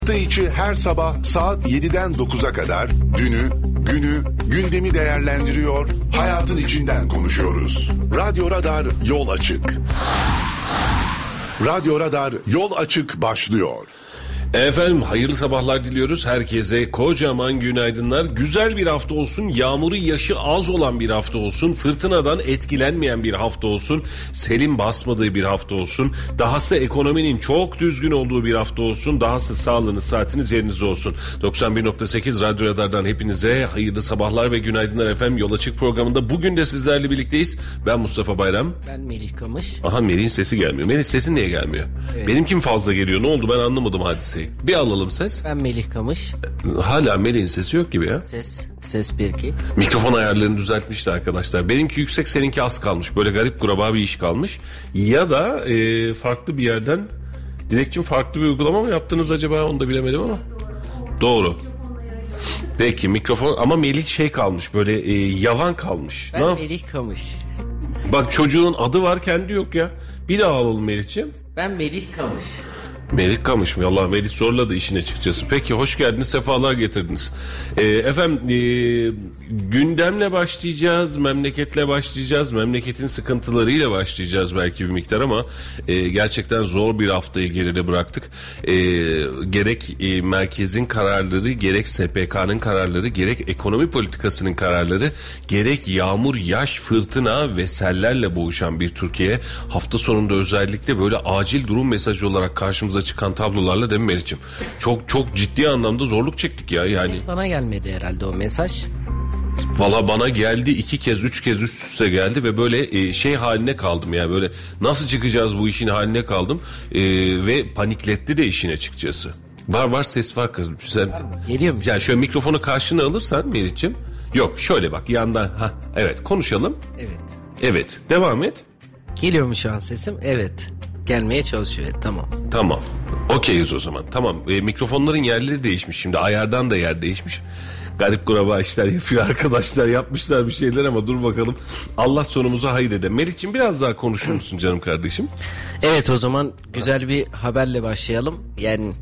Hafta içi her sabah saat 7'den 9'a kadar dünü, günü, gündemi değerlendiriyor, hayatın içinden konuşuyoruz. Radyo Radar Yol Açık. Radyo Radar Yol Açık başlıyor. Efendim hayırlı sabahlar diliyoruz herkese, kocaman günaydınlar. Güzel bir hafta olsun, yağmuru yaşı az olan bir hafta olsun, fırtınadan etkilenmeyen bir hafta olsun, selin basmadığı bir hafta olsun, dahası ekonominin çok düzgün olduğu bir hafta olsun, dahası sağlığınız saatiniz yerinizde olsun. 91.8 Radyo Radar'dan hepinize hayırlı sabahlar ve günaydınlar efendim. Yol Açık programında bugün de sizlerle birlikteyiz. Ben Mustafa Bayram. Ben Melih Kamış. Aha, Melih'in sesi gelmiyor. Melih sesin niye gelmiyor? Evet. Benimki mi fazla geliyor? Ne oldu, ben anlamadım hadiseyi. Bir alalım ses. Ben Melih Kamış. Hala Melih'in sesi yok gibi ya. Ses 1-2. Mikrofon ayarlarını düzeltmişti arkadaşlar. Benimki yüksek, seninki az kalmış. Böyle garip kuraba bir iş kalmış. Ya da farklı bir yerden Dilekçim farklı bir uygulama mı yaptınız acaba, onu da bilemedim ama. Doğru. Peki mikrofon ama Melih şey kalmış, böyle yavan kalmış. Ben Melih Kamış. Bak çocuğun adı var, kendi yok ya. Bir daha alalım Melih'ciğim. Ben Melih Kamış. Melih Kamış mı? Allah, Melih zorladı işin açıkçası. Peki hoş geldiniz, sefalar getirdiniz. Efendim gündemle başlayacağız, memleketle başlayacağız, memleketin sıkıntılarıyla başlayacağız belki bir miktar ama gerçekten zor bir haftayı geride bıraktık. Gerek merkezin kararları, gerek SPK'nın kararları, gerek ekonomi politikasının kararları, gerek yağmur, yaş, fırtına ve sellerle boğuşan bir Türkiye hafta sonunda özellikle böyle acil durum mesajı olarak karşımıza çıkan tablolarla, değil mi Melih'ciğim? Çok ciddi anlamda zorluk çektik ya yani. Bana gelmedi herhalde o mesaj. Valla bana geldi, 2 kez 3 kez üst üste geldi ve böyle şey haline kaldım ya, böyle nasıl çıkacağız bu işin haline kaldım ve panikletti de işin açıkçası. Var ses var kızım. Sen, geliyor mu? Yani şöyle mikrofonu karşına alırsan Melih'ciğim. Yok şöyle bak yandan, evet konuşalım. Evet devam et. Geliyor mu şu an sesim? Evet. Gelmeye çalışıyor. Tamam. Okeyiz o zaman. Tamam. Mikrofonların yerleri değişmiş şimdi. Ayardan da yer değişmiş. Garip kuraba işler yapıyor arkadaşlar. Yapmışlar bir şeyler ama dur bakalım. Allah sonumuzu hayır ede. Melih'ciğim biraz daha konuşur musun canım kardeşim? Evet, o zaman güzel bir haberle başlayalım. Yani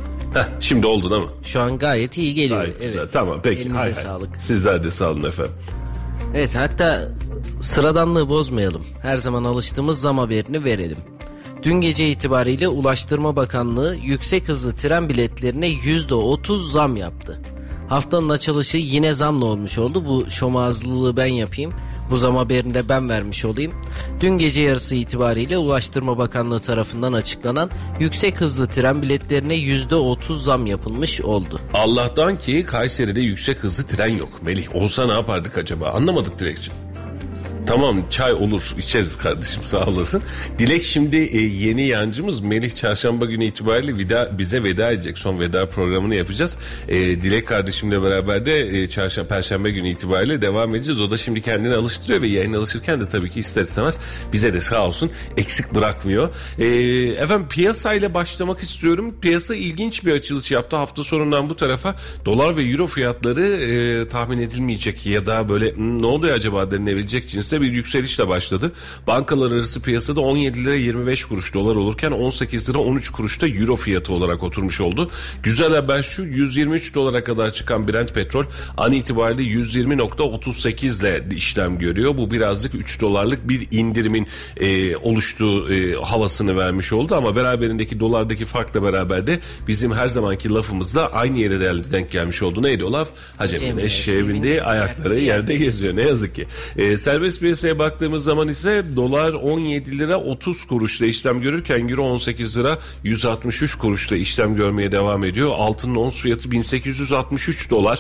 şimdi oldu değil mi? Şu an gayet iyi geliyor. Gayet evet. Güzel. Tamam peki. Elinize sağlık. Sizler de sağ olun efendim. Evet, hatta sıradanlığı bozmayalım. Her zaman alıştığımız zam haberini verelim. Dün gece itibariyle Ulaştırma Bakanlığı yüksek hızlı tren biletlerine %30 zam yaptı. Haftanın açılışı yine zamla olmuş oldu. Bu şomazlılığı ben yapayım. Bu zam haberini de ben vermiş olayım. Dün gece yarısı itibariyle Ulaştırma Bakanlığı tarafından açıklanan yüksek hızlı tren biletlerine %30 zam yapılmış oldu. Allah'tan ki Kayseri'de yüksek hızlı tren yok. Melih, olsa ne yapardık acaba? Anlamadık Dilekçim. Tamam, çay olur içeriz kardeşim, sağ olasın. Dilek şimdi yeni yancımız Melih çarşamba günü itibariyle bize veda edecek. Son veda programını yapacağız. Dilek kardeşimle beraber de perşembe günü itibariyle devam edeceğiz. O da şimdi kendini alıştırıyor ve yayına alışırken de tabii ki ister istemez bize de sağ olsun eksik bırakmıyor. Efendim piyasayla başlamak istiyorum. Piyasa ilginç bir açılış yaptı. Hafta sonundan bu tarafa dolar ve euro fiyatları tahmin edilmeyecek ya da böyle ne oluyor acaba denilebilecek cinste bir yükselişle başladı. Bankalar arası piyasada 17 lira 25 kuruş dolar olurken 18 lira 13 kuruşta euro fiyatı olarak oturmuş oldu. Güzel haber şu, 123 dolara kadar çıkan Brent petrol an itibariyle 120.38 ile işlem görüyor. Bu birazcık 3 dolarlık bir indirimin oluştuğu havasını vermiş oldu ama beraberindeki dolardaki farkla beraber de bizim her zamanki lafımızda aynı yere denk gelmiş oldu. Neydi o laf? Hacemin eşeğe bindi, ayakları yerde geziyor. Ne yazık ki. Serbest piyasaya baktığımız zaman ise dolar 17 lira 30 kuruşla işlem görürken euro 18 lira 163 kuruşla işlem görmeye devam ediyor. Altının ons fiyatı 1863 dolar.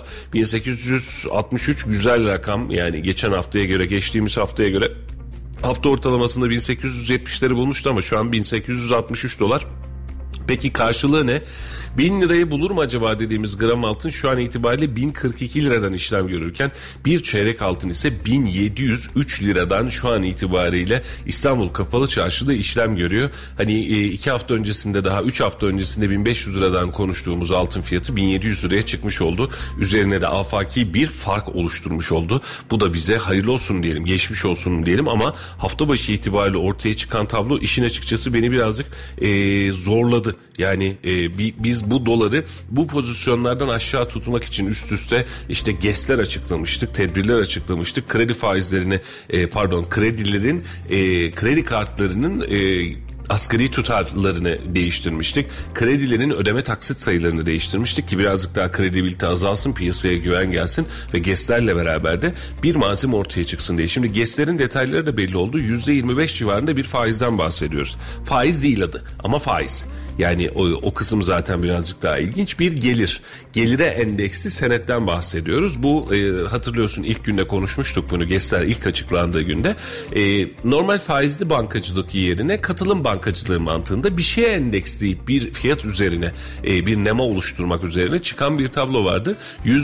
1863 güzel rakam, yani geçen haftaya göre, geçtiğimiz haftaya göre hafta ortalamasında 1870'leri bulmuştu ama şu an 1863 dolar. Peki karşılığı ne? 1000 lirayı bulur mu acaba dediğimiz gram altın şu an itibariyle 1042 liradan işlem görürken bir çeyrek altın ise 1703 liradan şu an itibariyle İstanbul Kapalı Çarşı'da işlem görüyor. Hani 2 hafta öncesinde, daha 3 hafta öncesinde 1500 liradan konuştuğumuz altın fiyatı 1700 liraya çıkmış oldu. Üzerine de afaki bir fark oluşturmuş oldu. Bu da bize hayırlı olsun diyelim, geçmiş olsun diyelim ama hafta başı itibariyle ortaya çıkan tablo işin açıkçası beni birazcık zorladı. saçmaladı. Yani biz bu doları bu pozisyonlardan aşağı tutmak için üst üste işte GES'ler açıklamıştık, tedbirler açıklamıştık. Kredi faizlerini kredilerin kredi kartlarının asgari tutarlarını değiştirmiştik. Kredilerin ödeme taksit sayılarını değiştirmiştik ki birazcık daha kredibilite azalsın, piyasaya güven gelsin ve GES'lerle beraber de bir malzeme ortaya çıksın diye. Şimdi GES'lerin detayları da belli oldu. %25 civarında bir faizden bahsediyoruz. Faiz değil adı ama faiz. Yani o kısım zaten birazcık daha ilginç. Bir gelir. Gelire endeksli senetten bahsediyoruz. Bu hatırlıyorsun ilk günde konuşmuştuk bunu. GES'ler ilk açıklandığı günde. Normal faizli bankacılık yerine katılım bankacılığı mantığında bir şeye endeksleyip bir fiyat üzerine bir nema oluşturmak üzerine çıkan bir tablo vardı.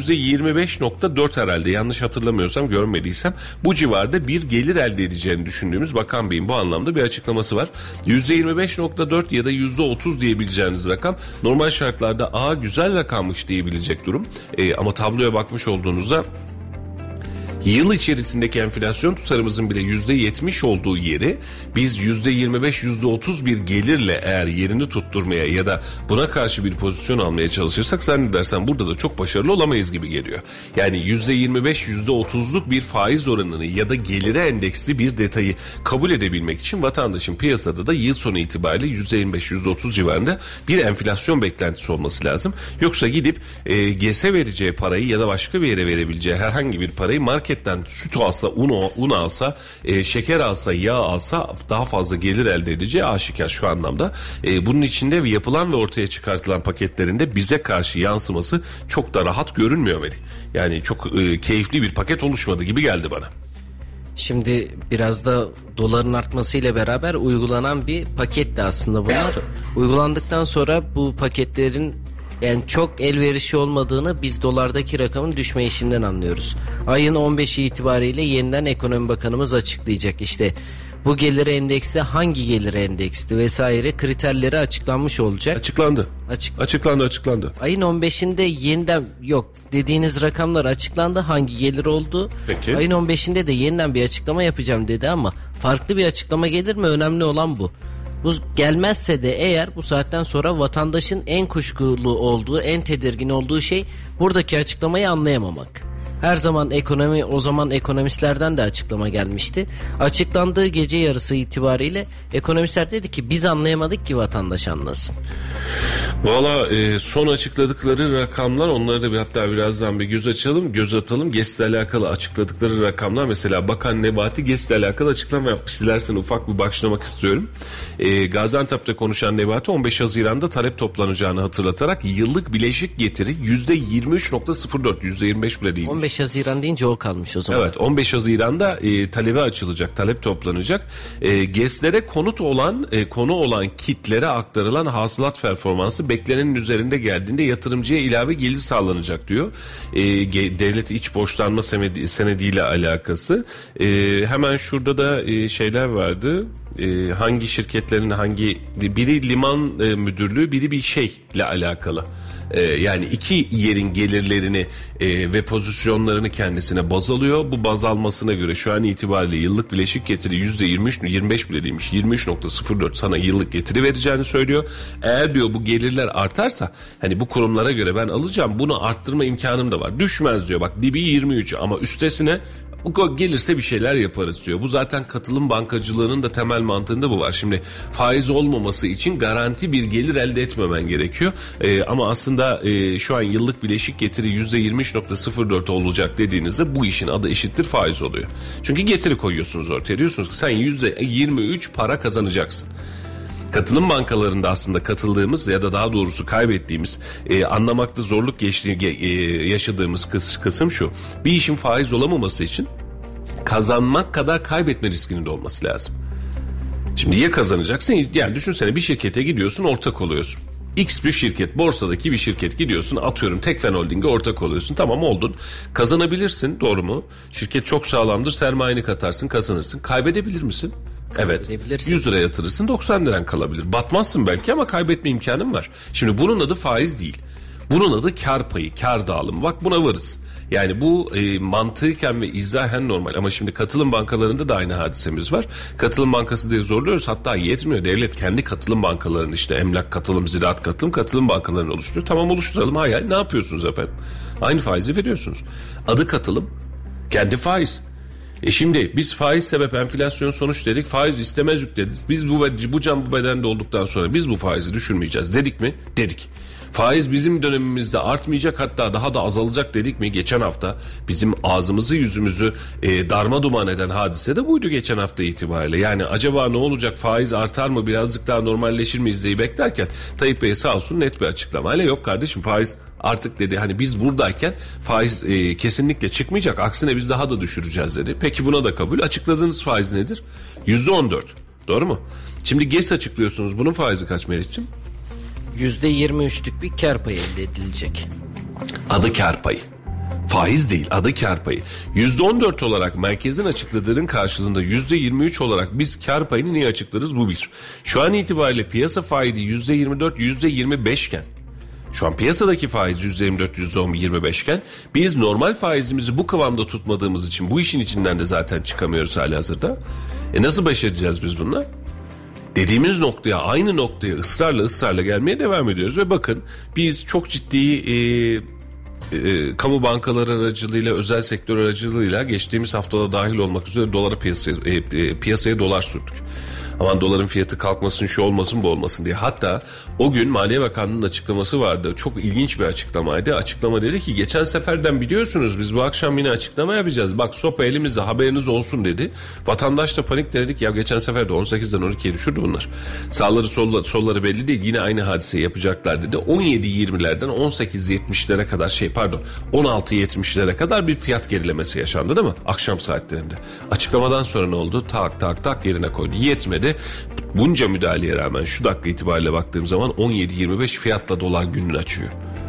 %25.4 herhalde, yanlış hatırlamıyorsam, görmediysem bu civarda bir gelir elde edeceğini düşündüğümüz Bakan Bey'in bu anlamda bir açıklaması var. %25.4 ya da %30 diyebileceğiniz rakam normal şartlarda güzel rakammış diyebilecek durum. Ama tabloya bakmış olduğunuzda yıl içerisindeki enflasyon tutarımızın bile %70 olduğu yeri biz %25, %30 bir gelirle eğer yerini tutturmaya ya da buna karşı bir pozisyon almaya çalışırsak zannedersem burada da çok başarılı olamayız gibi geliyor. Yani %25, %30'luk bir faiz oranını ya da gelire endeksli bir detayı kabul edebilmek için vatandaşın piyasada da yıl sonu itibariyle %25, %30 civarında bir enflasyon beklentisi olması lazım. Yoksa gidip GES'e vereceği parayı ya da başka bir yere verebileceği herhangi bir parayı marketten süt alsa, un alsa, şeker alsa, yağ alsa daha fazla gelir elde edeceği aşikar şu anlamda. Bunun içinde yapılan ve ortaya çıkartılan paketlerinde bize karşı yansıması çok da rahat görünmüyor Melih. Yani çok keyifli bir paket oluşmadı gibi geldi bana. Şimdi biraz da doların artmasıyla beraber uygulanan bir paketti aslında bunlar. Uygulandıktan sonra bu paketlerin yani çok elverişli olmadığını biz dolardaki rakamın düşme işinden anlıyoruz. Ayın 15'i itibariyle yeniden Ekonomi Bakanımız açıklayacak. İşte bu gelire endeksli, hangi gelire endeksli vesaire kriterleri açıklanmış olacak. Açıklandı. Ayın 15'inde yeniden dediğiniz rakamlar açıklandı, hangi gelir oldu. Peki. Ayın 15'inde de yeniden bir açıklama yapacağım dedi ama farklı bir açıklama gelir mi? Önemli olan bu. Bu gelmezse de eğer bu saatten sonra vatandaşın en kuşkulu olduğu, en tedirgin olduğu şey buradaki açıklamayı anlayamamak. Her zaman o zaman ekonomistlerden de açıklama gelmişti. Açıklandığı gece yarısı itibariyle ekonomistler dedi ki biz anlayamadık ki vatandaş anlasın. Valla son açıkladıkları rakamlar, onları da hatta birazdan bir göz atalım. GES'le alakalı açıkladıkları rakamlar, mesela Bakan Nebati GES'le alakalı açıklama yapmış. Dilersen ufak bir başlamak istiyorum. Gaziantep'te konuşan Nebati 15 Haziran'da talep toplanacağını hatırlatarak yıllık bileşik getiri %23.04, %25 bile değilmiş. 15 Haziran deyince o kalmış o zaman. Evet, 15 Haziran'da talebi açılacak, talep toplanacak. GES'lere konu olan kitlere aktarılan hasılat performansı beklenenin üzerinde geldiğinde yatırımcıya ilave gelir sağlanacak diyor. Devlet iç borçlanma senediyle alakası. Hemen şurada da şeyler vardı. Hangi şirketlerin biri liman müdürlüğü, biri bir şeyle alakalı. Yani iki yerin gelirlerini ve pozisyonlarını kendisine baz alıyor. Bu baz almasına göre şu an itibariyle yıllık bileşik getiri %25 bile değilmiş, 23.04 sana yıllık getiri vereceğini söylüyor. Eğer diyor bu gelirler artarsa, hani bu kurumlara göre ben alacağım, bunu arttırma imkanım da var. Düşmez diyor, bak dibi 23 ama üstesine gelirse bir şeyler yaparız diyor. Bu zaten katılım bankacılığının da temel mantığında bu var. Şimdi faiz olmaması için garanti bir gelir elde etmemen gerekiyor. Ama aslında şu an yıllık bileşik getiri %23.04 olacak dediğinizde bu işin adı eşittir faiz oluyor. Çünkü getiri koyuyorsunuz ortaya, diyorsunuz ki sen %23 para kazanacaksın. Katılım bankalarında aslında katıldığımız ya da daha doğrusu kaybettiğimiz, anlamakta zorluk yaşadığımız kısım şu: bir işin faiz olamaması için kazanmak kadar kaybetme riskinin de olması lazım. Şimdi ya kazanacaksın, yani düşünsene bir şirkete gidiyorsun, ortak oluyorsun. X bir şirket, borsadaki bir şirket, gidiyorsun, atıyorum Tekfen Holding'e ortak oluyorsun. Tamam, oldun. Kazanabilirsin, doğru mu? Şirket çok sağlamdır, sermayeni katarsın, kazanırsın. Kaybedebilir misin? Evet. 100 lira yatırırsın, 90 liran kalabilir. Batmazsın belki ama kaybetme imkanın var. Şimdi bunun adı faiz değil. Bunun adı kar payı, kar dağılımı. Bak buna varız. Yani bu mantıken ve izahen normal. Ama şimdi katılım bankalarında da aynı hadisemiz var. Katılım bankası diye zorluyoruz. Hatta yetmiyor. Devlet kendi katılım bankalarını, işte emlak katılım, ziraat katılım bankalarını oluşturuyor. Tamam, oluşturalım. Hayır, ne yapıyorsunuz efendim? Aynı faizi veriyorsunuz. Adı katılım, kendi faiz. Şimdi biz faiz sebep enflasyon sonuç dedik, faiz istemez dedik. Biz bu can bu bedende olduktan sonra biz bu faizi düşürmeyeceğiz dedik mi? Dedik. Faiz bizim dönemimizde artmayacak, hatta daha da azalacak dedik mi? Geçen hafta bizim ağzımızı yüzümüzü darma duman eden hadise de buydu geçen hafta itibariyle. Yani acaba ne olacak, faiz artar mı, birazcık daha normalleşir miyiz diye beklerken Tayyip Bey sağ olsun net bir açıklamayla yok kardeşim faiz artık dedi, hani biz buradayken faiz kesinlikle çıkmayacak, aksine biz daha da düşüreceğiz dedi. Peki buna da kabul. Açıkladığınız faiz nedir? %14. Doğru mu? Şimdi GES açıklıyorsunuz, bunun faizi kaç Meriç'ciğim? %23'lük bir kar payı elde edilecek. Adı kar payı. Faiz değil, adı kar payı. %14 olarak merkezin açıkladığının karşılığında %23 olarak biz kar payını niye açıklarız? Bu bir. Şu an itibariyle piyasa faizi %24, %25 iken, şu an piyasadaki faiz %24, %25 iken biz normal faizimizi bu kıvamda tutmadığımız için bu işin içinden de zaten çıkamıyoruz halihazırda. Nasıl başaracağız biz bununla? Dediğimiz noktaya, aynı noktaya ısrarla gelmeye devam ediyoruz. Ve bakın biz çok ciddi kamu bankaları aracılığıyla, özel sektör aracılığıyla geçtiğimiz haftada dahil olmak üzere doları piyasaya dolar sürdük. Aman doların fiyatı kalkmasın, şu olmasın, bu olmasın diye. Hatta o gün Maliye Bakanlığı'nın açıklaması vardı. Çok ilginç bir açıklamaydı. Açıklama dedi ki geçen seferden biliyorsunuz biz bu akşam yine açıklama yapacağız. Bak sopa elimizde, haberiniz olsun dedi. Vatandaş da panikledik. Ya geçen sefer de 18'den 12'ye düşürdü bunlar. Sağları solları belli değil. Yine aynı hadiseyi yapacaklar dedi. 17.20'lerden 18.70'lere kadar 16.70'lere kadar bir fiyat gerilemesi yaşandı değil mi? Akşam saatlerinde. Açıklamadan sonra ne oldu? Tak yerine koydu. Yetmedi. Bunca müdahaleye rağmen şu dakika itibariyle baktığım zaman 17.25 fiyatla dolar gününü açıyor.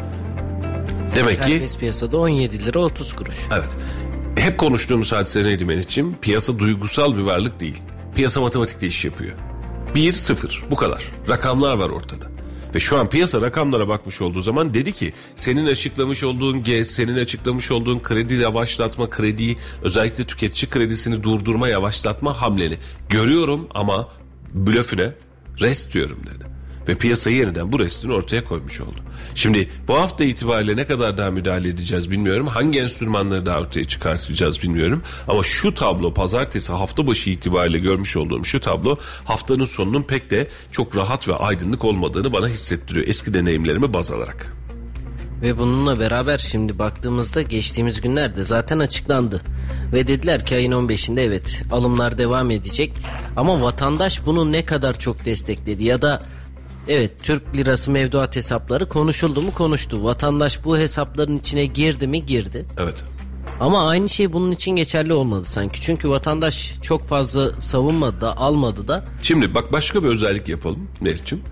Demek ki serbest piyasada 17 lira 30 kuruş. Evet. Hep konuştuğumuz hadise neydi Meriç'ciğim? Piyasa duygusal bir varlık değil. Piyasa matematikle iş yapıyor. 1-0 bu kadar. Rakamlar var ortada. Ve şu an piyasa rakamlara bakmış olduğu zaman dedi ki senin açıklamış olduğun GES, senin açıklamış olduğun kredi yavaşlatma, krediyi, özellikle tüketici kredisini durdurma, yavaşlatma hamleni görüyorum ama blöfüne rest diyorum dedi. Ve piyasa yeniden bu restini ortaya koymuş oldu. Şimdi bu hafta itibariyle ne kadar daha müdahale edeceğiz bilmiyorum. Hangi enstrümanları daha ortaya çıkartacağız bilmiyorum. Ama şu tablo, pazartesi hafta başı itibariyle görmüş olduğum şu tablo haftanın sonunun pek de çok rahat ve aydınlık olmadığını bana hissettiriyor. Eski deneyimlerimi baz alarak. Ve bununla beraber şimdi baktığımızda geçtiğimiz günlerde zaten açıklandı. Ve dediler ki ayın 15'inde evet alımlar devam edecek. Ama vatandaş bunu ne kadar çok destekledi ya da evet Türk lirası mevduat hesapları konuşuldu mu konuştu. Vatandaş bu hesapların içine girdi mi girdi. Evet. Ama aynı şey bunun için geçerli olmadı sanki. Çünkü vatandaş çok fazla savunmadı da almadı da. Şimdi bak başka bir özellik yapalım Meriç'ciğim.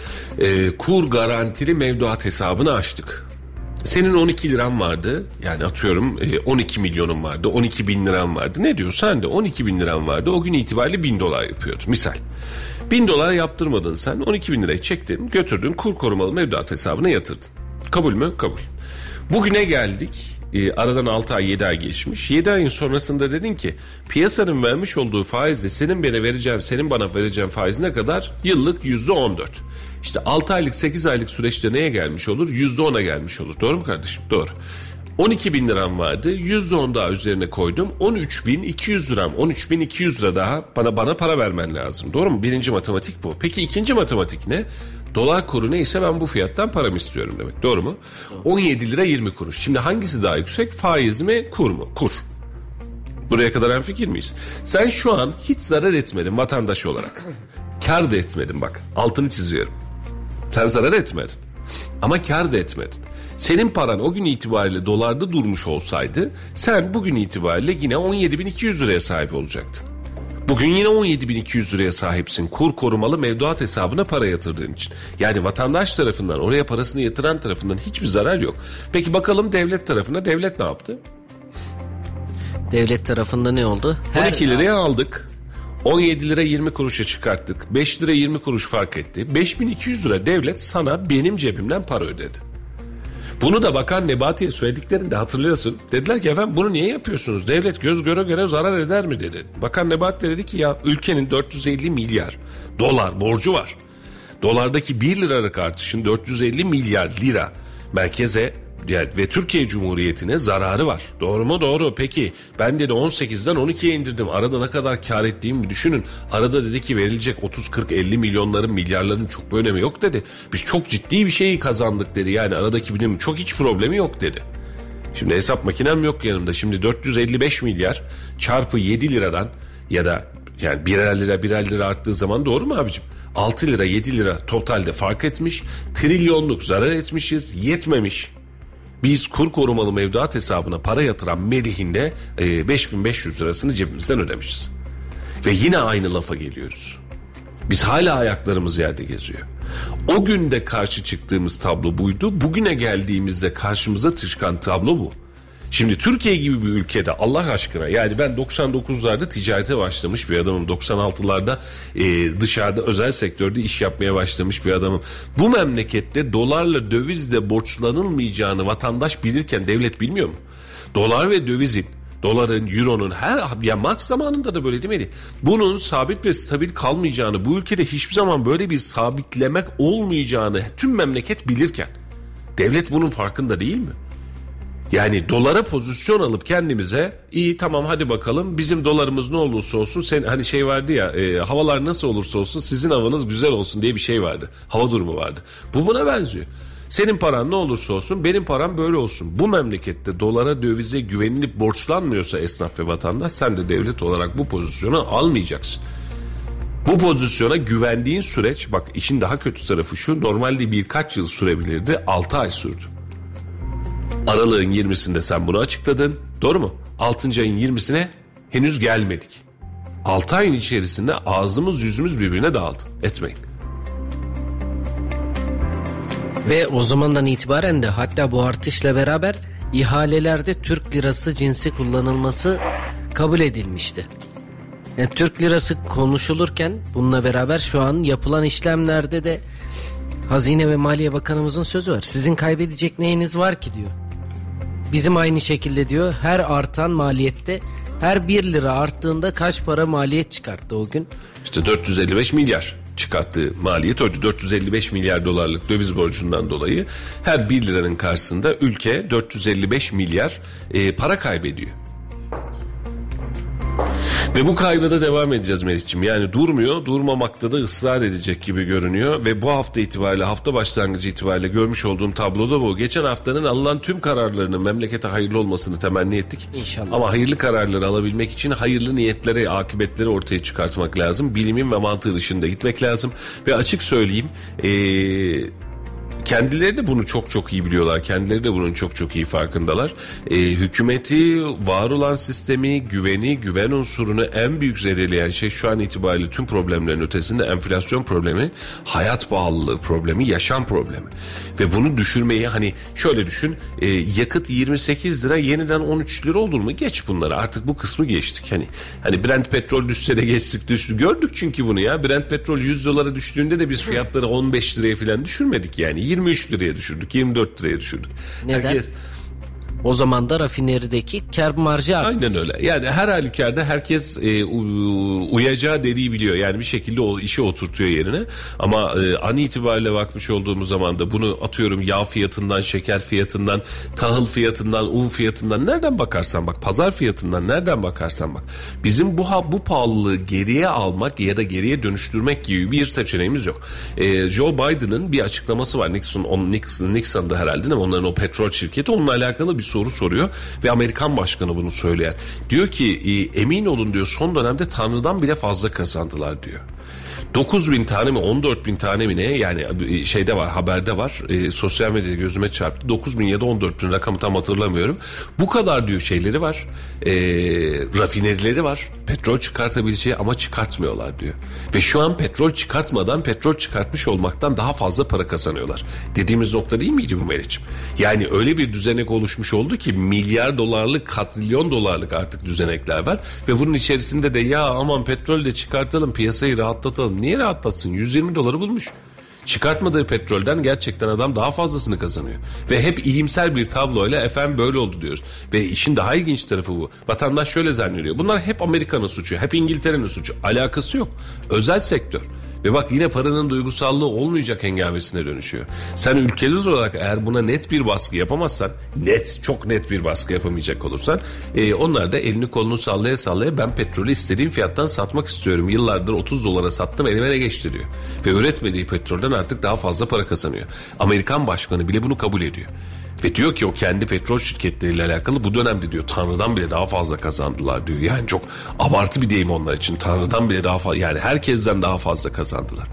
Kur garantili mevduat hesabını açtık. Senin 12 liran vardı, yani atıyorum 12 milyonun vardı, 12 bin liran vardı. Ne diyor sen de 12 bin liran vardı, o gün itibariyle $1000 yapıyordu misal. $1000 yaptırmadın sen, 12 bin lirayı çektin, götürdün kur korumalı mevduat hesabına yatırdın. Kabul mü? Kabul. Bugüne geldik, aradan 6 ay 7 ay geçmiş. 7 ayın sonrasında dedin ki piyasanın vermiş olduğu faizle senin bana vereceğim faiz ne kadar? Yıllık %14. İşte 6 aylık 8 aylık süreçte neye gelmiş olur? %10'a gelmiş olur. Doğru mu kardeşim? Doğru. 12 bin liram vardı. %10 daha üzerine koydum. 13.200 liram. 13.200 lira daha bana para vermen lazım. Doğru mu? Birinci matematik bu. Peki ikinci matematik ne? Dolar kuru neyse ben bu fiyattan paramı istiyorum demek. Doğru mu? 17 lira 20 kuruş. Şimdi hangisi daha yüksek? Faiz mi? Kur mu? Kur. Buraya kadar hemfikir miyiz? Sen şu an hiç zarar etmedin vatandaş olarak. Kar da etmedin bak. Altını çiziyorum. Sen zarar etmedin. Ama kar da etmedin. Senin paran o gün itibariyle dolarda durmuş olsaydı sen bugün itibariyle yine 17.200 liraya sahip olacaktın. Bugün yine 17.200 liraya sahipsin kur korumalı mevduat hesabına para yatırdığın için. Yani vatandaş tarafından, oraya parasını yatıran tarafından hiçbir zarar yok. Peki bakalım devlet tarafına, devlet ne yaptı? Devlet tarafında ne oldu? 12 liraya aldık. 17 lira 20 kuruşa çıkarttık. 5 lira 20 kuruş fark etti. 5.200 lira devlet sana benim cebimden para ödedi. Bunu da Bakan Nebati'ye söylediklerinde hatırlıyorsun. Dediler ki efendim bunu niye yapıyorsunuz? Devlet göz göre göre zarar eder mi dedi. Bakan Nebati dedi ki ya ülkenin 450 milyar dolar borcu var. Dolardaki 1 liralık artışın 450 milyar lira merkeze ve Türkiye Cumhuriyeti'ne zararı var. Doğru mu? Doğru. Peki ben dedi 18'den 12'ye indirdim. Arada ne kadar kar ettiğimi düşünün. Arada dedi ki verilecek 30, 40, 50 milyonların, milyarların çok bir önemi yok dedi. Biz çok ciddi bir şeyi kazandık dedi. Yani aradaki bilim çok hiç problemi yok dedi. Şimdi hesap makinem yok yanımda. Şimdi 455 milyar çarpı 7 liradan ya da yani birer lira arttığı zaman doğru mu abicim? 6 lira 7 lira totalde fark etmiş. Trilyonluk zarar etmişiz. Yetmemiş. Biz kur korumalı mevduat hesabına para yatıran Melih'in de 5500 lirasını cebimizden ödemişiz. Ve yine aynı lafa geliyoruz. Biz hala ayaklarımız yerde geziyor. O günde karşı çıktığımız tablo buydu. Bugüne geldiğimizde karşımıza çıkan tablo bu. Şimdi Türkiye gibi bir ülkede Allah aşkına yani ben 99'larda ticarete başlamış bir adamım. 96'larda dışarıda özel sektörde iş yapmaya başlamış bir adamım. Bu memlekette dolarla dövizle borçlanılmayacağını vatandaş bilirken devlet bilmiyor mu? Dolar ve dövizin, doların, euronun ya Marx zamanında da böyle değil miydi? Bunun sabit ve stabil kalmayacağını, bu ülkede hiçbir zaman böyle bir sabitlemek olmayacağını tüm memleket bilirken devlet bunun farkında değil mi? Yani dolara pozisyon alıp kendimize iyi tamam hadi bakalım bizim dolarımız ne olursa olsun sen hani şey vardı ya havalar nasıl olursa olsun sizin havanız güzel olsun diye bir şey vardı. Hava durumu vardı. Bu buna benziyor. Senin paran ne olursa olsun benim param böyle olsun. Bu memlekette dolara dövize güvenilip borçlanmıyorsa esnaf ve vatandaş sen de devlet olarak bu pozisyonu almayacaksın. Bu pozisyona güvendiğin süreç bak işin daha kötü tarafı şu normalde birkaç yıl sürebilirdi 6 ay sürdü. Aralığın 20'sinde sen bunu açıkladın. Doğru mu? 6. ayın 20'sine henüz gelmedik. 6 ayın içerisinde ağzımız yüzümüz birbirine dağıldı. Etmeyin. Ve o zamandan itibaren de hatta bu artışla beraber ihalelerde Türk lirası cinsi kullanılması kabul edilmişti. Yani Türk lirası konuşulurken bununla beraber şu an yapılan işlemlerde de Hazine ve Maliye Bakanımızın sözü var. Sizin kaybedecek neyiniz var ki diyor. Bizim aynı şekilde diyor her artan maliyette her 1 lira arttığında kaç para maliyet çıkarttı o gün? İşte 455 milyar çıkarttığı maliyet oydu. 455 milyar dolarlık döviz borcundan dolayı her 1 liranın karşısında ülke 455 milyar para kaybediyor. Ve bu kayba da devam edeceğiz Melih'ciğim. Yani durmuyor, durmamakta da ısrar edecek gibi görünüyor. Ve bu hafta itibariyle, hafta başlangıcı itibariyle görmüş olduğum tabloda bu. Geçen haftanın alınan tüm kararlarının memlekete hayırlı olmasını temenni ettik. İnşallah. Ama hayırlı kararları alabilmek için hayırlı niyetlere, akıbetleri ortaya çıkartmak lazım. Bilimin ve mantığın dışında gitmek lazım. Ve açık söyleyeyim... Kendileri de bunu çok çok iyi biliyorlar. Kendileri de bunun çok çok iyi farkındalar. Hükümeti, var olan sistemi, güven unsurunu en büyük zedeleyen şey şu an itibariyle tüm problemlerin ötesinde enflasyon problemi, hayat pahalılığı problemi, yaşam problemi. Ve bunu düşürmeyi hani şöyle düşün, yakıt 28 lira yeniden 13 lira olur mu? Geç bunları, artık bu kısmı geçtik. Hani Brent petrol düşse de düştü. Gördük çünkü bunu ya. Brent petrol 100 dolara düştüğünde de biz fiyatları 15 liraya falan düşürmedik yani. 23 liraya düşürdük, 24 liraya düşürdük. Neden? O zaman da rafinerideki kar marjı artmış. Aynen öyle. Yani her halükarda herkes uyacağı deriyi biliyor. Yani bir şekilde o işi oturtuyor yerine. Ama an itibariyle bakmış olduğumuz zaman da bunu atıyorum yağ fiyatından, şeker fiyatından, tahıl fiyatından, un fiyatından nereden bakarsan bak, pazar fiyatından nereden bakarsan bak. Bizim bu pahalılığı geriye almak ya da geriye dönüştürmek gibi bir seçeneğimiz yok. Joe Biden'ın bir açıklaması var. Nixon'da herhalde değil mi? Onların o petrol şirketi, onunla alakalı bir soru soruyor ve Amerikan başkanı bunu söyleyen. Diyor ki emin olun diyor son dönemde Tanrı'dan bile fazla kazandılar diyor. 9.000 tane mi 14.000 tane mi ne yani şeyde var, haberde var, sosyal medyada gözüme çarptı. 9.000 ya da 14.000 rakamı tam hatırlamıyorum. Bu kadar diyor şeyleri var, rafinerileri var, petrol çıkartabileceği ama çıkartmıyorlar diyor. Ve şu an petrol çıkartmadan petrol çıkartmış olmaktan daha fazla para kazanıyorlar. Dediğimiz nokta değil miydi bu Meriç'im? Yani öyle bir düzenek oluşmuş oldu ki milyar dolarlık, katrilyon dolarlık artık düzenekler var. Ve bunun içerisinde de ya aman petrol de çıkartalım, piyasayı rahatlatalım. Niye rahatlatsın? 120 doları bulmuş. Çıkartmadığı petrolden gerçekten adam daha fazlasını kazanıyor. Ve hep iyimser bir tabloyla efendim böyle oldu diyoruz. Ve işin daha ilginç tarafı bu. Vatandaş şöyle zannediyor. Bunlar hep Amerika'nın suçu, hep İngiltere'nin suçu. Alakası yok. Özel sektör. Ve bak yine paranın duygusallığı olmayacak hengamesine dönüşüyor. Sen ülkeli olarak eğer buna net bir baskı yapamazsan, çok net bir baskı yapamayacak olursan, onlar da elini kolunu sallaya sallaya ben petrolü istediğim fiyattan satmak istiyorum. Yıllardır 30 dolara sattım, elime ne geçti diyor. Ve üretmediği petrolden artık daha fazla para kazanıyor. Amerikan başkanı bile bunu kabul ediyor. Ve diyor ki o kendi petrol şirketleriyle alakalı bu dönemde diyor Tanrı'dan bile daha fazla kazandılar diyor. Yani çok abartı bir deyim onlar için. Tanrı'dan bile daha fazla, yani herkesten daha fazla kazandılar.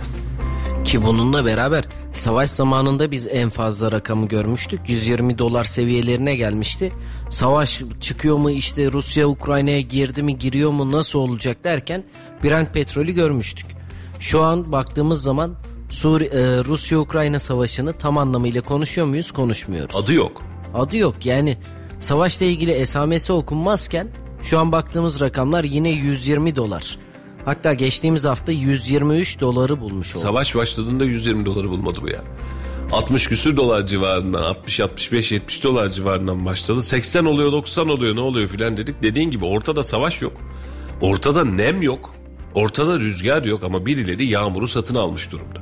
Ki bununla beraber savaş zamanında biz en fazla rakamı görmüştük. 120 dolar seviyelerine gelmişti. Savaş çıkıyor mu, işte Rusya Ukrayna'ya girdi mi, giriyor mu, nasıl olacak derken Brent petrolü görmüştük. Şu an baktığımız zaman Rusya-Ukrayna savaşını tam anlamıyla konuşuyor muyuz? Konuşmuyoruz. Adı yok. Yani savaşla ilgili esamesi okunmazken şu an baktığımız rakamlar yine 120 dolar. Hatta geçtiğimiz hafta 123 doları bulmuş oldu. Savaş başladığında 120 doları bulmadı bu ya. 60 küsür dolar civarından, 60, 65, 70 dolar civarından başladı. 80 oluyor, 90 oluyor, ne oluyor filan dedik. Dediğin gibi ortada savaş yok. Ortada nem yok. Ortada rüzgar yok ama birileri yağmuru satın almış durumda.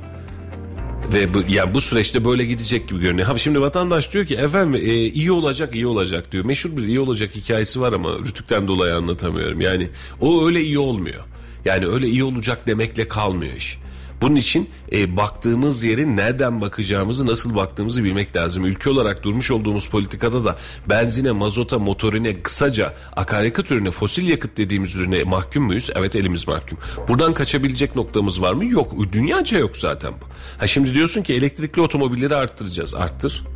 Ve bu süreçte böyle gidecek gibi görünüyor. Şimdi vatandaş diyor ki efendim iyi olacak diyor. Meşhur bir iyi olacak hikayesi var ama rütükten dolayı anlatamıyorum. Yani o öyle iyi olmuyor. Yani öyle iyi olacak demekle kalmıyor iş. Bunun için baktığımız yerin nereden bakacağımızı, nasıl baktığımızı bilmek lazım. Ülke olarak durmuş olduğumuz politikada da benzine, mazota, motorine, kısaca akaryakıt ürüne, fosil yakıt dediğimiz ürüne mahkum muyuz? Evet, elimiz mahkum. Buradan kaçabilecek noktamız var mı? Yok. Dünyaca yok zaten bu. Şimdi diyorsun ki elektrikli otomobilleri arttıracağız. Arttır.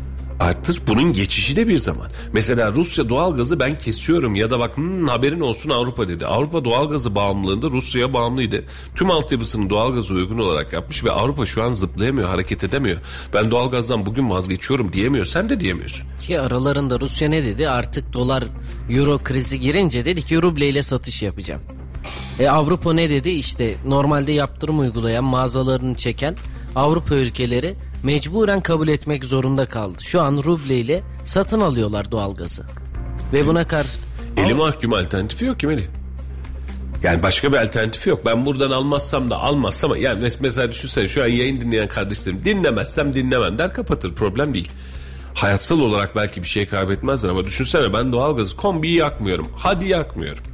Bunun geçişi de bir zaman. Mesela Rusya doğalgazı ben kesiyorum ya da bak haberin olsun Avrupa dedi. Avrupa doğalgazı bağımlılığında Rusya'ya bağımlıydı. Tüm altyapısını doğalgaza uygun olarak yapmış ve Avrupa şu an zıplayamıyor, hareket edemiyor. Ben doğalgazdan bugün vazgeçiyorum diyemiyor. Sen de diyemiyorsun. Ki aralarında Rusya ne dedi? Artık dolar euro krizi girince dedi ki rubleyle satış yapacağım. Avrupa ne dedi? İşte normalde yaptırım uygulayan, mağazalarını çeken Avrupa ülkeleri mecburen kabul etmek zorunda kaldı. Şu an rubleyle satın alıyorlar doğalgazı. Ve buna karşı... Eli mahkum, alternatifi yok ki Melih. Yani başka bir alternatifi yok. Ben buradan almazsam yani mesela düşünsene şu an yayın dinleyen kardeşlerim, dinlemezsem dinlemem der, kapatır, problem değil. Hayatsal olarak belki bir şey kaybetmezler ama düşünsene ben doğalgazı, kombiyi yakmıyorum. Hadi yakmıyorum.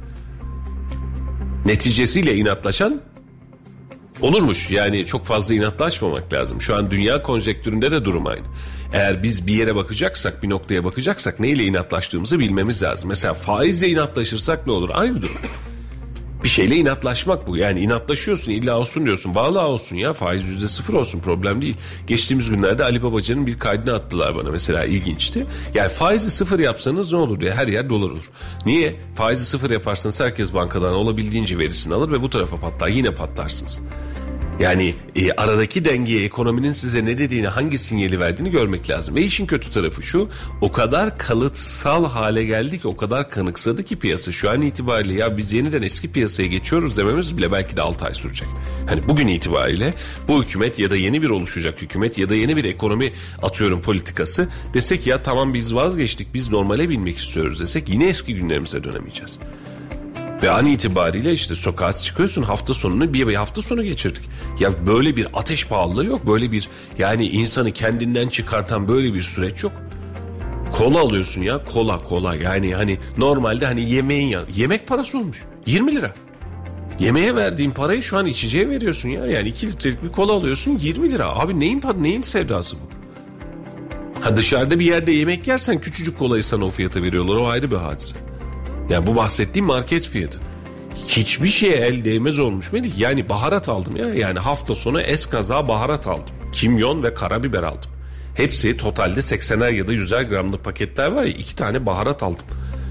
Neticesiyle inatlaşan olurmuş. Yani çok fazla inatlaşmamak lazım. Şu an dünya konjektüründe de durum aynı. Eğer biz bir yere bakacaksak, bir noktaya bakacaksak neyle inatlaştığımızı bilmemiz lazım. Mesela faizle inatlaşırsak ne olur? Aynı durum. Bir şeyle inatlaşmak bu. Yani inatlaşıyorsun, illa olsun diyorsun. Vallahi olsun ya, faiz %0 olsun, problem değil. Geçtiğimiz günlerde Ali Babacan'ın bir kaydını attılar bana mesela, ilginçti. Yani faizi 0 yapsanız ne olur diye, her yer dolar olur. Niye? Faizi 0 yaparsanız herkes bankadan olabildiğince verisini alır ve bu tarafa patlar, yine patlarsınız. Yani aradaki dengeye, ekonominin size ne dediğini, hangi sinyali verdiğini görmek lazım. Ve işin kötü tarafı şu, o kadar kalıtsal hale geldi ki, o kadar kanıksadı ki piyasa şu an itibariyle ya biz yeniden eski piyasaya geçiyoruz dememiz bile belki de 6 ay sürecek. Hani bugün itibariyle bu hükümet ya da yeni bir oluşacak hükümet ya da yeni bir ekonomi politikası desek ya tamam biz vazgeçtik, biz normale binmek istiyoruz desek yine eski günlerimize dönemeyeceğiz. Ve an itibariyle işte sokağa çıkıyorsun, hafta sonunu bir hafta sonu geçirdik. Ya böyle bir ateş pahalılığı yok. Böyle bir yani insanı kendinden çıkartan böyle bir süreç yok. Kola alıyorsun ya, kola yani hani normalde hani yemek parası olmuş 20 lira. Yemeğe verdiğin parayı şu an içeceğe veriyorsun ya. Yani 2 litrelik bir kola alıyorsun 20 lira. Abi neyin sevdası bu? Dışarıda bir yerde yemek yersen küçücük kolayı sana o fiyata veriyorlar, o ayrı bir hadise. Yani bu bahsettiğim market fiyatı. Hiçbir şeye el değmez olmuş Melih. Yani baharat aldım ya. Yani hafta sonu eskaza baharat aldım. Kimyon ve karabiber aldım. Hepsi totalde 80'er ya da 100'er gramlık paketler var ya, 2 tane baharat aldım.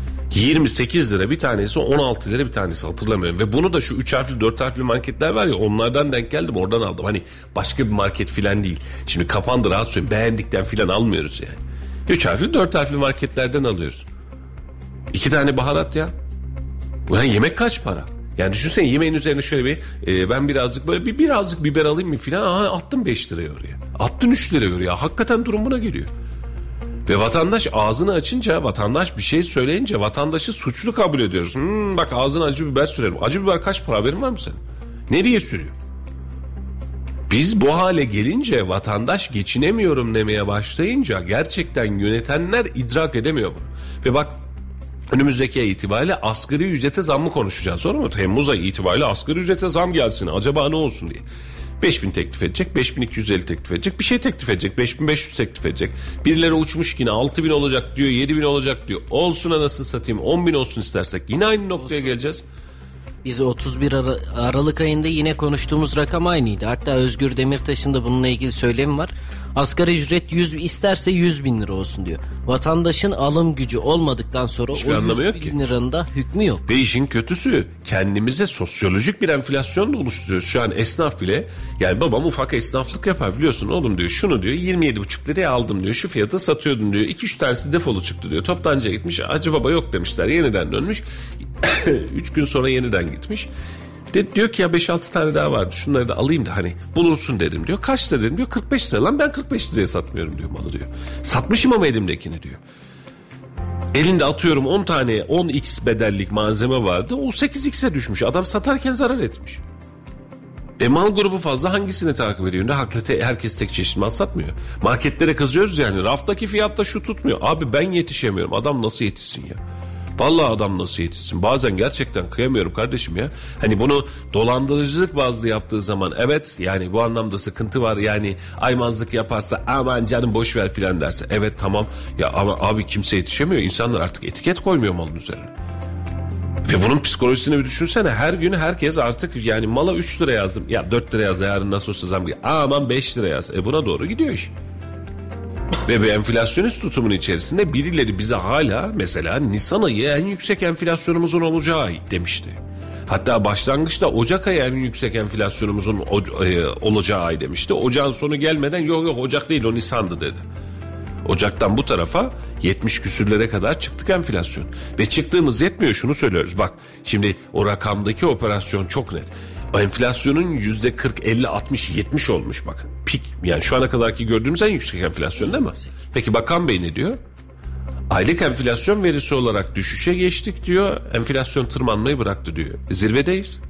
28 lira bir tanesi, 16 lira bir tanesi, hatırlamıyorum. Ve bunu da şu 3 harfli 4 harfli marketler var ya, onlardan denk geldim, oradan aldım. Hani başka bir market filan değil. Şimdi kapandı, rahat söyleyeyim, beğendikten filan almıyoruz yani. 3 harfli 4 harfli marketlerden alıyoruz. 2 tane baharat ya. Yani yemek kaç para? Yani düşünsene yemeğin üzerine şöyle bir ben birazcık böyle birazcık biber alayım mı filan. Aha, attım 5 liraya oraya. Attın 3 liraya oraya. Hakikaten durum buna geliyor. Ve vatandaş ağzını açınca, vatandaş bir şey söyleyince vatandaşı suçlu kabul ediyoruz. Bak ağzına acı biber sürerim. Acı biber kaç para, haberin var mı senin? Nereye sürüyor? Biz bu hale gelince, vatandaş geçinemiyorum demeye başlayınca gerçekten yönetenler idrak edemiyor bunu. Ve bak, önümüzdeki ay itibariyle asgari ücrete zammı konuşacağız. Sonra mı? Temmuz ayı itibariyle asgari ücrete zam gelsin. Acaba ne olsun diye. 5.000 teklif edecek, 5.250 teklif edecek, bir şey teklif edecek, 5.500 teklif edecek. Birileri uçmuş yine 6.000 olacak diyor, 7.000 olacak diyor. Olsun anasını satayım, 10.000 olsun istersek yine aynı noktaya olsun. Geleceğiz. Biz 31 Aralık ayında yine konuştuğumuz rakam aynıydı. Hatta Özgür Demirtaş'ın da bununla ilgili söylemi var. Asgari ücret 100 isterse 100 bin lira olsun diyor. Vatandaşın alım gücü olmadıktan sonra hiçbir o 100 bin liranın da hükmü yok. Ve işin kötüsü, kendimize sosyolojik bir enflasyon da oluşturuyoruz. Şu an esnaf bile, yani babam ufak esnaflık yapar biliyorsun oğlum diyor. Şunu diyor 27,5 liraya aldım diyor. Şu fiyata satıyordum diyor. 2-3 tanesi defolu çıktı diyor. Toptancıya gitmiş. Acı baba yok demişler. Yeniden dönmüş. 3 gün sonra yeniden gitmiş. Diyor ki ya 5-6 tane daha vardı. Şunları da alayım da hani bulunsun dedim diyor. Kaç lira dedim diyor. 45 lira. Lan ben 45 liraya satmıyorum diyor malı diyor. Satmışım ama elimdekini diyor. Elinde atıyorum 10 tane 10x bedellik malzeme vardı. O 8x'e düşmüş. Adam satarken zarar etmiş. Mal grubu fazla, hangisini takip ediyor? Ne haklı, herkes tek çeşit mal satmıyor. Marketlere kızıyoruz yani. Raftaki fiyatta şu tutmuyor. Abi ben yetişemiyorum. Adam nasıl yetişsin ya? Vallahi adam nasıl yetişsin? Bazen gerçekten kıyamıyorum kardeşim ya. Hani bunu dolandırıcılık bazlı yaptığı zaman evet, yani bu anlamda sıkıntı var. Yani aymazlık yaparsa aman canım boş ver filan derse evet tamam ya, ama abi kimse yetişemiyor. İnsanlar artık etiket koymuyor malın üzerine. Ve bunun psikolojisini bir düşünsene. Her gün herkes artık yani mala 3 lira yazdım. Ya 4 lira yaz, yarın nasıl olsa zam geliyor. Aman 5 lira yaz. Buna doğru gidiyor iş. Ve bir enflasyonist tutumun içerisinde birileri bize hala mesela Nisan ayı en yüksek enflasyonumuzun olacağı ay demişti. Hatta başlangıçta Ocak ayı en yüksek enflasyonumuzun olacağı ay demişti. Ocağın sonu gelmeden yok Ocak değil o Nisan'dı dedi. Ocaktan bu tarafa 70 küsürlere kadar çıktık enflasyon. Ve çıktığımız yetmiyor, şunu söylüyoruz. Bak şimdi o rakamdaki operasyon çok net. O enflasyonun %40, 50, 60, 70 olmuş bak. Pik, yani şu ana kadarki gördüğümüz en yüksek enflasyon değil mi? Peki Bakan Bey ne diyor? Aylık enflasyon verisi olarak düşüşe geçtik diyor. Enflasyon tırmanmayı bıraktı diyor. Zirvedeyiz.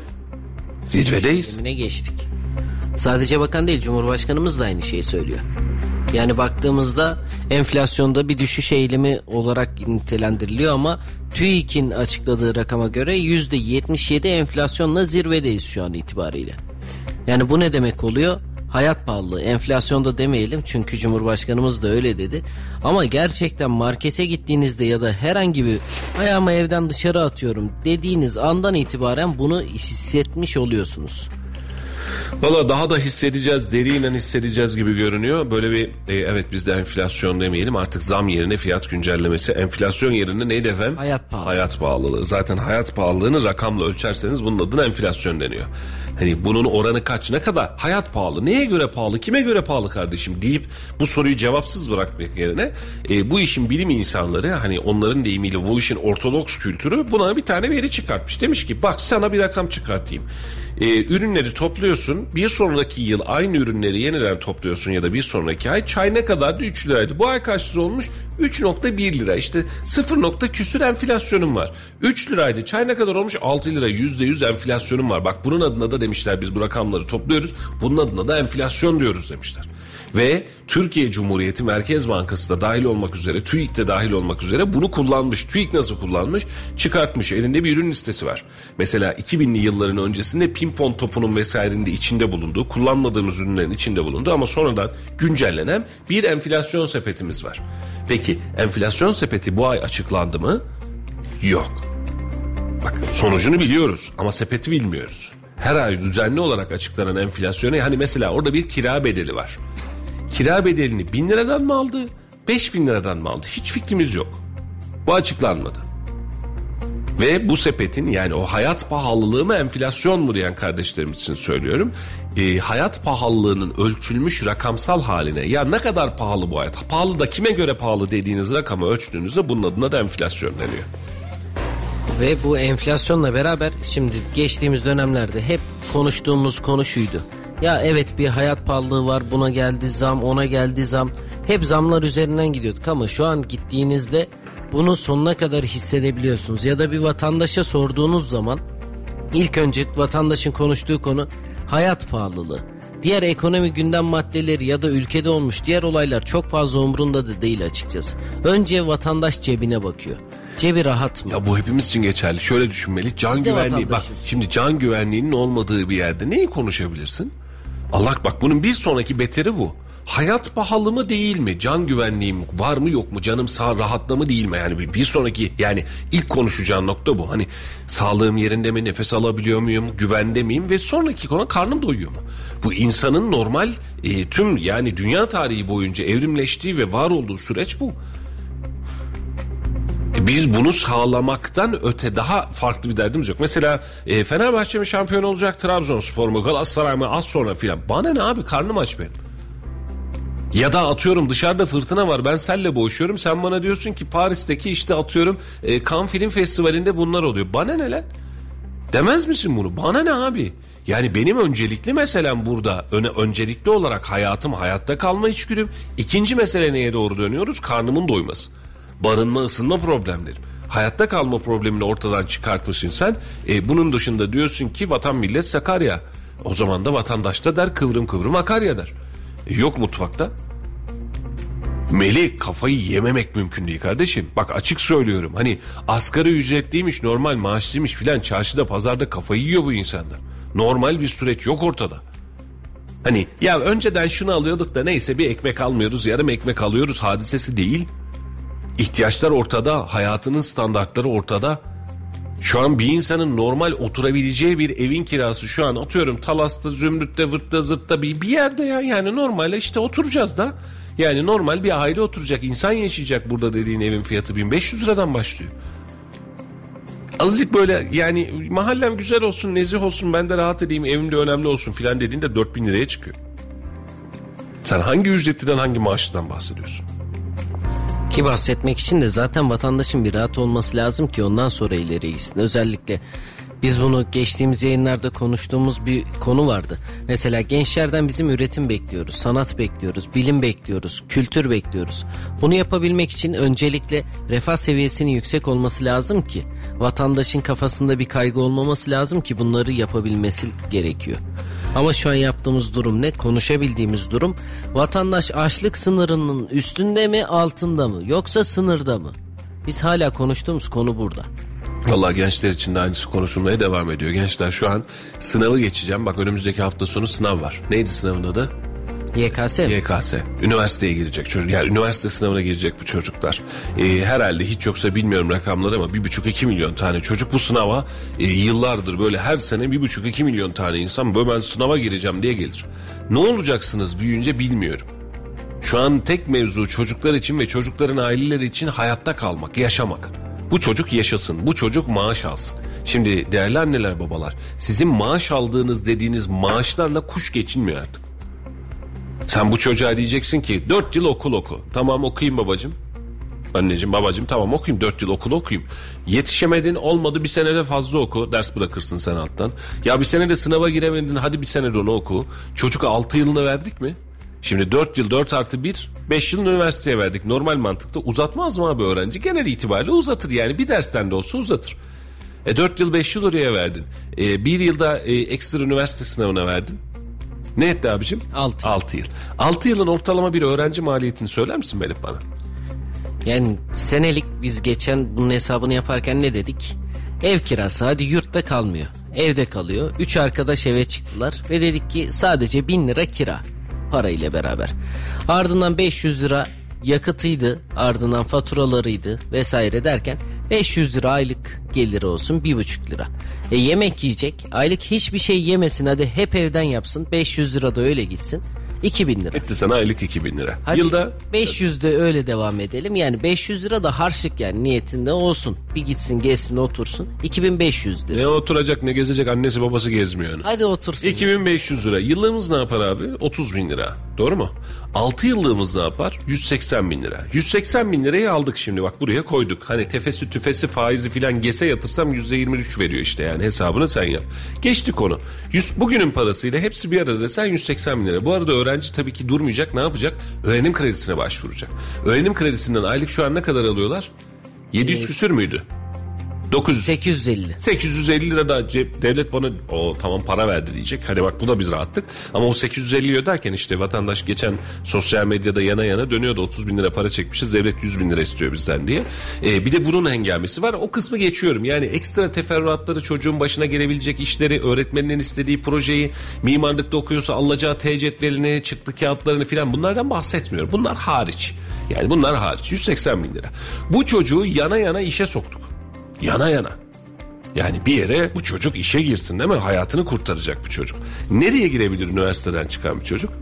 Zirvedeyiz. Zemine geçtik. Sadece bakan değil, Cumhurbaşkanımız da aynı şeyi söylüyor. Yani baktığımızda enflasyonda bir düşüş eğilimi olarak nitelendiriliyor ama TÜİK'in açıkladığı rakama göre %77 enflasyonla zirvedeyiz şu an itibariyle. Yani bu ne demek oluyor? Hayat pahalılığı, enflasyonda demeyelim çünkü Cumhurbaşkanımız da öyle dedi. Ama gerçekten markete gittiğinizde ya da herhangi bir ayağımı evden dışarı atıyorum dediğiniz andan itibaren bunu hissetmiş oluyorsunuz. Valla daha da hissedeceğiz, deriyle hissedeceğiz gibi görünüyor. Böyle bir evet biz de enflasyon demeyelim artık, zam yerine fiyat güncellemesi, enflasyon yerine neydi efendim? Hayat pahalılığı. Hayat pahalılığı. Zaten hayat pahalılığını rakamla ölçerseniz bunun adına enflasyon deniyor. Hani bunun oranı kaç, ne kadar? Hayat pahalı. Neye göre pahalı? Kime göre pahalı kardeşim deyip bu soruyu cevapsız bırakmak yerine bu işin bilim insanları, hani onların deyimiyle bu işin ortodoks kültürü buna bir tane veri çıkartmış. Demiş ki bak sana bir rakam çıkartayım. Ürünleri topluyorsun, bir sonraki yıl aynı ürünleri yeniden topluyorsun ya da bir sonraki ay, çay ne kadardı? 3 liraydı. Bu ay kaç lira olmuş? 3.1 lira. İşte 0 küsür enflasyonum var. 3 liraydı. Çay ne kadar olmuş? 6 lira. %100 enflasyonum var. Bak bunun adına da demişler biz bu rakamları topluyoruz. Bunun adına da enflasyon diyoruz demişler. Ve Türkiye Cumhuriyeti Merkez Bankası da dahil olmak üzere, TÜİK de dahil olmak üzere bunu kullanmış. TÜİK nasıl kullanmış? Çıkartmış. Elinde bir ürün listesi var. Mesela 2000'li yılların öncesinde pimpon topunun vesairenin de içinde bulunduğu, kullanmadığımız ürünlerin içinde bulunduğu ama sonradan güncellenen bir enflasyon sepetimiz var. Peki enflasyon sepeti bu ay açıklandı mı? Yok. Bak sonucunu biliyoruz ama sepeti bilmiyoruz. Her ay düzenli olarak açıklanan enflasyona, hani mesela orada bir kira bedeli var. Kira bedelini 1000 liradan mı aldı, 5000 liradan mı aldı? Hiç fikrimiz yok. Bu açıklanmadı. Ve bu sepetin, yani o hayat pahalılığı mı enflasyon mu diyen kardeşlerimiz için söylüyorum. Hayat pahalılığının ölçülmüş rakamsal haline, ya ne kadar pahalı bu hayat? Pahalı da kime göre pahalı dediğiniz rakamı ölçtüğünüzde bunun adına da enflasyon deniyor. Ve bu enflasyonla beraber şimdi geçtiğimiz dönemlerde hep konuştuğumuz konu şuydu. Ya evet bir hayat pahalılığı var, buna geldi zam, ona geldi zam. Hep zamlar üzerinden gidiyorduk ama şu an gittiğinizde bunu sonuna kadar hissedebiliyorsunuz. Ya da bir vatandaşa sorduğunuz zaman ilk önce vatandaşın konuştuğu konu hayat pahalılığı. Diğer ekonomi gündem maddeleri ya da ülkede olmuş diğer olaylar çok fazla umrunda da değil açıkçası. Önce vatandaş cebine bakıyor. Cebi rahat mı? Ya bu hepimiz için geçerli. Şöyle düşünmeli. Can güvenliği. Bak şimdi can güvenliğinin olmadığı bir yerde neyi konuşabilirsin? Allah bak bunun bir sonraki beteri bu. Hayat pahalı mı değil mi? Can güvenliğim var mı yok mu? Canım sağ rahatla mı değil mi? Yani bir sonraki yani ilk konuşacağın nokta bu. Hani sağlığım yerinde mi? Nefes alabiliyor muyum? Güvende miyim? Ve sonraki konu karnım doyuyor mu? Bu insanın normal tüm yani dünya tarihi boyunca evrimleştiği ve var olduğu süreç bu. Biz bunu sağlamaktan öte daha farklı bir derdimiz yok. Mesela Fenerbahçe mi şampiyon olacak, Trabzonspor mu, Galatasaray mı az sonra filan. Bana ne abi, karnım aç benim. Ya da atıyorum dışarıda fırtına var, ben seninle boğuşuyorum, sen bana diyorsun ki Paris'teki işte atıyorum Cannes Film Festivali'nde bunlar oluyor. Bana ne lan? Demez misin bunu? Bana ne abi? Yani benim öncelikli meselem burada öncelikli olarak hayatım, hayatta kalma içgüdüm. İkinci mesele neye doğru dönüyoruz? Karnımın doyması. Barınma, ısınma problemlerim. Hayatta kalma problemini ortadan çıkartmışsın sen. Bunun dışında diyorsun ki vatan millet Sakarya. O zaman da vatandaş da der kıvrım kıvrım Akarya der. Yok mutfakta. Melih, kafayı yememek mümkün değil kardeşim. Bak açık söylüyorum. Hani asgari ücretliymiş, normal maaşlıymış filan, çarşıda pazarda kafayı yiyor bu insanlar. Normal bir süreç yok ortada. Hani ya önceden şunu alıyorduk da neyse bir ekmek almıyoruz, yarım ekmek alıyoruz hadisesi değil. İhtiyaçlar ortada, hayatının standartları ortada. Şu an bir insanın normal oturabileceği bir evin kirası şu an atıyorum Talas'ta, Zümrüt'te, Vırt'ta, Zırt'ta bir yerde ya. Yani normal işte oturacağız da. Yani normal bir aile oturacak, insan yaşayacak burada dediğin evin fiyatı 1500 liradan başlıyor. Azıcık böyle yani mahallem güzel olsun, nezih olsun, ben de rahat edeyim, evim de önemli olsun filan dediğinde 4000 liraya çıkıyor. Sen hangi ücretliden, hangi maaştan bahsediyorsun? Ki bahsetmek için de zaten vatandaşın bir rahat olması lazım ki ondan sonra ileriye gitsin. Özellikle biz bunu geçtiğimiz yayınlarda konuştuğumuz bir konu vardı. Mesela gençlerden bizim üretim bekliyoruz, sanat bekliyoruz, bilim bekliyoruz, kültür bekliyoruz. Bunu yapabilmek için öncelikle refah seviyesinin yüksek olması lazım ki vatandaşın kafasında bir kaygı olmaması lazım ki bunları yapabilmesi gerekiyor. Ama şu an yaptığımız durum ne? Konuşabildiğimiz durum vatandaş açlık sınırının üstünde mi, altında mı, yoksa sınırda mı? Biz hala konuştuğumuz konu burada. Vallahi gençler için de aynısı konuşulmaya devam ediyor. Gençler şu an sınavı geçeceğim. Bak önümüzdeki hafta sonu sınav var. Neydi sınavın adı? YKS. YKS. Üniversiteye girecek çocuk. Yani üniversite sınavına girecek bu çocuklar. Herhalde hiç yoksa bilmiyorum rakamları ama 1,5-2 milyon tane çocuk bu sınava yıllardır böyle her sene 1,5-2 milyon tane insan böyle ben sınava gireceğim diye gelir. Ne olacaksınız büyüyünce bilmiyorum. Şu an tek mevzu çocuklar için ve çocukların aileleri için hayatta kalmak, yaşamak. Bu çocuk yaşasın, bu çocuk maaş alsın. Şimdi değerli anneler babalar, sizin maaş aldığınız dediğiniz maaşlarla kuş geçinmiyor artık. Sen bu çocuğa diyeceksin ki 4 yıl okul oku. Tamam okuyayım babacığım. Anneciğim babacığım tamam okuyayım 4 yıl okul okuyayım. Yetişemedin, olmadı bir senede fazla oku. Ders bırakırsın sen alttan. Ya bir senede sınava giremedin, hadi bir senede onu oku. Çocuk 6 yılını verdik mi? Şimdi 4 yıl 4 artı 1 5 yıl üniversiteye verdik. Normal mantıkta uzatmaz mı abi öğrenci? Genel itibariyle uzatır yani bir dersten de olsa uzatır. 4 yıl 5 yıl oraya verdin. 1 yılda ekstra üniversite sınavına verdin. Ne etti abicim? 6 yıl. 6 yılın ortalama bir öğrenci maliyetini söyler misin Melih bana? Yani senelik biz geçen bunun hesabını yaparken ne dedik? Ev kirası, hadi yurtta kalmıyor, evde kalıyor. 3 arkadaş eve çıktılar ve dedik ki sadece 1000 lira kira para ile beraber. Ardından 500 lira yakıtıydı, ardından faturalarıydı vesaire derken 500 lira aylık geliri olsun, 1,5 lira. Yemek yiyecek, aylık hiçbir şey yemesin, hadi hep evden yapsın, 500 lira da öyle gitsin. 2000 lira. Etti sana aylık 2000 lira. Hadi Yılda 500'de öyle devam edelim. Yani 500 lira da harçlık, yani niyetinde olsun. Bir gitsin gezsin otursun. 2500 lira. ne oturacak ne gezecek, annesi babası gezmiyor onu. Hadi otursun. 2500 lira. Yıllığımız ne yapar abi? 30 bin lira. Doğru mu? 6 yıllığımız ne yapar? 180 bin lira. 180 bin lirayı aldık şimdi, bak buraya koyduk. Hani tefesi tüfesi faizi filan GES'e yatırsam %23 veriyor işte, yani hesabını sen yap. Geçtik onu. Bugünün parasıyla hepsi bir arada sen 180 bin lira. Bu arada öğrenci tabii ki durmayacak, ne yapacak? Öğrenim kredisine başvuracak. Öğrenim kredisinden aylık şu an ne kadar alıyorlar? 700 küsür müydü? 850 lira da devlet bana tamam para verdi diyecek. Hadi bak bu da biz rahattık. Ama o 850 öderken işte vatandaş geçen sosyal medyada yana yana dönüyordu. 30 bin lira para çekmişiz, devlet 100 bin lira istiyor bizden diye. Bir de bunun hengamesi var. O kısmı geçiyorum. Yani ekstra teferruatları, çocuğun başına gelebilecek işleri, öğretmeninin istediği projeyi, mimarlıkta okuyorsa alacağı tecetvelini, çıktı kağıtlarını filan, bunlardan bahsetmiyorum. Bunlar hariç. Yani bunlar hariç. 180 bin lira. Bu çocuğu yana yana işe soktuk. Yana yana. Yani bir yere bu çocuk işe girsin değil mi? Hayatını kurtaracak bu çocuk. Nereye girebilir üniversiteden çıkan bir çocuk?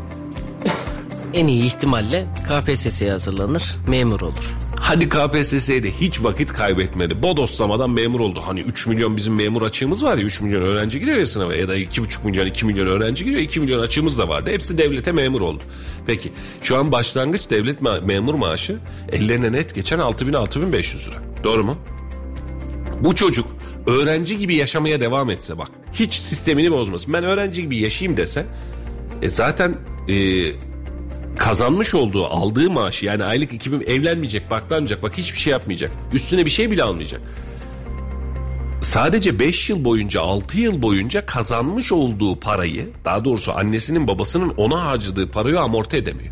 En iyi ihtimalle KPSS'ye hazırlanır, memur olur. Hadi KPSS'de hiç vakit kaybetmedi. Bodoslamadan memur oldu. Hani 3 milyon bizim memur açığımız var ya, 3 milyon öğrenci giriyor ya sınava, ya da 2,5 milyon 2 milyon öğrenci giriyor, 2 milyon açığımız da vardı. Hepsi devlete memur oldu. Peki şu an başlangıç devlet memur maaşı ellerine net geçen 6.000-6.500 lira. Doğru mu? Bu çocuk öğrenci gibi yaşamaya devam etse, bak hiç sistemini bozmasın, ben öğrenci gibi yaşayayım dese zaten kazanmış olduğu, aldığı maaşı, yani aylık 2000, evlenmeyecek, baklanmayacak, bak hiçbir şey yapmayacak, üstüne bir şey bile almayacak. Sadece 5 yıl boyunca, 6 yıl boyunca kazanmış olduğu parayı, daha doğrusu annesinin babasının ona harcadığı parayı amorti edemiyor.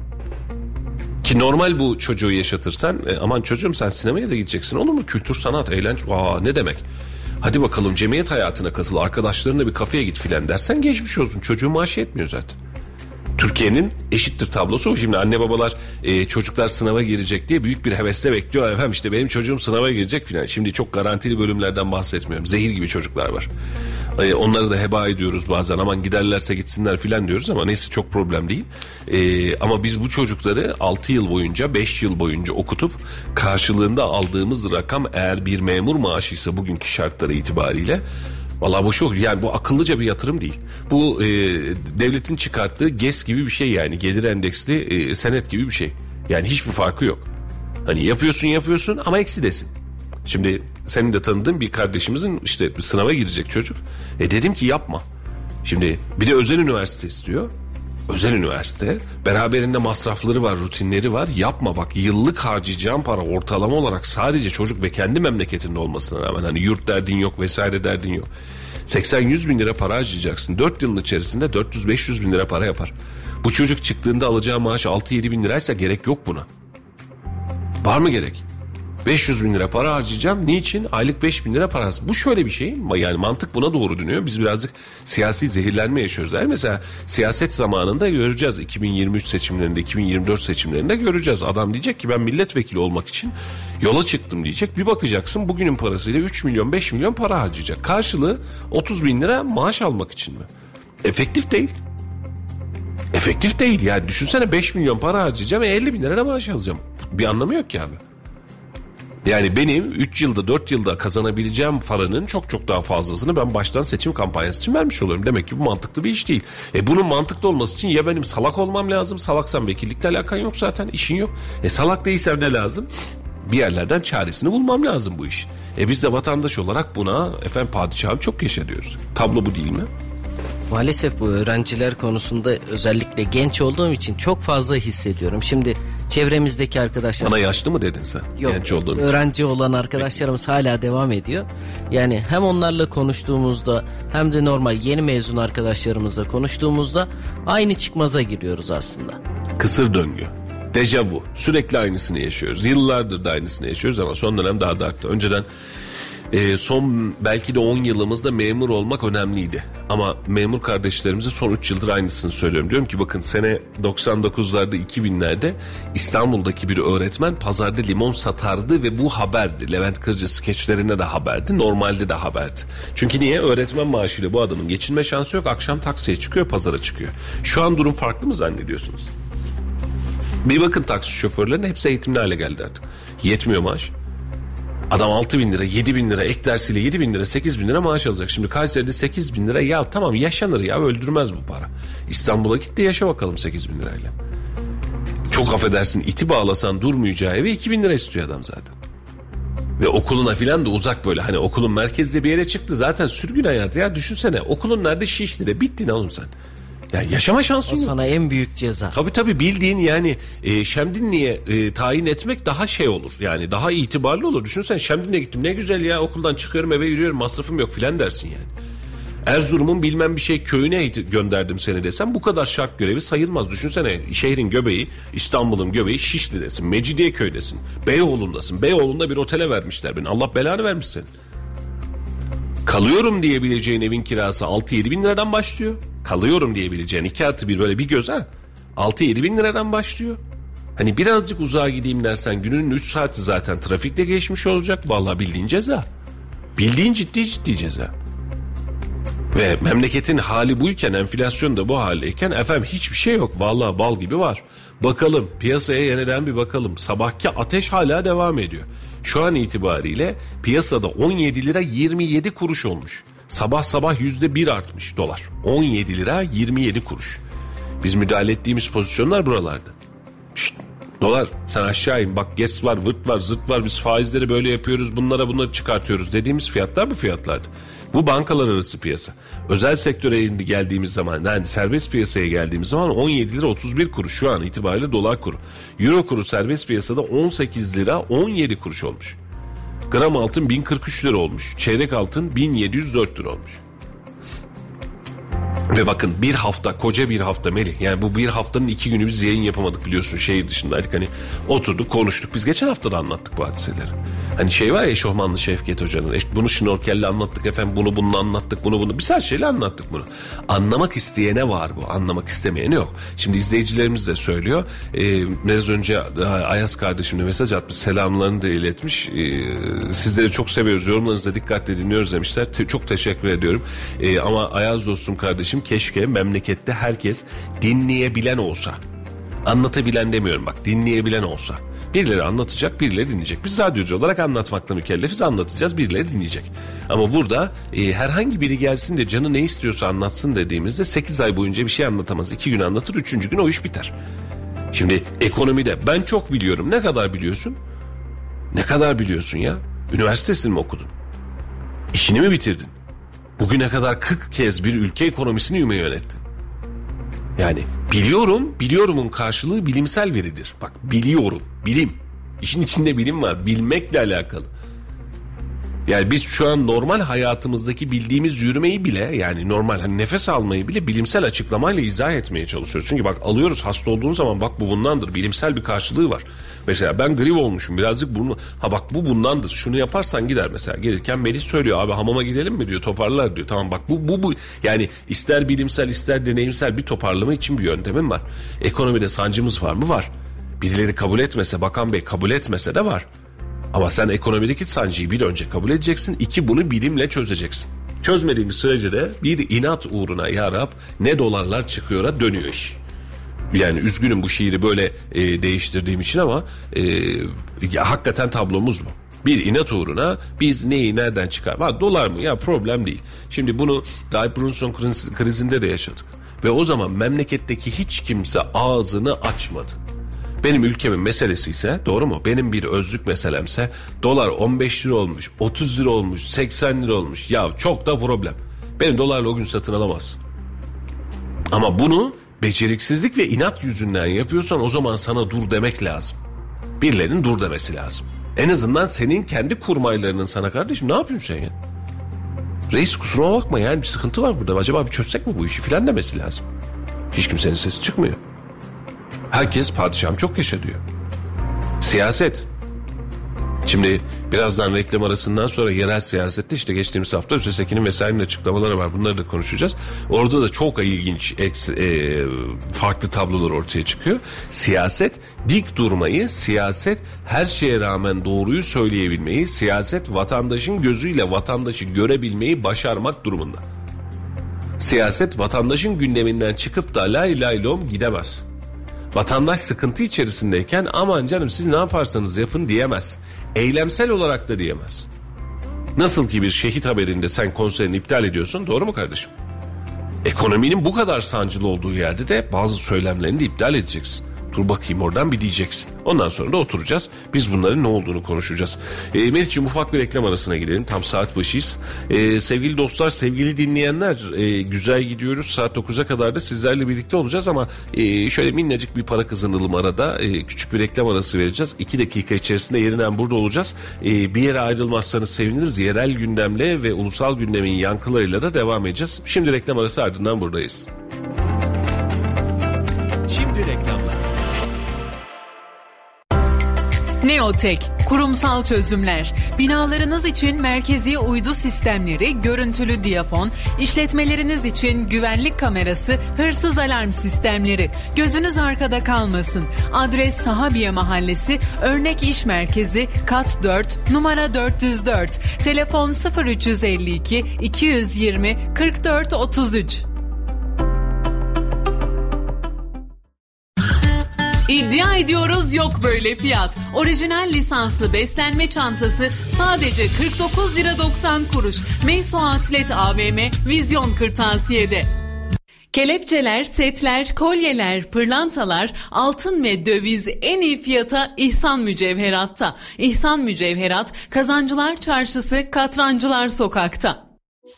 Ki normal bu çocuğu yaşatırsan aman çocuğum sen sinemaya da gideceksin, olur mu? Kültür, sanat, eğlence, ne demek? Hadi bakalım cemiyet hayatına katıl, arkadaşlarınla bir kafeye git filan dersen geçmiş olsun, çocuğun maaşı yetmiyor zaten. Türkiye'nin eşittir tablosu o. Şimdi anne babalar çocuklar sınava girecek diye büyük bir hevesle bekliyorlar. Efendim işte benim çocuğum sınava girecek filan. Şimdi çok garantili bölümlerden bahsetmiyorum. Zehir gibi çocuklar var. Onları da heba ediyoruz bazen. Aman giderlerse gitsinler filan diyoruz ama neyse, çok problem değil. Ama biz bu çocukları 6 yıl boyunca, 5 yıl boyunca okutup karşılığında aldığımız rakam eğer bir memur maaşıysa bugünkü şartları itibariyle, vallahi boşu yok. Yani bu akıllıca bir yatırım değil. Bu devletin çıkarttığı GES gibi bir şey, yani gelir endeksli senet gibi bir şey. Yani hiçbir farkı yok. Hani yapıyorsun ama eksidesin. Şimdi senin de tanıdığın bir kardeşimizin işte sınava girecek çocuk. Dedim ki yapma. Şimdi bir de özel üniversite istiyor. Özel üniversite, beraberinde masrafları var, rutinleri var. Yapma bak, yıllık harcayacağın para ortalama olarak sadece çocuk ve kendi memleketinde olmasına rağmen, hani yurt derdin yok vesaire derdin yok. 80-100 bin lira para harcayacaksın. 4 yılın içerisinde 400-500 bin lira para yapar. Bu çocuk çıktığında alacağı maaş 6-7 bin liraysa gerek yok buna. Var mı gerek? 500 bin lira para harcayacağım. Niçin? Aylık 5 bin lira parası. Bu şöyle bir şey. Yani mantık buna doğru dönüyor. Biz birazcık siyasi zehirlenme yaşıyoruz. Yani mesela siyaset zamanında göreceğiz. 2023 seçimlerinde, 2024 seçimlerinde göreceğiz. Adam diyecek ki ben milletvekili olmak için yola çıktım diyecek. Bir bakacaksın bugünün parasıyla 3 milyon 5 milyon para harcayacak. Karşılığı 30 bin lira maaş almak için mi? Efektif değil. Efektif değil. Yani düşünsene 5 milyon para harcayacağım ve 50 bin lira maaş alacağım. Bir anlamı yok ki abi. Yani benim 3 yılda 4 yılda kazanabileceğim paranın çok çok daha fazlasını ben baştan seçim kampanyası için vermiş oluyorum. Demek ki bu mantıklı bir iş değil. Bunun mantıklı olması için ya benim salak olmam lazım. Salaksam vekillikle alakan yok zaten, işin yok. Salak değilsem ne lazım? Bir yerlerden çaresini bulmam lazım bu iş. Biz de vatandaş olarak buna padişahım çok yaşa diyoruz. Tablo bu değil mi? Maalesef bu öğrenciler konusunda özellikle genç olduğum için çok fazla hissediyorum. Şimdi çevremizdeki arkadaşlar... Bana yaşlı mı dedin sen? Yok, genç olduğum öğrenci için olan arkadaşlarımız hala devam ediyor. Yani hem onlarla konuştuğumuzda hem de normal yeni mezun arkadaşlarımızla konuştuğumuzda aynı çıkmaza giriyoruz aslında. Kısır döngü. Dejavu. Sürekli aynısını yaşıyoruz. Yıllardır da aynısını yaşıyoruz ama son dönem daha da arttı. Önceden Son belki de 10 yılımızda memur olmak önemliydi. Ama memur kardeşlerimize son 3 yıldır aynısını söylüyorum. Diyorum ki bakın sene 99'larda 2000'lerde İstanbul'daki bir öğretmen pazarda limon satardı ve bu haberdi. Levent Kırcı skeçlerine de haberdi. Normalde de haberdi. Çünkü niye? Öğretmen maaşıyla bu adamın geçinme şansı yok. Akşam taksiye çıkıyor, pazara çıkıyor. Şu an durum farklı mı zannediyorsunuz? Bir bakın taksi şoförlerinin hepsi eğitimli hale geldi artık. Yetmiyor maaş. Adam 6 bin lira, 7 bin lira ek dersiyle 7 bin lira, 8 bin lira maaş alacak. Şimdi Kayseri'de 8 bin lira ya tamam yaşanır ya, öldürmez bu para. İstanbul'a git de yaşa bakalım 8 bin lirayla. Çok affedersin, iti bağlasan durmayacağı eve 2 bin lira istiyor adam zaten. Ve okuluna filan da uzak böyle, hani okulun merkezde bir yere çıktı zaten, sürgün hayatı ya, düşünsene okulun nerede, Şişli'de, bittin oğlum sen. Yani yaşama şansın yok. O sana en büyük ceza. Tabii bildiğin yani Şemdinli'ye tayin etmek daha şey olur. Yani daha itibarlı olur. Düşünsene Şemdinli'ye gittim, ne güzel ya, okuldan çıkıyorum eve yürüyorum, masrafım yok filan dersin yani. Erzurum'un bilmem bir şey köyüne gönderdim seni desem bu kadar şart görevi sayılmaz. Düşünsene şehrin göbeği, İstanbul'un göbeği Şişli'desin, Mecidiyeköy'desin, Beyoğlu'ndasın. Beyoğlu'nda bir otele vermişler beni. Allah belanı vermiş senin. Kalıyorum diyebileceğin evin kirası 6-7 bin liradan başlıyor. Kalıyorum diyebileceğin 2+1 böyle bir göz 6-7 bin liradan başlıyor. Hani birazcık uzağa gideyim dersen günün 3 saati zaten trafikte geçmiş olacak. Vallahi bildiğin ceza. Bildiğin ciddi ceza. Ve memleketin hali buyken, enflasyon da bu haldeyken efendim hiçbir şey yok. Vallahi bal gibi var. Bakalım piyasaya yeniden bir bakalım. Sabahki ateş hala devam ediyor. Şu an itibariyle piyasada 17 lira 27 kuruş olmuş. Sabah %1 artmış dolar. 17 lira 27 kuruş. Biz müdahale ettiğimiz pozisyonlar buralarda. Şşt, dolar sen aşağı in bak, GES var, vırt var, zırt var, biz faizleri böyle yapıyoruz, bunları çıkartıyoruz dediğimiz fiyatlar bu fiyatlardı. Bu bankalar arası piyasa. Özel sektöre geldiğimiz zaman, yani serbest piyasaya geldiğimiz zaman 17 lira 31 kuruş şu an itibariyle dolar kuru. Euro kuru serbest piyasada 18 lira 17 kuruş olmuş. Gram altın 1043 lira olmuş. Çeyrek altın 1704 lira olmuş. Ve bakın bir hafta, koca bir hafta Melih. Yani bu bir haftanın 2 günü biz yayın yapamadık biliyorsun. Şehir dışındaydık, hani oturduk konuştuk. Biz geçen hafta da anlattık bu hadiseleri. Hani şey var ya, Eşofmanlı Şevket Hoca'nın. Bunu şnorkelle anlattık efendim, bunu anlattık, bunu. Biz her şeyle anlattık bunu. Anlamak isteyene var bu, anlamak istemeyene yok. Şimdi izleyicilerimiz de söylüyor. Biraz önce Ayaz kardeşim de mesaj atmış, selamlarını da iletmiş. Sizleri çok seviyoruz, yorumlarınızı dikkatle dinliyoruz demişler. Çok teşekkür ediyorum. Ama Ayaz dostum, kardeşim, keşke memlekette herkes dinleyebilen olsa. Anlatabilen demiyorum bak, dinleyebilen olsa. Birileri anlatacak, birileri dinleyecek. Biz radyocu olarak anlatmakla mükellefiz, anlatacağız, birileri dinleyecek. Ama burada herhangi biri gelsin de canı ne istiyorsa anlatsın dediğimizde 8 ay boyunca bir şey anlatamaz. 2 gün anlatır, 3. gün o iş biter. Şimdi ekonomide ben çok biliyorum. Ne kadar biliyorsun? Ne kadar biliyorsun ya? Üniversitesini mi okudun? İşini mi bitirdin? Bugüne kadar 40 kez bir ülke ekonomisini yönettin. Yani biliyorumun karşılığı bilimsel veridir. Bak biliyorum, bilim. İşin içinde bilim var, bilmekle alakalı. Yani biz şu an normal hayatımızdaki bildiğimiz yürümeyi bile, yani normal hani nefes almayı bile bilimsel açıklamayla izah etmeye çalışıyoruz. Çünkü bak alıyoruz, hasta olduğun zaman bak bu bundandır, bilimsel bir karşılığı var. Mesela ben grip olmuşum, birazcık burnu, bak bu bundandır, şunu yaparsan gider mesela. Gelirken Melih söylüyor, abi hamama gidelim mi diyor, toparlar diyor. Tamam bak bu yani ister bilimsel ister deneyimsel bir toparlama için bir yöntemim var. Ekonomide sancımız var mı? Var. Birileri kabul etmese, Bakan Bey kabul etmese de var. Ama sen ekonomideki sancıyı bir önce kabul edeceksin, 2 bunu bilimle çözeceksin. Çözmediğimiz sürece de bir inat uğruna ya Rab ne dolarlar çıkıyor'a dönüyor iş. Yani üzgünüm bu şiiri böyle değiştirdiğim için ama ya, hakikaten tablomuz bu. Bir inat uğruna biz neyi nereden çıkar? Dolar mı? Ya problem değil. Şimdi bunu Guy Brunson krizinde de yaşadık. Ve o zaman memleketteki hiç kimse ağzını açmadı. Benim ülkemin meselesi ise, doğru mu? Benim bir özlük meselemse dolar 15 lira olmuş, 30 lira olmuş, 80 lira olmuş. Ya çok da problem. Beni dolarla o gün satın alamazsın. Ama bunu beceriksizlik ve inat yüzünden yapıyorsan o zaman sana dur demek lazım. Birilerinin dur demesi lazım. En azından senin kendi kurmaylarının sana, kardeşim ne yapıyorsun sen ya? Reis kusura bakma yani bir sıkıntı var burada. Acaba bir çözsek mi bu işi filan demesi lazım. Hiç kimsenin sesi çıkmıyor. Herkes padişahım çok yaşa diyor. Siyaset. Şimdi birazdan reklam arasından sonra yerel siyasette işte geçtiğimiz hafta ÖSSEK'in vesairenin açıklamaları var. Bunları da konuşacağız. Orada da çok ilginç farklı tablolar ortaya çıkıyor. Siyaset dik durmayı, siyaset her şeye rağmen doğruyu söyleyebilmeyi, siyaset vatandaşın gözüyle vatandaşı görebilmeyi başarmak durumunda. Siyaset vatandaşın gündeminden çıkıp da lay lay lom gidemez. Vatandaş sıkıntı içerisindeyken aman canım siz ne yaparsanız yapın diyemez. Eylemsel olarak da diyemez. Nasıl ki bir şehit haberinde sen konserini iptal ediyorsun, doğru mu kardeşim? Ekonominin bu kadar sancılı olduğu yerde de bazı söylemlerini de iptal edeceksin. Dur bakayım oradan bir diyeceksin. Ondan sonra da oturacağız. Biz bunların ne olduğunu konuşacağız. Melih'ciğim ufak bir reklam arasına girelim. Tam saat başıyız. Sevgili dostlar, sevgili dinleyenler, güzel gidiyoruz. Saat 9'a kadar da sizlerle birlikte olacağız ama şöyle minnacık bir para kazanalım arada. Küçük bir reklam arası vereceğiz. 2 dakika içerisinde yeniden burada olacağız. Bir yere ayrılmazsanız seviniriz. Yerel gündemle ve ulusal gündemin yankılarıyla da devam edeceğiz. Şimdi reklam arası, ardından buradayız. Şimdi reklamlar. Neotek, kurumsal çözümler. Binalarınız için merkezi uydu sistemleri, görüntülü diyafon, işletmeleriniz için güvenlik kamerası, hırsız alarm sistemleri. Gözünüz arkada kalmasın. Adres Sahabiye Mahallesi, Örnek İş Merkezi, kat 4, numara 404. Telefon 0352 220 44 33. İddia ediyoruz, yok böyle fiyat. Orijinal lisanslı beslenme çantası sadece 49 lira 90 kuruş. Meyso Outlet AVM Vizyon Kırtasiye'de. Kelepçeler, setler, kolyeler, pırlantalar, altın ve döviz en iyi fiyata İhsan Mücevherat'ta. İhsan Mücevherat, Kazancılar Çarşısı, Katrancılar Sokak'ta.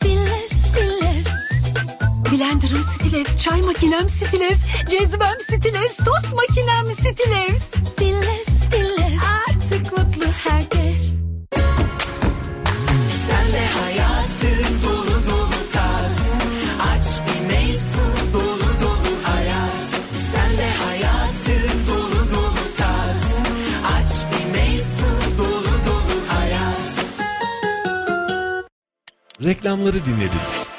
Blender'ım Stilevs, çay makinem Stilevs, cezvem Stilevs, tost makinem Stilevs. Stilevs, artık mutlu herkes. Sen de hayatın dolu dolu tat. Aç bir meysu dolu dolu hayat. Sen de hayatın dolu dolu tat. Aç bir meysu dolu dolu hayat. Reklamları dinlediniz.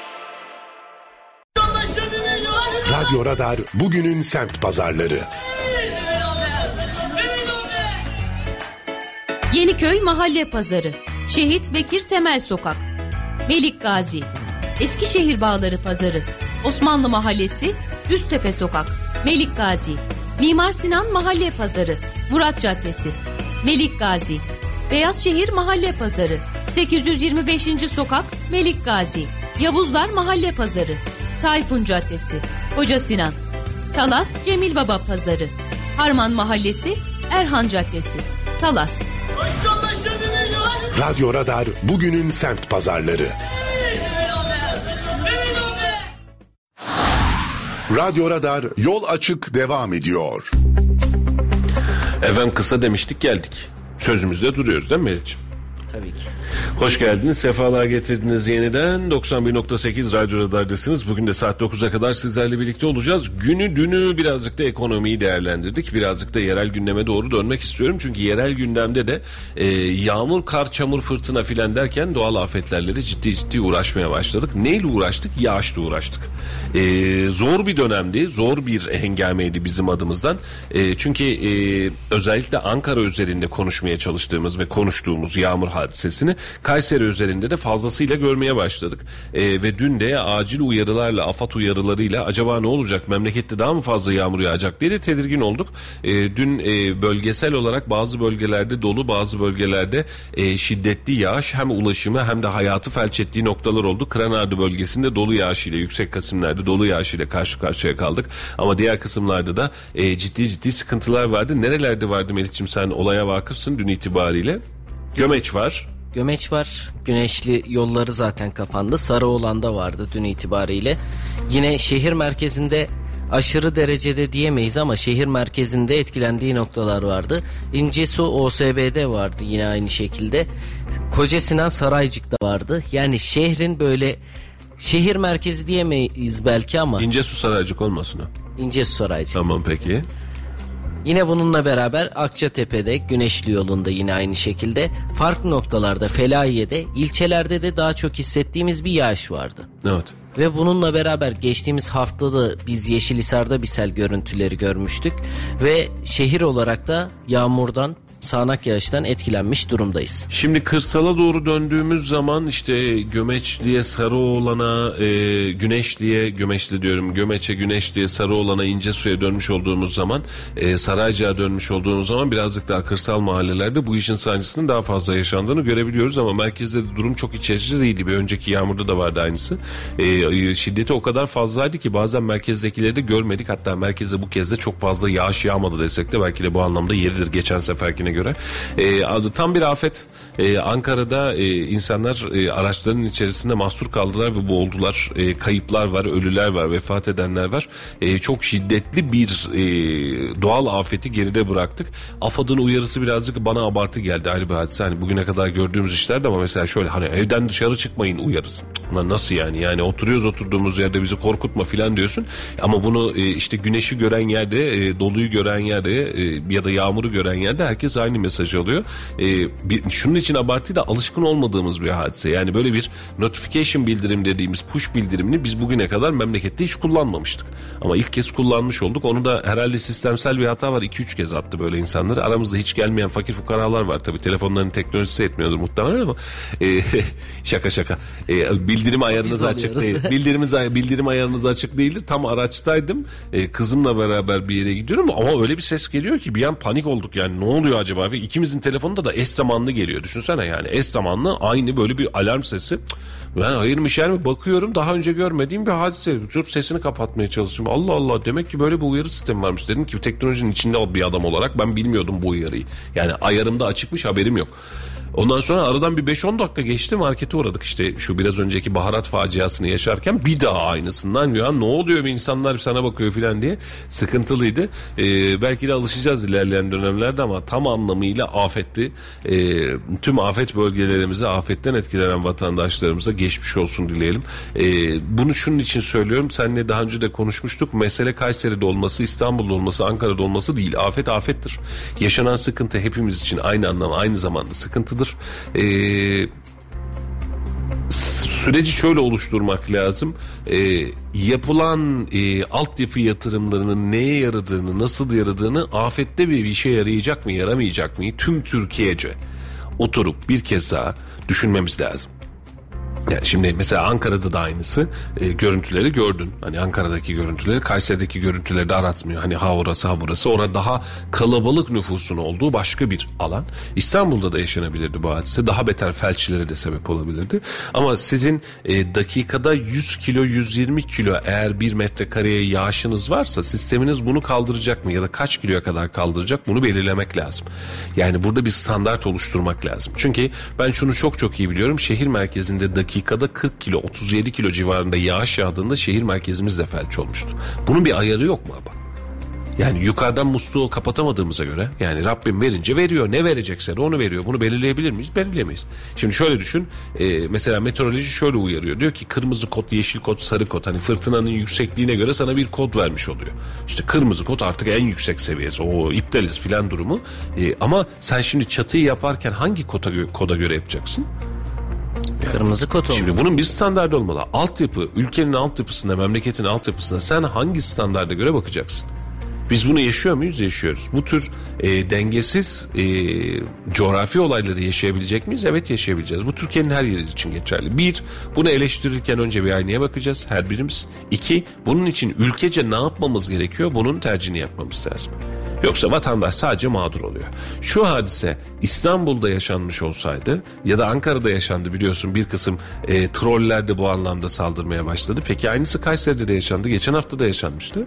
Radyo Radar bugünün semt pazarları. Yeniköy Mahalle Pazarı, Şehit Bekir Temel Sokak, Melik Gazi, Eskişehir Bağları Pazarı, Osmanlı Mahallesi, Düztepe Sokak, Melik Gazi, Mimar Sinan Mahalle Pazarı, Murat Caddesi, Melik Gazi, Beyazşehir Mahalle Pazarı, 825. Sokak, Melik Gazi, Yavuzlar Mahalle Pazarı, Tayfun Caddesi, Hoca Sinan, Talas Cemil Baba Pazarı, Harman Mahallesi, Erhan Caddesi, Talas. Radyo Radar bugünün semt pazarları. Radyo Radar yol açık devam ediyor. Efendim kısa demiştik, geldik. Sözümüzde duruyoruz değil mi Meriç'ciğim? Tabii ki. Hoş geldiniz, sefalar getirdiniz yeniden. 91.8 Radyo Radar'dasınız. Bugün de saat 9'a kadar sizlerle birlikte olacağız. Günü dünü birazcık da ekonomiyi değerlendirdik. Birazcık da yerel gündeme doğru dönmek istiyorum. Çünkü yerel gündemde de yağmur, kar, çamur, fırtına filan derken doğal afetlerle de ciddi uğraşmaya başladık. Neyle uğraştık? Yağışla uğraştık. Zor bir dönemdi, zor bir hengameydi bizim adımızdan. Çünkü özellikle Ankara üzerinde konuşmaya çalıştığımız ve konuştuğumuz yağmur hadisesini Kayseri üzerinde de fazlasıyla görmeye başladık. Ve dün de acil uyarılarla, AFAD uyarılarıyla acaba ne olacak, memlekette daha mı fazla yağmur yağacak diye de tedirgin olduk. Dün bölgesel olarak bazı bölgelerde dolu, bazı bölgelerde şiddetli yağış hem ulaşımı hem de hayatı felç ettiği noktalar oldu. Kıranardı bölgesinde dolu yağışıyla, yüksek kesimlerde dolu yağışıyla karşı karşıya kaldık. Ama diğer kısımlarda da ciddi sıkıntılar vardı. Nerelerde vardı Melih'ciğim, sen olaya vakıfsın dün itibariyle? Gömeç var. Gömeç var. Güneşli yolları zaten kapandı. Sarıoğlan'da vardı dün itibariyle. Yine şehir merkezinde aşırı derecede diyemeyiz ama şehir merkezinde etkilendiği noktalar vardı. İncesu OSB'de vardı yine aynı şekilde. Kocasinan Saraycık'ta vardı. Yani şehrin böyle şehir merkezi diyemeyiz belki ama. İncesu Saraycık olmasın o. İncesu Saraycık. Tamam peki. Yine bununla beraber Akçatepe'de, Güneşli yolunda yine aynı şekilde, farklı noktalarda, Felahiye'de, ilçelerde de daha çok hissettiğimiz bir yağış vardı. Evet. Ve bununla beraber geçtiğimiz haftada biz Yeşilhisar'da bir sel görüntüleri görmüştük. Ve şehir olarak da yağmurdan, sağanak yağıştan etkilenmiş durumdayız. Şimdi kırsala doğru döndüğümüz zaman işte Gömeçli'ye, Sarıoğlan'a, Gömeç'e, Güneşli'ye, Sarıoğlan'a, İncesu'ya dönmüş olduğumuz zaman, Sarayca'ya dönmüş olduğumuz zaman birazcık daha kırsal mahallelerde bu işin sancısının daha fazla yaşandığını görebiliyoruz ama merkezde de durum çok iç açıcı değildi. Bir önceki yağmurda da vardı aynısı. Şiddeti o kadar fazlaydı ki bazen merkezdekileri de görmedik. Hatta merkezde bu kez de çok fazla yağış yağmadı desek de belki de bu anlamda yeridir geçen seferkine göre. Tam bir afet. Ankara'da insanlar araçlarının içerisinde mahsur kaldılar ve boğuldular. Kayıplar var, ölüler var, vefat edenler var. Çok şiddetli bir doğal afeti geride bıraktık. AFAD'ın uyarısı birazcık bana abartı geldi. Ayrı bir hadise. Hani bugüne kadar gördüğümüz işlerde ama mesela şöyle hani evden dışarı çıkmayın uyarısı. Ulan nasıl yani? Yani oturduğumuz yerde bizi korkutma filan diyorsun. Ama bunu işte güneşi gören yerde, doluyu gören yerde ya da yağmuru gören yerde herkes aynı mesajı alıyor. Şunun için abartıyla alışkın olmadığımız bir hadise. Yani böyle bir notification bildirim dediğimiz push bildirimini biz bugüne kadar memlekette hiç kullanmamıştık. Ama ilk kez kullanmış olduk. Onu da herhalde sistemsel bir hata var. 2-3 kez attı böyle insanları. Aramızda hiç gelmeyen fakir fukaralar var. Tabii telefonların teknolojisi etmiyordur muhtemelen ama şaka. Bildirim ayarınız açık değil. Bildirim ayarınız açık değildir. Tam araçtaydım. Kızımla beraber bir yere gidiyorum ama öyle bir ses geliyor ki bir an panik olduk yani. Ne oluyor acaba? Ve ikimizin telefonunda da eş zamanlı geliyor. Düşünsene yani eş zamanlı aynı böyle bir alarm sesi. Ben hayırmış yer mi bakıyorum, daha önce görmediğim bir hadise. Sesini kapatmaya çalışıyorum. Allah Allah, demek ki böyle bir uyarı sistemi varmış. Dedim ki teknolojinin içinde bir adam olarak ben bilmiyordum bu uyarıyı. Yani ayarımda açıkmış, haberim yok. Ondan sonra aradan bir 5-10 dakika geçti, markete uğradık işte şu biraz önceki baharat faciasını yaşarken bir daha aynısından ya ne oluyor ve insanlar sana bakıyor filan diye sıkıntılıydı. Belki de alışacağız ilerleyen dönemlerde ama tam anlamıyla afetti. Tüm afet bölgelerimize, afetten etkilenen vatandaşlarımıza geçmiş olsun dileyelim. Bunu şunun için söylüyorum, seninle daha önce de konuşmuştuk. Mesele Kayseri'de olması, İstanbul'da olması, Ankara'da olması değil. Afet afettir. Yaşanan sıkıntı hepimiz için aynı zamanda sıkıntıdır. Süreci şöyle oluşturmak lazım. Yapılan altyapı yatırımlarının neye yaradığını, nasıl yaradığını, afette bir işe yarayacak mı, yaramayacak mı? Tüm Türkiye'ce oturup bir kez daha düşünmemiz lazım. Yani şimdi mesela Ankara'da da aynısı, görüntüleri gördün. Hani Ankara'daki görüntüleri, Kayseri'deki görüntüleri de aratmıyor. Hani ha burası. Orada daha kalabalık nüfusun olduğu başka bir alan. İstanbul'da da yaşanabilirdi bu hadise. Daha beter felçlere de sebep olabilirdi. Ama sizin dakikada 100 kilo, 120 kilo eğer 1 metrekareye yağışınız varsa sisteminiz bunu kaldıracak mı? Ya da kaç kiloya kadar kaldıracak? Bunu belirlemek lazım. Yani burada bir standart oluşturmak lazım. Çünkü ben şunu çok iyi biliyorum. Şehir merkezinde dakikada 40 kilo, 37 kilo civarında yağış yağdığında şehir merkezimiz de felç olmuştu. Bunun bir ayarı yok mu ama? Yani yukarıdan musluğu kapatamadığımıza göre, yani Rabbim verince veriyor. Ne verecekse de onu veriyor. Bunu belirleyebilir miyiz? Belirleyemeyiz. Şimdi şöyle düşün. Mesela meteoroloji şöyle uyarıyor. Diyor ki kırmızı kod, yeşil kod, sarı kod. Hani fırtınanın yüksekliğine göre sana bir kod vermiş oluyor. İşte kırmızı kod artık en yüksek seviyesi. O iptaliz filan durumu. Ama sen şimdi çatıyı yaparken hangi koda göre yapacaksın? Kırmızı kod olmalı. Şimdi bunun bir standardı olmalı. Altyapı, ülkenin altyapısına, memleketin altyapısına sen hangi standarda göre bakacaksın? Biz bunu yaşıyor muyuz? Yaşıyoruz. Bu tür dengesiz coğrafi olayları yaşayabilecek miyiz? Evet, yaşayabileceğiz. Bu Türkiye'nin her yeri için geçerli. 1, bunu eleştirirken önce bir aynaya bakacağız her birimiz. 2, bunun için ülkece ne yapmamız gerekiyor? Bunun tercihini yapmamız lazım. Yoksa vatandaş sadece mağdur oluyor. Şu hadise İstanbul'da yaşanmış olsaydı ya da Ankara'da yaşandı, biliyorsun bir kısım troller de bu anlamda saldırmaya başladı. Peki aynısı Kayseri'de de yaşandı. Geçen hafta da yaşanmıştı.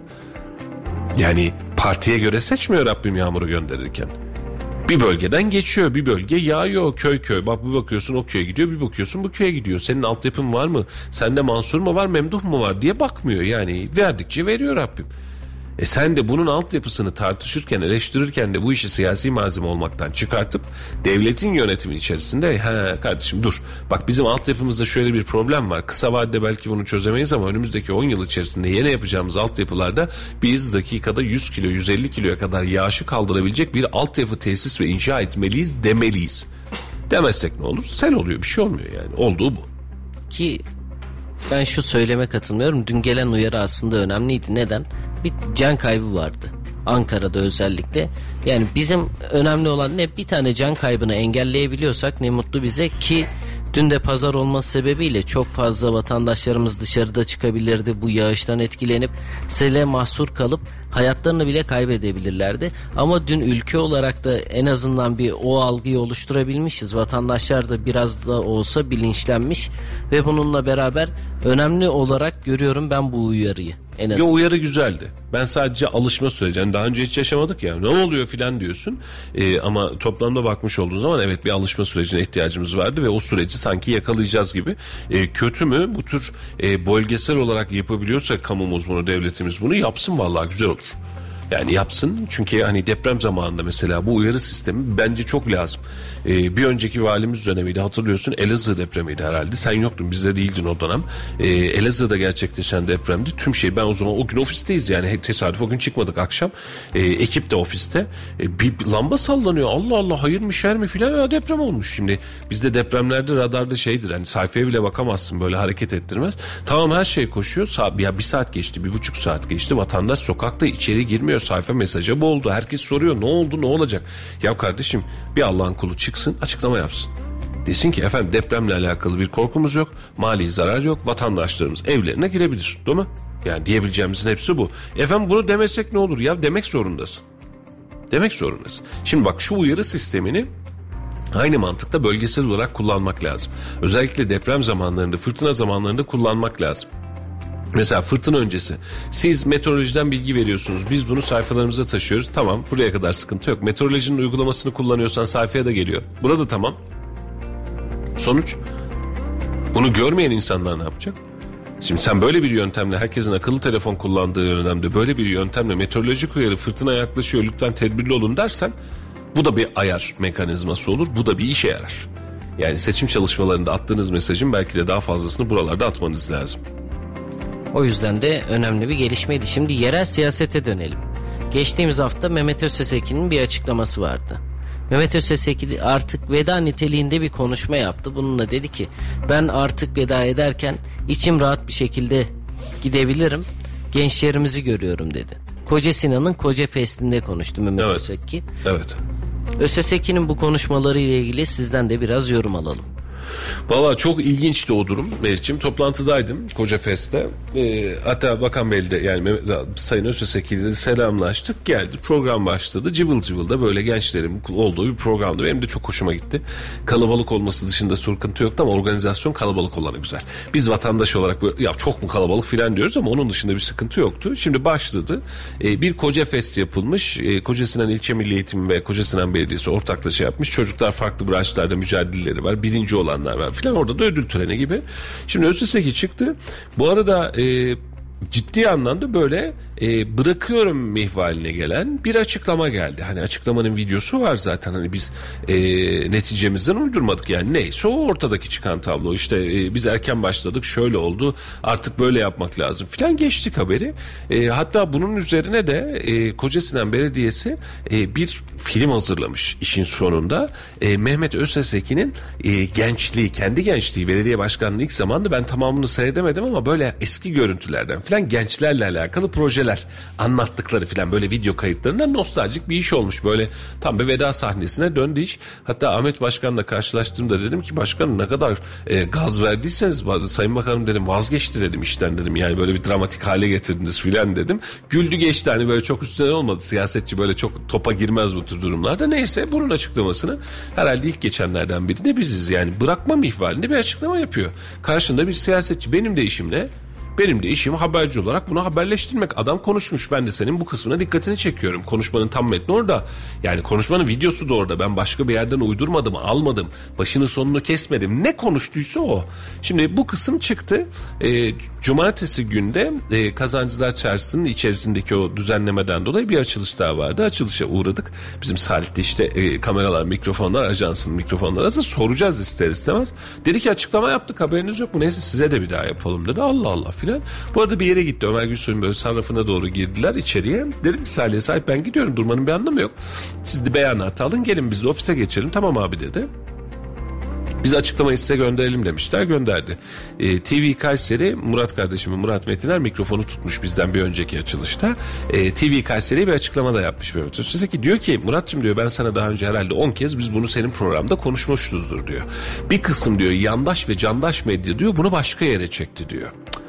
Yani partiye göre seçmiyor Rabbim yağmuru gönderirken. Bir bölgeden geçiyor, bir bölge yağıyor, köy. Bak bir bakıyorsun o köye gidiyor, bir bakıyorsun bu köye gidiyor. Senin altyapın var mı? Sende Mansur mu var, Memduh mu var diye bakmıyor. Yani verdikçe veriyor Rabbim. Sen de bunun altyapısını tartışırken, eleştirirken de bu işi siyasi malzeme olmaktan çıkartıp devletin yönetimi içerisinde kardeşim dur. Bak bizim altyapımızda şöyle bir problem var. Kısa vadede belki bunu çözemeyiz ama önümüzdeki 10 yıl içerisinde yeni yapacağımız altyapılarda biz dakikada 100 kilo, 150 kiloya kadar yağışı kaldırabilecek bir altyapı tesis ve inşa etmeliyiz demeliyiz. Demezsek ne olur? Sel oluyor, bir şey olmuyor yani. Olduğu bu. Ki ben şu söyleme katılmıyorum. Dün gelen uyarı aslında önemliydi. Neden? Bir can kaybı vardı. Ankara'da özellikle. Yani bizim önemli olan ne? Bir tane can kaybını engelleyebiliyorsak ne mutlu bize ki dün de pazar olması sebebiyle çok fazla vatandaşlarımız dışarıda çıkabilirdi. Bu yağıştan etkilenip sele mahsur kalıp hayatlarını bile kaybedebilirlerdi. Ama dün ülke olarak da en azından bir o algıyı oluşturabilmişiz. Vatandaşlar da biraz da olsa bilinçlenmiş ve bununla beraber önemli olarak görüyorum ben bu uyarıyı. Yo, uyarı güzeldi. Ben sadece alışma süreci. Yani daha önce hiç yaşamadık ya. Ne oluyor filan diyorsun. Ama toplamda bakmış olduğun zaman evet bir alışma sürecine ihtiyacımız vardı ve o süreci sanki yakalayacağız gibi. Kötü mü? Bu tür bölgesel olarak yapabiliyorsak kamumuz bunu, devletimiz bunu yapsın, vallahi güzel olur. Yani yapsın çünkü hani deprem zamanında mesela bu uyarı sistemi bence çok lazım. Bir önceki valimiz dönemiydi, hatırlıyorsun, Elazığ depremiydi herhalde. Sen yoktun, bizde değildin o dönem. Elazığ'da gerçekleşen depremdi. Tüm şey, ben o zaman o gün ofisteyiz yani tesadüf o gün çıkmadık akşam. Ekip de ofiste. Bir lamba sallanıyor, Allah Allah hayır mı şer mi filan, ya deprem olmuş. Şimdi bizde depremlerde radarda şeydir hani sayfaya bile bakamazsın, böyle hareket ettirmez. Tamam her şey koşuyor. Ya bir saat geçti, 1,5 saat geçti. Vatandaş sokakta içeri girmiyor. Sayfa mesajı bu oldu. Herkes soruyor ne oldu, ne olacak? Ya kardeşim bir Allah'ın kulu çıksın, açıklama yapsın. Desin ki efendim depremle alakalı bir korkumuz yok. Mali zarar yok. Vatandaşlarımız evlerine girebilir. Değil mi? Yani diyebileceğimizin hepsi bu. Efendim bunu demesek ne olur ya? Demek zorundasın. Demek zorundasın. Şimdi bak şu uyarı sistemini aynı mantıkta bölgesel olarak kullanmak lazım. Özellikle deprem zamanlarında, fırtına zamanlarında kullanmak lazım. Mesela fırtına öncesi siz meteorolojiden bilgi veriyorsunuz, biz bunu sayfalarımıza taşıyoruz, tamam, buraya kadar sıkıntı yok. Meteorolojinin uygulamasını kullanıyorsan sayfaya da geliyor, burada tamam. Sonuç, bunu görmeyen insanlar ne yapacak? Şimdi sen böyle bir yöntemle, herkesin akıllı telefon kullandığı dönemde böyle bir yöntemle meteorolojik uyarı, fırtına yaklaşıyor lütfen tedbirli olun dersen, bu da bir ayar mekanizması olur, bu da bir işe yarar. Yani seçim çalışmalarında attığınız mesajın belki de daha fazlasını buralarda atmanız lazım. O yüzden de önemli bir gelişmeydi. Şimdi yerel siyasete dönelim. Geçtiğimiz hafta Mehmet Öztesekin'in bir açıklaması vardı. Mehmet Öztesekin artık veda niteliğinde bir konuşma yaptı. Bununla dedi ki ben artık veda ederken içim rahat bir şekilde gidebilirim. Gençlerimizi görüyorum dedi. Koca Sinan'ın Koca Fest'inde konuştu Mehmet Öztesekin. Evet. Öztesekin'in bu konuşmaları ile ilgili sizden de biraz yorum alalım. Valla çok ilginçti o durum Meriç'im. Toplantıdaydım Koca Fest'te. Hatta Bakan Bey de yani Sayın Öztesekin'le selamlaştık. Geldi, program başladı. Cıvıl cıvıl da böyle gençlerin olduğu bir programdı. Benim de çok hoşuma gitti. Kalabalık olması dışında sıkıntı yoktu ama organizasyon kalabalık olanı güzel. Biz vatandaş olarak böyle, ya çok mu kalabalık filan diyoruz ama onun dışında bir sıkıntı yoktu. Şimdi başladı. Bir Koca Fest yapılmış. Koca Sinan İlçe Milli Eğitim ve Koca Sinan Belediyesi ortaklaşa yapmış. Çocuklar farklı branşlarda mücadeleleri var. Birinci olanlar var filan, orada da ödül töreni gibi. Şimdi Öztesekin çıktı. Bu arada ciddi anlamda böyle bırakıyorum mihvaline gelen bir açıklama geldi. Hani açıklamanın videosu var zaten, hani biz neticemizden uydurmadık yani, neyse o ortadaki çıkan tablo. İşte biz erken başladık, şöyle oldu, artık böyle yapmak lazım filan, geçtik haberi. Hatta bunun üzerine de Koca Sinan Belediyesi bir film hazırlamış işin sonunda. Mehmet Öztesekin'in gençliği, kendi gençliği, belediye başkanlığı ilk zamanında, ben tamamını seyredemedim ama böyle eski görüntülerden filan gençlerle alakalı projeler anlattıkları filan, böyle video kayıtlarından nostaljik bir iş olmuş. Böyle tam bir veda sahnesine döndü iş. Hatta Ahmet Başkan'la karşılaştığımda dedim ki başkanım ne kadar gaz verdiyseniz, Sayın Bakanım dedim, vazgeçti dedim işten dedim. Yani böyle bir dramatik hale getirdiniz filan dedim. Güldü geçti, hani böyle çok üstüne olmadı. Siyasetçi böyle çok topa girmez bu tür durumlarda. Neyse, bunun açıklamasını herhalde ilk geçenlerden biri de biziz. Yani bırakma ihvalinde bir açıklama yapıyor. Karşında bir siyasetçi, benim de işim ne? Benim de işim haberci olarak bunu haberleştirmek. Adam konuşmuş, ben de senin bu kısmına dikkatini çekiyorum. Konuşmanın tam metni orada. Yani konuşmanın videosu da orada. Ben başka bir yerden uydurmadım, almadım. Başını sonunu kesmedim. Ne konuştuysa o. Şimdi bu kısım çıktı. Cumartesi günde Kazancılar Çarşısı'nın içerisindeki o düzenlemeden dolayı bir açılış daha vardı. Açılışa uğradık. Bizim Salih'te işte kameralar, mikrofonlar, ajansın mikrofonları hazır. Soracağız ister istemez. Dedi ki açıklama yaptık, haberiniz yok mu? Neyse size de bir daha yapalım dedi. Allah Allah filan. Bu arada bir yere gitti. Ömer Gülsoy'un böyle sarrafına doğru girdiler içeriye. Dedim ki Salih'e, sahip ben gidiyorum, durmanın bir anlamı yok. Siz de beyanatı alın, gelin biz de ofise geçelim. Tamam abi dedi. Biz açıklamayı size gönderelim demişler. Gönderdi. TV Kayseri, Murat kardeşimin, Murat Metiner mikrofonu tutmuş bizden bir önceki açılışta. TV Kayseri'ye bir açıklama da yapmış Mehmet Öztürk. Diyor ki Murat'cığım diyor, ben sana daha önce herhalde 10 kez biz bunu senin programda konuşmuşuzdur diyor. Bir kısım diyor yandaş ve candaş medya diyor bunu başka yere çekti diyor.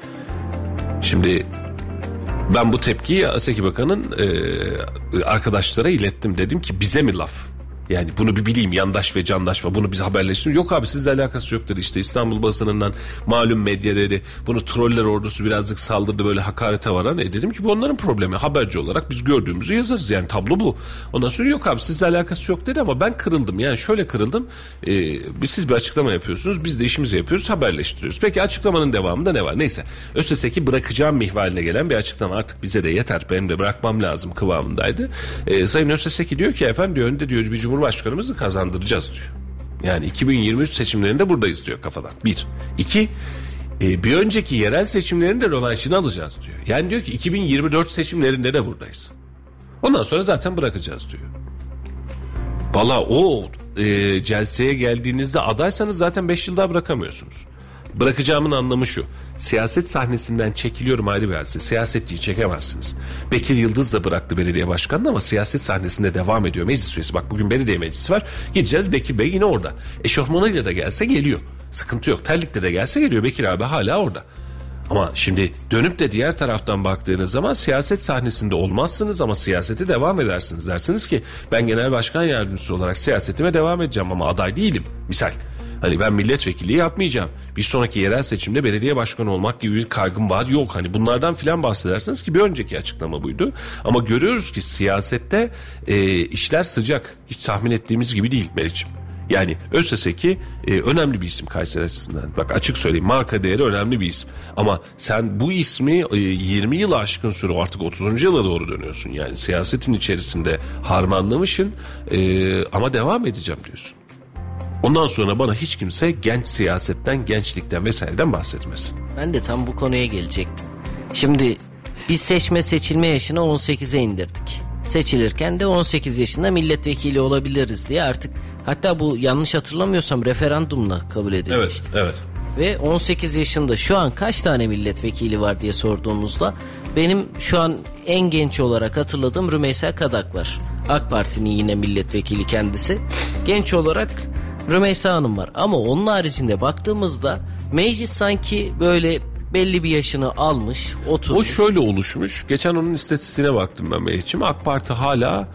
Şimdi ben bu tepkiyi Aseki Bakan'ın arkadaşlara ilettim. Dedim ki bize mi laf? Yani bunu bir bileyim, yandaş ve candaş mı? Bunu biz haberleştirelim. Yok abi sizle alakası yoktur. İşte İstanbul basınından malum medya dedi. Bunu troller ordusu birazcık saldırdı, böyle hakarete varan. Dedim ki bu onların problemi. Haberci olarak biz gördüğümüzü yazarız. Yani tablo bu. Ondan sonra yok abi sizle alakası yok dedi ama ben kırıldım. Yani şöyle kırıldım. Siz bir açıklama yapıyorsunuz. Biz de işimizi yapıyoruz. Haberleştiriyoruz. Peki açıklamanın devamında ne var? Neyse. ÖSS'ki bırakacağım mihvaline gelen bir açıklama. Artık bize de yeter. Benim de bırakmam lazım kıvamındaydı. Sayın ÖSS'ki diyor ki efendim diyor, önde diyor bir Cumhurbaşkanımızı kazandıracağız diyor. Yani 2023 seçimlerinde buradayız diyor kafadan. 1. 2. Bir önceki yerel seçimlerin de rövanşını alacağız diyor. Yani diyor ki 2024 seçimlerinde de buradayız. Ondan sonra zaten bırakacağız diyor. Valla o celseye geldiğinizde adaysanız zaten 5 yıl daha bırakamıyorsunuz. Bırakacağımın anlamı şu: siyaset sahnesinden çekiliyorum ayrı bir hadise. Siyasetçiyi çekemezsiniz. Bekir Yıldız da bıraktı belediye başkanını ama siyaset sahnesinde devam ediyor. Meclis üyesi, bak bugün belediye meclisi var. Gideceğiz, Bekir Bey yine orada. Eşofmanıyla da gelse geliyor. Sıkıntı yok. Terlikle de gelse geliyor. Bekir abi hala orada. Ama şimdi dönüp de diğer taraftan baktığınız zaman siyaset sahnesinde olmazsınız ama siyasete devam edersiniz. Dersiniz ki ben genel başkan yardımcısı olarak siyasetime devam edeceğim ama aday değilim. Misal. Hani ben milletvekilliği yapmayacağım. Bir sonraki yerel seçimde belediye başkanı olmak gibi bir kaygım var. Yok, hani bunlardan filan bahsedersiniz ki bir önceki açıklama buydu. Ama görüyoruz ki siyasette işler sıcak. Hiç tahmin ettiğimiz gibi değil Meriç'ciğim. Yani ÖSS'ki önemli bir isim Kayseri açısından. Bak açık söyleyeyim, marka değeri önemli bir isim. Ama sen bu ismi 20 yılı aşkın süre, artık 30. yıla doğru dönüyorsun. Yani siyasetin içerisinde harmanlamışsın ama devam edeceğim diyorsun. Ondan sonra bana hiç kimse genç siyasetten, gençlikten vesaireden bahsetmesin. Ben de tam bu konuya gelecektim. Şimdi biz seçme seçilme yaşını 18'e indirdik. Seçilirken de 18 yaşında milletvekili olabiliriz diye artık, hatta bu yanlış hatırlamıyorsam referandumla kabul edilmişti. Evet. Ve 18 yaşında şu an kaç tane milletvekili var diye sorduğumuzda benim şu an en genç olarak hatırladığım Rümeysa Kadak var. AK Parti'nin yine milletvekili kendisi. Genç olarak Rümeysa Hanım var ama onun haricinde baktığımızda meclis sanki böyle belli bir yaşını almış, oturmuş. O şöyle oluşmuş. Geçen onun istatistiğine baktım ben Mehmet'ciğim. AK Parti hala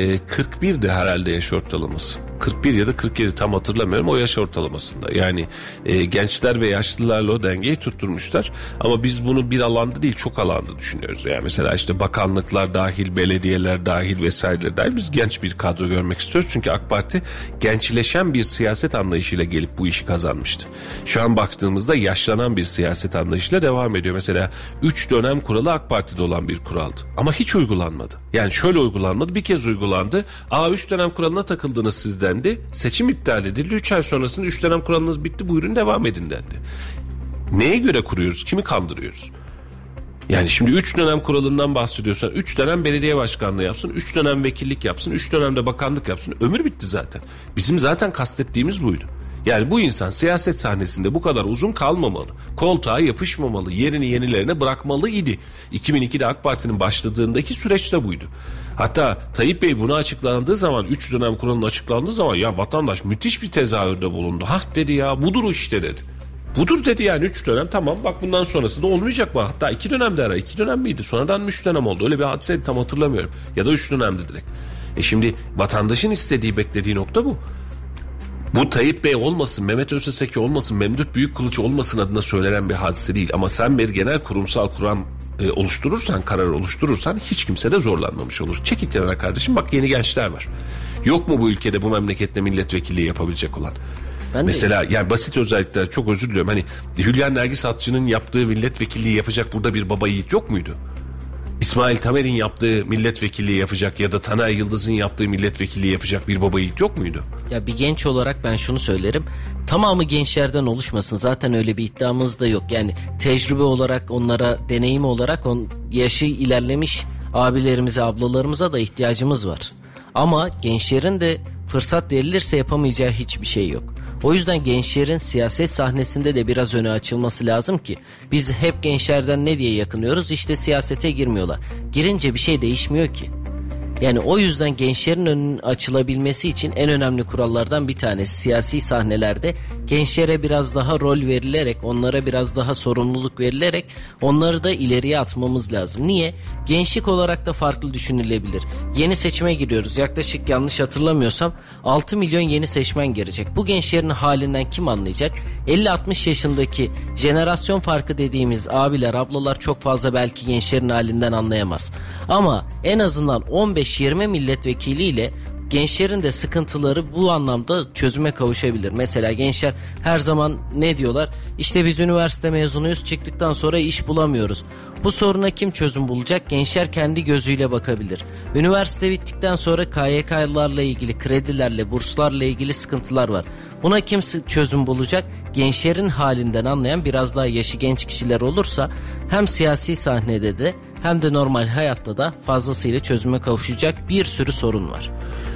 41'de herhalde yaş ortalaması. 41 ya da 47 tam hatırlamıyorum, o yaş ortalamasında. Yani gençler ve yaşlılarla o dengeyi tutturmuşlar. Ama biz bunu bir alanda değil, çok alanda düşünüyoruz. Yani mesela işte bakanlıklar dahil, belediyeler dahil vesaireler dahil biz genç bir kadro görmek istiyoruz. Çünkü AK Parti gençleşen bir siyaset anlayışıyla gelip bu işi kazanmıştı. Şu an baktığımızda yaşlanan bir siyaset anlayışıyla devam ediyor. Mesela 3 dönem kuralı AK Parti'de olan bir kuraldı. Ama hiç uygulanmadı. Yani şöyle uygulanmadı, bir kez uygulandı. 3 dönem kuralına takıldınız sizden. Seçim iptal edildi. 3 ay sonrasında 3 dönem kuralınız bitti, buyurun devam edin dendi. Neye göre kuruyoruz? Kimi kandırıyoruz? Yani şimdi 3 dönem kuralından bahsediyorsan 3 dönem belediye başkanlığı yapsın, 3 dönem vekillik yapsın, 3 dönemde bakanlık yapsın. Ömür bitti zaten. Bizim zaten kastettiğimiz buydu. Yani bu insan siyaset sahnesinde bu kadar uzun kalmamalı. Koltuğa yapışmamalı. Yerini yenilerine bırakmalıydı. 2002'de AK Parti'nin başladığındaki süreçte buydu. Hatta Tayyip Bey bunu açıklandığı zaman, 3 dönem kuralının açıklandığı zaman ya vatandaş müthiş bir tezahürde bulundu. Dedi ya budur işte dedi. Budur dedi yani 3 dönem tamam, bak bundan sonrası da olmayacak mı? Hatta 2 dönemde ara, 2 dönem miydi? Sonradan 3 dönem oldu. Öyle bir hadiseydi, tam hatırlamıyorum. Ya da 3 dönemdi direkt. Şimdi vatandaşın istediği, beklediği nokta bu. Bu Tayyip Bey olmasın, Mehmet Özeseki olmasın, Memduh Büyükkılıç olmasın adına söylenen bir hadise değil. Ama sen bir genel kurumsal kuram oluşturursan, karar oluşturursan hiç kimse de zorlanmamış olur. Çekil kenara kardeşim, bak yeni gençler var. Yok mu bu ülkede bu memlekette milletvekilliği yapabilecek olan? Mesela yani basit özellikler, çok özür diliyorum. Hani Hülya Nergis Atçı'nın yaptığı milletvekilliği yapacak burada bir baba yiğit yok muydu? İsmail Tamer'in yaptığı milletvekilliği yapacak ya da Taner Yıldız'ın yaptığı milletvekilliği yapacak bir baba yiğit yok muydu? Ya bir genç olarak ben şunu söylerim. Tamamı gençlerden oluşmasın. Zaten öyle bir iddiamız da yok. Yani tecrübe olarak onlara, deneyim olarak yaşı ilerlemiş abilerimize, ablalarımıza da ihtiyacımız var. Ama gençlerin de fırsat verilirse yapamayacağı hiçbir şey yok. O yüzden gençlerin siyaset sahnesinde de biraz öne açılması lazım ki biz hep gençlerden ne diye yakınıyoruz? İşte siyasete girmiyorlar. Girince bir şey değişmiyor ki. Yani o yüzden gençlerin önünün açılabilmesi için en önemli kurallardan bir tanesi siyasi sahnelerde gençlere biraz daha rol verilerek, onlara biraz daha sorumluluk verilerek onları da ileriye atmamız lazım. Niye? Gençlik olarak da farklı düşünülebilir. Yeni seçime giriyoruz. Yaklaşık yanlış hatırlamıyorsam 6 milyon yeni seçmen gelecek. Bu gençlerin halinden kim anlayacak? 50-60 yaşındaki jenerasyon farkı dediğimiz abiler, ablalar çok fazla belki gençlerin halinden anlayamaz. Ama en azından 15-20 milletvekiliyle gençlerin de sıkıntıları bu anlamda çözüme kavuşabilir. Mesela gençler her zaman ne diyorlar? İşte biz üniversite mezunuyuz, çıktıktan sonra iş bulamıyoruz. Bu soruna kim çözüm bulacak? Gençler kendi gözüyle bakabilir. Üniversite bittikten sonra KYK'larla ilgili, kredilerle, burslarla ilgili sıkıntılar var. Buna kim çözüm bulacak? Gençlerin halinden anlayan biraz daha yaşı genç kişiler olursa hem siyasi sahnede de hem de normal hayatta da fazlasıyla çözüme kavuşacak bir sürü sorun var.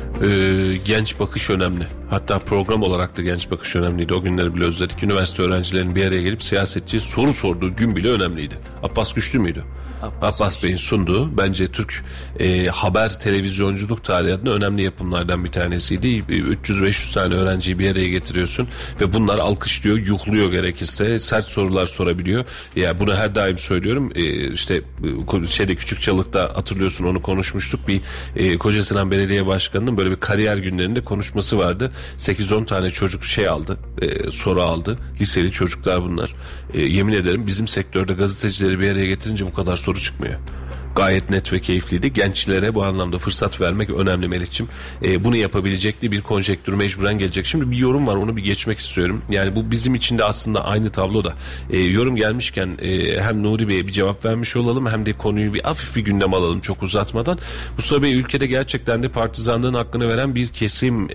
Genç bakış önemli. Hatta program olarak da genç bakış önemliydi. O günleri bile özledik. Üniversite öğrencilerinin bir araya gelip siyasetçi soru sorduğu gün bile önemliydi. Abbas Güçlü müydü? Abbas Bey'in sunduğu bence Türk haber televizyonculuk tarihi adına önemli yapımlardan bir tanesiydi. 300-500 tane öğrenciyi bir araya getiriyorsun ve bunlar alkışlıyor, yuhluyor gerekirse, sert sorular sorabiliyor. Yani bunu her daim söylüyorum. İşte Küçükçalık'ta hatırlıyorsun, onu konuşmuştuk. Bir Kocasinan Belediye Başkanı'nın böyle bir kariyer günlerinde konuşması vardı. 8-10 tane çocuk aldı, soru aldı. Liseli çocuklar bunlar. Yemin ederim bizim sektörde gazetecileri bir araya getirince bu kadar soru çıkmıyor. Gayet net ve keyifliydi. Gençlere bu anlamda fırsat vermek önemli Melih'ciğim. Bunu yapabilecekti bir konjektür mecburen gelecek. Şimdi bir yorum var, onu bir geçmek istiyorum. Yani bu bizim için de aslında aynı tablo da. Yorum gelmişken hem Nuri Bey'e bir cevap vermiş olalım hem de konuyu bir hafif bir gündem alalım çok uzatmadan. Mustafa Bey, ülkede gerçekten de partizanlığın hakkını veren bir kesim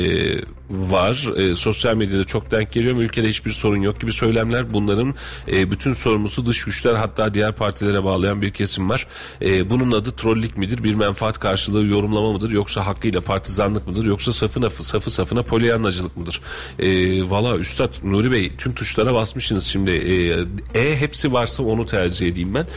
var. Sosyal medyada çok denk geliyorum. Ülkede hiçbir sorun yok gibi söylemler. Bunların bütün sorumlusu dış güçler, hatta diğer partilere bağlayan bir kesim var. Bunun adı trollük midir, bir menfaat karşılığı yorumlama mıdır, yoksa hakkıyla partizanlık mıdır, yoksa safı safına polyanlacılık mıdır? Valla Üstad Nuri Bey, tüm tuşlara basmışsınız şimdi. Hepsi varsa onu tercih edeyim ben.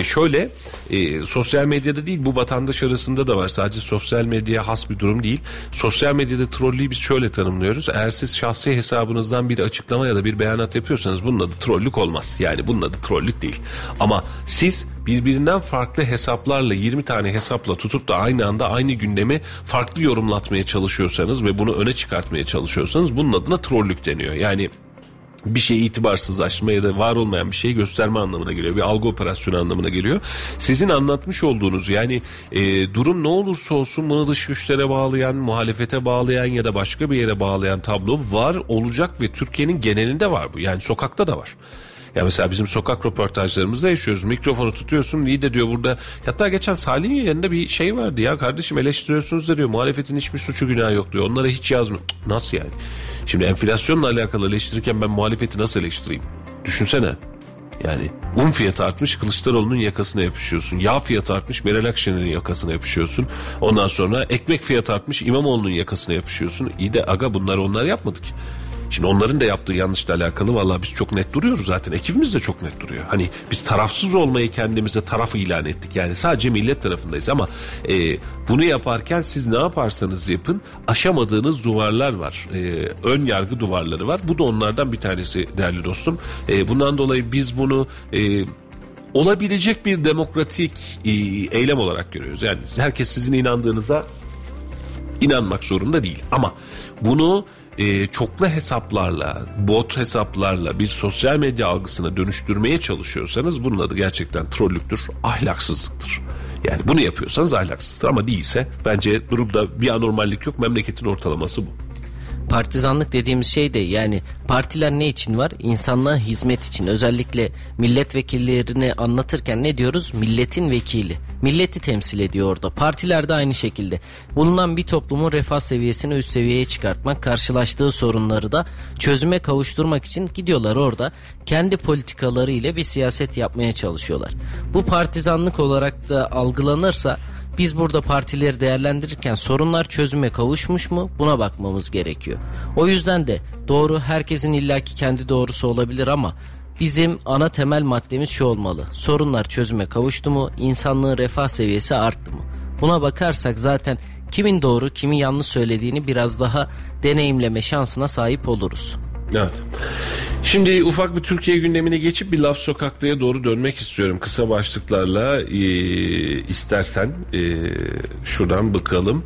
Sosyal medyada değil, bu vatandaş arasında da var. Sadece sosyal medyaya has bir durum değil. Sosyal medyada trollüğü biz şöyle tanımlıyoruz. Eğer siz şahsi hesabınızdan bir açıklama ya da bir beyanat yapıyorsanız bunun adı trollük olmaz. Yani bunun adı trollük değil. Ama siz birbirinden farklı hesaplarla, 20 tane hesapla tutup da aynı anda aynı gündemi farklı yorumlatmaya çalışıyorsanız ve bunu öne çıkartmaya çalışıyorsanız bunun adına trollük deniyor. Yani bir şeyi itibarsızlaştırma ya da var olmayan bir şeyi gösterme anlamına geliyor. Bir algı operasyonu anlamına geliyor. Sizin anlatmış olduğunuz yani durum ne olursa olsun bunu dış güçlere bağlayan, muhalefete bağlayan ya da başka bir yere bağlayan tablo var, olacak ve Türkiye'nin genelinde var bu. Yani sokakta da var. Ya mesela bizim sokak röportajlarımızda yaşıyoruz. Mikrofonu tutuyorsun, iyi de diyor burada. Hatta geçen Salih'in yanında bir şey vardı ya, kardeşim eleştiriyorsunuz da diyor, muhalefetin hiçbir suçu günahı yok diyor. Onlara hiç yazmıyor. Nasıl yani? Şimdi enflasyonla alakalı eleştirirken ben muhalefeti nasıl eleştireyim? Düşünsene. Yani un fiyatı artmış, Kılıçdaroğlu'nun yakasına yapışıyorsun. Yağ fiyatı artmış, Meral Akşener'in yakasına yapışıyorsun. Ondan sonra ekmek fiyatı artmış, İmamoğlu'nun yakasına yapışıyorsun. İyi de aga, bunları onlar yapmadık. Şimdi onların da yaptığı yanlışla alakalı vallahi biz çok net duruyoruz zaten. Ekibimiz de çok net duruyor. Hani biz tarafsız olmayı kendimize taraf ilan ettik. Yani sadece millet tarafındayız ama bunu yaparken siz ne yaparsanız yapın aşamadığınız duvarlar var. Ön yargı duvarları var. Bu da onlardan bir tanesi değerli dostum. Bundan dolayı biz bunu olabilecek bir demokratik eylem olarak görüyoruz. Yani herkes sizin inandığınıza inanmak zorunda değil. Ama bunu çoklu hesaplarla, bot hesaplarla bir sosyal medya algısına dönüştürmeye çalışıyorsanız bunun adı gerçekten trollüktür, ahlaksızlıktır. Yani bunu yapıyorsanız ahlaksızdır, ama değilse bence durumda bir anormallik yok. Memleketin ortalaması bu. Partizanlık dediğimiz şey de, yani partiler ne için var? İnsanlığa hizmet için. Özellikle milletvekillerini anlatırken ne diyoruz? Milletin vekili. Milleti temsil ediyor orada. Partiler de aynı şekilde. Bulunan bir toplumun refah seviyesini üst seviyeye çıkartmak, karşılaştığı sorunları da çözüme kavuşturmak için gidiyorlar orada. Kendi politikaları ile bir siyaset yapmaya çalışıyorlar. Bu partizanlık olarak da algılanırsa biz burada partileri değerlendirirken sorunlar çözüme kavuşmuş mu, buna bakmamız gerekiyor. O yüzden de doğru, herkesin illaki kendi doğrusu olabilir ama bizim ana temel maddemiz şu olmalı: sorunlar çözüme kavuştu mu, insanlığın refah seviyesi arttı mı? Buna bakarsak zaten kimin doğru kimin yanlış söylediğini biraz daha deneyimleme şansına sahip oluruz. Evet. Şimdi ufak bir Türkiye gündemine geçip bir Laf Sokak'ta'ya doğru dönmek istiyorum. Kısa başlıklarla istersen şuradan bakalım.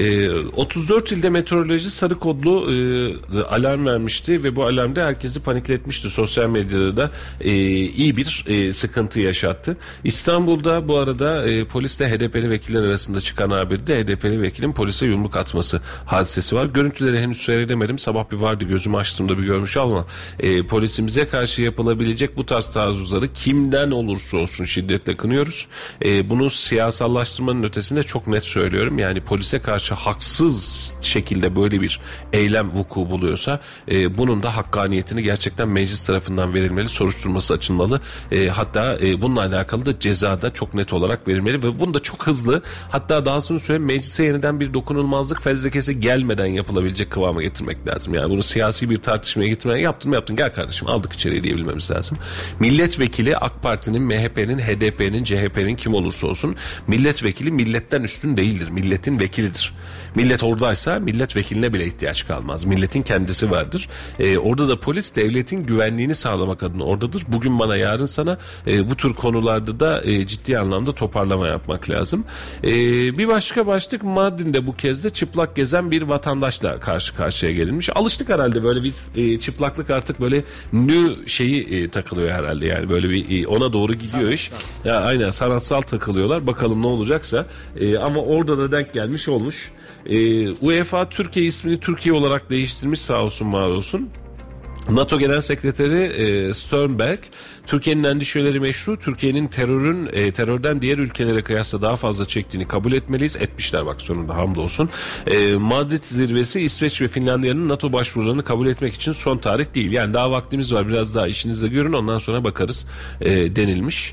34 ilde meteoroloji sarı kodlu alarm vermişti ve bu alarmda herkesi panikletmişti. Sosyal medyada da iyi bir sıkıntı yaşattı. İstanbul'da bu arada polisle HDP'li vekiller arasında çıkan haberde HDP'li vekilin polise yumruk atması hadisesi var. Görüntüleri henüz seyredemedim. Sabah bir vardı, gözümü açtığımda bir görmüş ama polisimize karşı yapılabilecek bu tarz taarruzları kimden olursa olsun şiddetle kınıyoruz. Bunu siyasallaştırmanın ötesinde çok net söylüyorum. Yani polise karşı haksız şekilde böyle bir eylem vuku buluyorsa bunun da hakkaniyetini gerçekten meclis tarafından verilmeli, soruşturması açılmalı. Hatta bununla alakalı da cezada çok net olarak verilmeli ve bunu da çok hızlı, hatta dahasını söyleyeyim, meclise yeniden bir dokunulmazlık fezlekesi gelmeden yapılabilecek kıvama getirmek lazım. Yani bunu siyasi bir tartışmaya getirmeye yaptın gel kardeşim aldık içeriye diyebilmemiz lazım. Milletvekili AK Parti'nin, MHP'nin, HDP'nin, CHP'nin kim olursa olsun milletvekili milletten üstün değildir. Milletin vekilidir. Millet oradaysa milletvekiline bile ihtiyaç kalmaz. Milletin kendisi vardır. Orada da polis devletin güvenliğini sağlamak adına oradadır. Bugün bana, yarın sana, bu tür konularda da ciddi anlamda toparlama yapmak lazım. Bir başka başlık, Mardin'de bu kez de çıplak gezen bir vatandaşla karşı karşıya gelinmiş. Alıştık herhalde böyle bir çıplaklık, artık böyle nü şeyi takılıyor herhalde, yani böyle bir ona doğru gidiyor iş. Ya aynen, sanatsal takılıyorlar. Bakalım ne olacaksa. Ama orada da denk gelmiş olmuş. UEFA Türkiye ismini Türkiye olarak değiştirmiş, sağ olsun var olsun. NATO Genel Sekreteri Stoltenberg, Türkiye'nin endişeleri meşru, Türkiye'nin terörden diğer ülkelere kıyasla daha fazla çektiğini kabul etmeliyiz. Etmişler bak sonunda, hamdolsun. Madrid zirvesi, İsveç ve Finlandiya'nın NATO başvurularını kabul etmek için son tarih değil. Yani daha vaktimiz var, biraz daha işinize görün, ondan sonra bakarız denilmiş.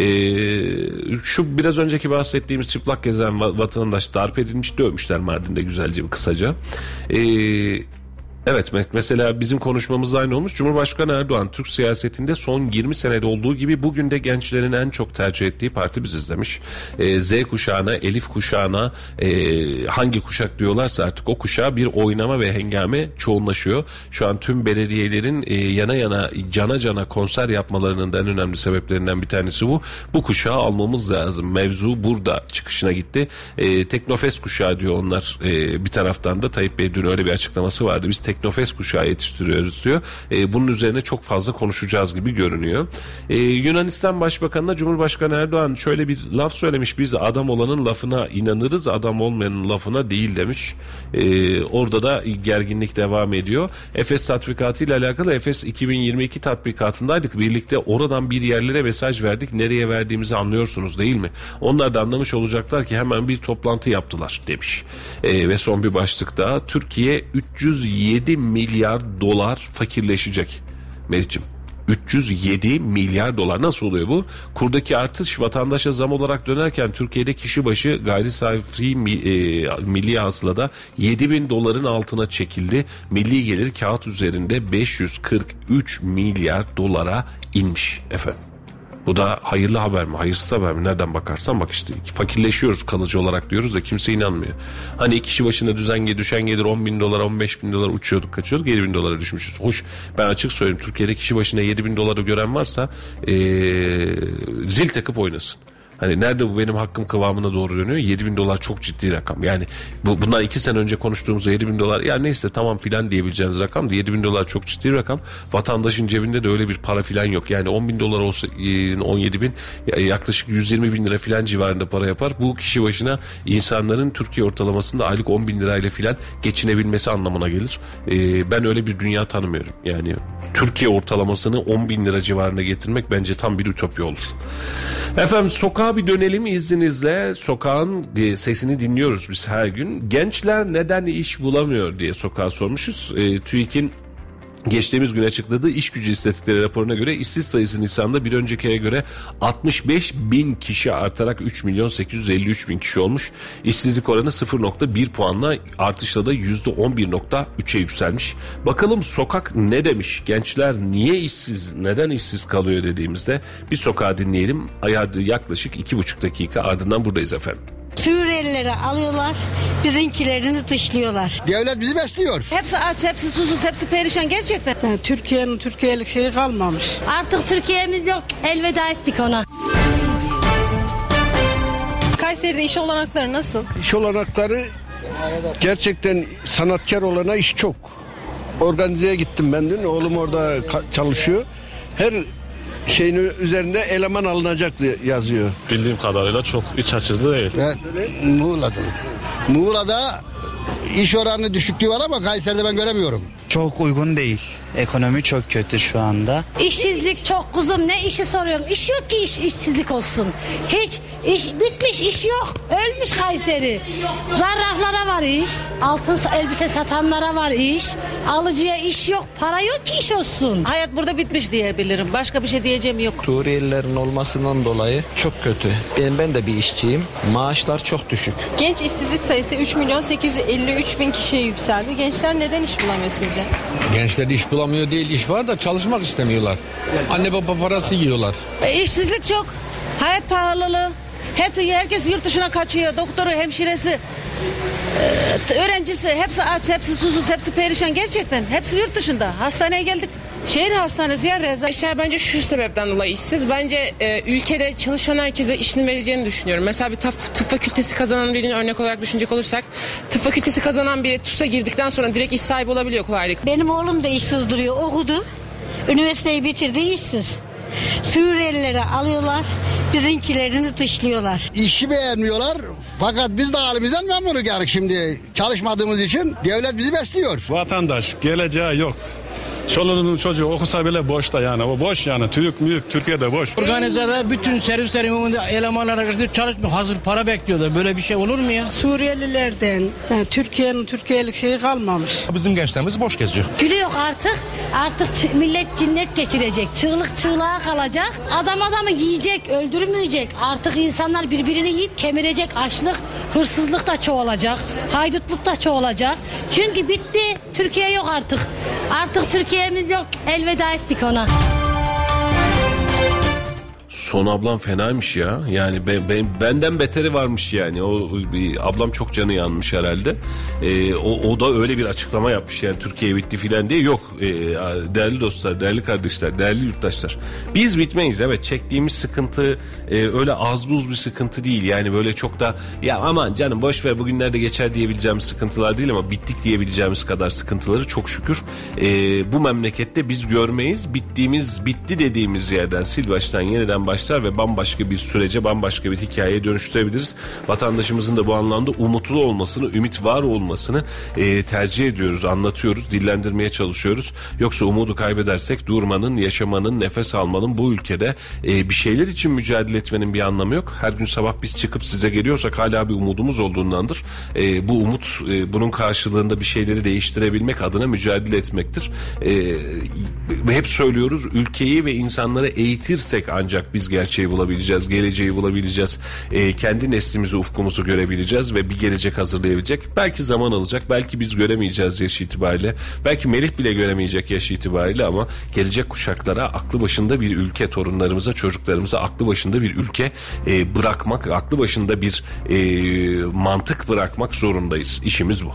Şu biraz önceki bahsettiğimiz çıplak gezen vatandaş darp edilmiş, dövmüşler Mardin'de güzelce, kısaca. Evet, mesela bizim konuşmamızda aynı olmuş. Cumhurbaşkanı Erdoğan, Türk siyasetinde son 20 senede olduğu gibi bugün de gençlerin en çok tercih ettiği parti biziz demiş. Z kuşağına, Elif kuşağına, hangi kuşak diyorlarsa artık o kuşağa bir oynama ve hengame çoğunlaşıyor. Şu an tüm belediyelerin yana yana, cana cana konser yapmalarının da en önemli sebeplerinden bir tanesi bu. Bu kuşağı almamız lazım. Mevzu burada çıkışına gitti. Teknofest kuşağı diyor onlar. Bir taraftan da Tayyip Bey dün öyle bir açıklaması vardı. Biz Teknofest kuşağı yetiştiriyoruz diyor. Bunun üzerine çok fazla konuşacağız gibi görünüyor. Yunanistan Başbakanı'na Cumhurbaşkanı Erdoğan şöyle bir laf söylemiş: biz adam olanın lafına inanırız, adam olmayanın lafına değil demiş. Orada da gerginlik devam ediyor. Efes tatbikatı ile alakalı, Efes 2022 tatbikatındaydık birlikte, oradan bir yerlere mesaj verdik, nereye verdiğimizi anlıyorsunuz değil mi? Onlar da anlamış olacaklar ki hemen bir toplantı yaptılar demiş. Ve son bir başlık daha, Türkiye 307 milyar dolar fakirleşecek. Meriç'im, 307 milyar dolar nasıl oluyor bu? Kurdaki artış vatandaşa zam olarak dönerken Türkiye'de kişi başı gayri safi milli hasılada 7.000 doların altına çekildi. Milli gelir kağıt üzerinde 543 milyar dolara inmiş efendim. Bu da hayırlı haber mi, hayırsız haber mi? Nereden bakarsan bak işte. Fakirleşiyoruz kalıcı olarak diyoruz da kimse inanmıyor. Hani kişi başına düşen gelir 10.000 dolar, 15.000 dolar uçuyorduk, kaçıyorduk, 7.000 dolara düşmüşüz. Hoş, ben açık söyleyeyim, Türkiye'de kişi başına 7.000 doları gören varsa zil takıp oynasın. Hani nerede bu benim hakkım kıvamına doğru dönüyor? 7.000 dolar çok ciddi rakam. Yani bundan 2 sene önce konuştuğumuzda 7.000 dolar ya neyse tamam filan diyebileceğiniz rakam da 7.000 dolar çok ciddi rakam. Vatandaşın cebinde de öyle bir para filan yok. Yani 10.000 dolar olsa 17.000 yaklaşık 120.000 lira filan civarında para yapar. Bu kişi başına insanların Türkiye ortalamasında aylık 10.000 lirayla filan geçinebilmesi anlamına gelir. Ben öyle bir dünya tanımıyorum. Yani Türkiye ortalamasını 10.000 lira civarına getirmek bence tam bir ütopya olur. Efendim sokağa bir dönelim izninizle. Sokağın sesini dinliyoruz biz her gün. Gençler neden iş bulamıyor diye sokağa sormuşuz. TÜİK'in geçtiğimiz gün açıkladığı iş gücü istatistikleri raporuna göre işsiz sayısı Nisan'da bir önceki aya göre 65.000 kişi artarak 3.853.000 kişi olmuş. İşsizlik oranı 0.1 puanla artışla da %11.3'e yükselmiş. Bakalım sokak ne demiş? Gençler niye işsiz, neden işsiz kalıyor dediğimizde bir sokağa dinleyelim. Ayardığı yaklaşık 2,5 dakika ardından buradayız efendim. Suriyelileri alıyorlar, bizimkilerini dışlıyorlar. Devlet bizi besliyor. Hepsi aç, hepsi susuz, hepsi perişan gerçekten. Yani Türkiye'nin Türkiye'lik şeyi kalmamış. Artık Türkiye'miz yok, elveda ettik ona. Kayseri'de iş olanakları nasıl? İş olanakları gerçekten sanatkar olana iş çok. Organizeye gittim ben dün, oğlum orada çalışıyor. Her şeyin üzerinde eleman alınacak yazıyor. Bildiğim kadarıyla çok iç açıcı değil. Ben Muğla'da iş oranı düşüklüğü var ama Kayseri'de ben göremiyorum. Çok uygun değil. Ekonomi çok kötü şu anda. İşsizlik çok kuzum, ne işi soruyorum? İş yok ki işsizlik olsun. Hiç iş bitmiş, iş yok. Ölmüş Kayseri. Zarraflara var iş. Altın elbise satanlara var iş. Alıcıya iş yok. Para yok ki iş olsun. Hayat burada bitmiş diyebilirim. Başka bir şey diyeceğim yok. Suriyelilerin olmasından dolayı çok kötü. Ben de bir işçiyim. Maaşlar çok düşük. Genç işsizlik sayısı 3.853.000 kişiye yükseldi. Gençler neden iş bulamıyor sizce? Gençler iş bulamıyor değil, iş var da çalışmak istemiyorlar. Anne baba parası yiyorlar. İşsizlik çok. Hayat pahalılığı. Herkes yurt dışına kaçıyor. Doktoru, hemşiresi, öğrencisi hepsi aç, hepsi susuz, hepsi perişan gerçekten. Hepsi yurt dışında. Hastaneye geldik. Şehir hastanesi ya Reza. Gençler bence şu sebepten dolayı işsiz. Bence ülkede çalışan herkese işini vereceğini düşünüyorum. Mesela bir tıp fakültesi kazanan birini örnek olarak düşünecek olursak, tıp fakültesi kazanan biri TUS'a girdikten sonra direkt iş sahibi olabiliyor kolaylıkla. Benim oğlum da işsiz duruyor. Okudu. Üniversiteyi bitirdi, işsiz. Suriyelileri alıyorlar, bizimkilerini dışlıyorlar. İşi beğenmiyorlar fakat biz de halimizden memnunuz yani şimdi çalışmadığımız için devlet bizi besliyor. Vatandaş geleceği yok. Çoluğunun çocuğu okusa bile boşta yani. O boş yani. Türkiye'de boş. Organizada bütün servislerin elemanlara çalışmıyor. Hazır para bekliyorlar. Böyle bir şey olur mu ya? Suriyelilerden yani Türkiye'nin Türkiye'lik şeyi kalmamış. Bizim gençlerimiz boş geziyor. Gülü yok artık. Artık millet cinnet geçirecek. Çığlık çığlığa kalacak. Adam adamı yiyecek, öldürmeyecek. Artık insanlar birbirini yiyip kemirecek. Açlık, hırsızlık da çoğalacak. Haydutluk da çoğalacak. Çünkü bitti. Türkiye yok artık. Artık Türkiye'miz yok. Elveda ettik ona. Son ablam fenaymış ya. Yani benden beteri varmış yani. Ablam çok canı yanmış herhalde. O da öyle bir açıklama yapmış yani Türkiye bitti filan diye. Yok değerli dostlar, değerli kardeşler, değerli yurttaşlar. Biz bitmeyiz, evet. Çektiğimiz sıkıntı öyle az buz bir sıkıntı değil. Yani böyle çok da ya aman canım boş ver bugünlerde geçer diyebileceğimiz sıkıntılar değil ama bittik diyebileceğimiz kadar sıkıntıları çok şükür bu memlekette biz görmeyiz. Bitti dediğimiz yerden sil baştan yeniden başlar ve bambaşka bir sürece, bambaşka bir hikayeye dönüştürebiliriz. Vatandaşımızın da bu anlamda umutlu olmasını, ümit var olmasını tercih ediyoruz, anlatıyoruz, dillendirmeye çalışıyoruz. Yoksa umudu kaybedersek durmanın, yaşamanın, nefes almanın, bu ülkede bir şeyler için mücadele etmenin bir anlamı yok. Her gün sabah biz çıkıp size geliyorsak hala bir umudumuz olduğundandır. Bu umut bunun karşılığında bir şeyleri değiştirebilmek adına mücadele etmektir. Hep söylüyoruz, ülkeyi ve insanları eğitirsek ancak biz gerçeği bulabileceğiz, geleceği bulabileceğiz, kendi neslimizi, ufkumuzu görebileceğiz ve bir gelecek hazırlayabilecek. Belki zaman alacak, belki biz göremeyeceğiz yaş itibariyle, belki Melih bile göremeyecek yaş itibariyle ama gelecek kuşaklara aklı başında bir ülke, torunlarımıza, çocuklarımıza aklı başında bir ülke bırakmak, aklı başında bir mantık bırakmak zorundayız. İşimiz bu.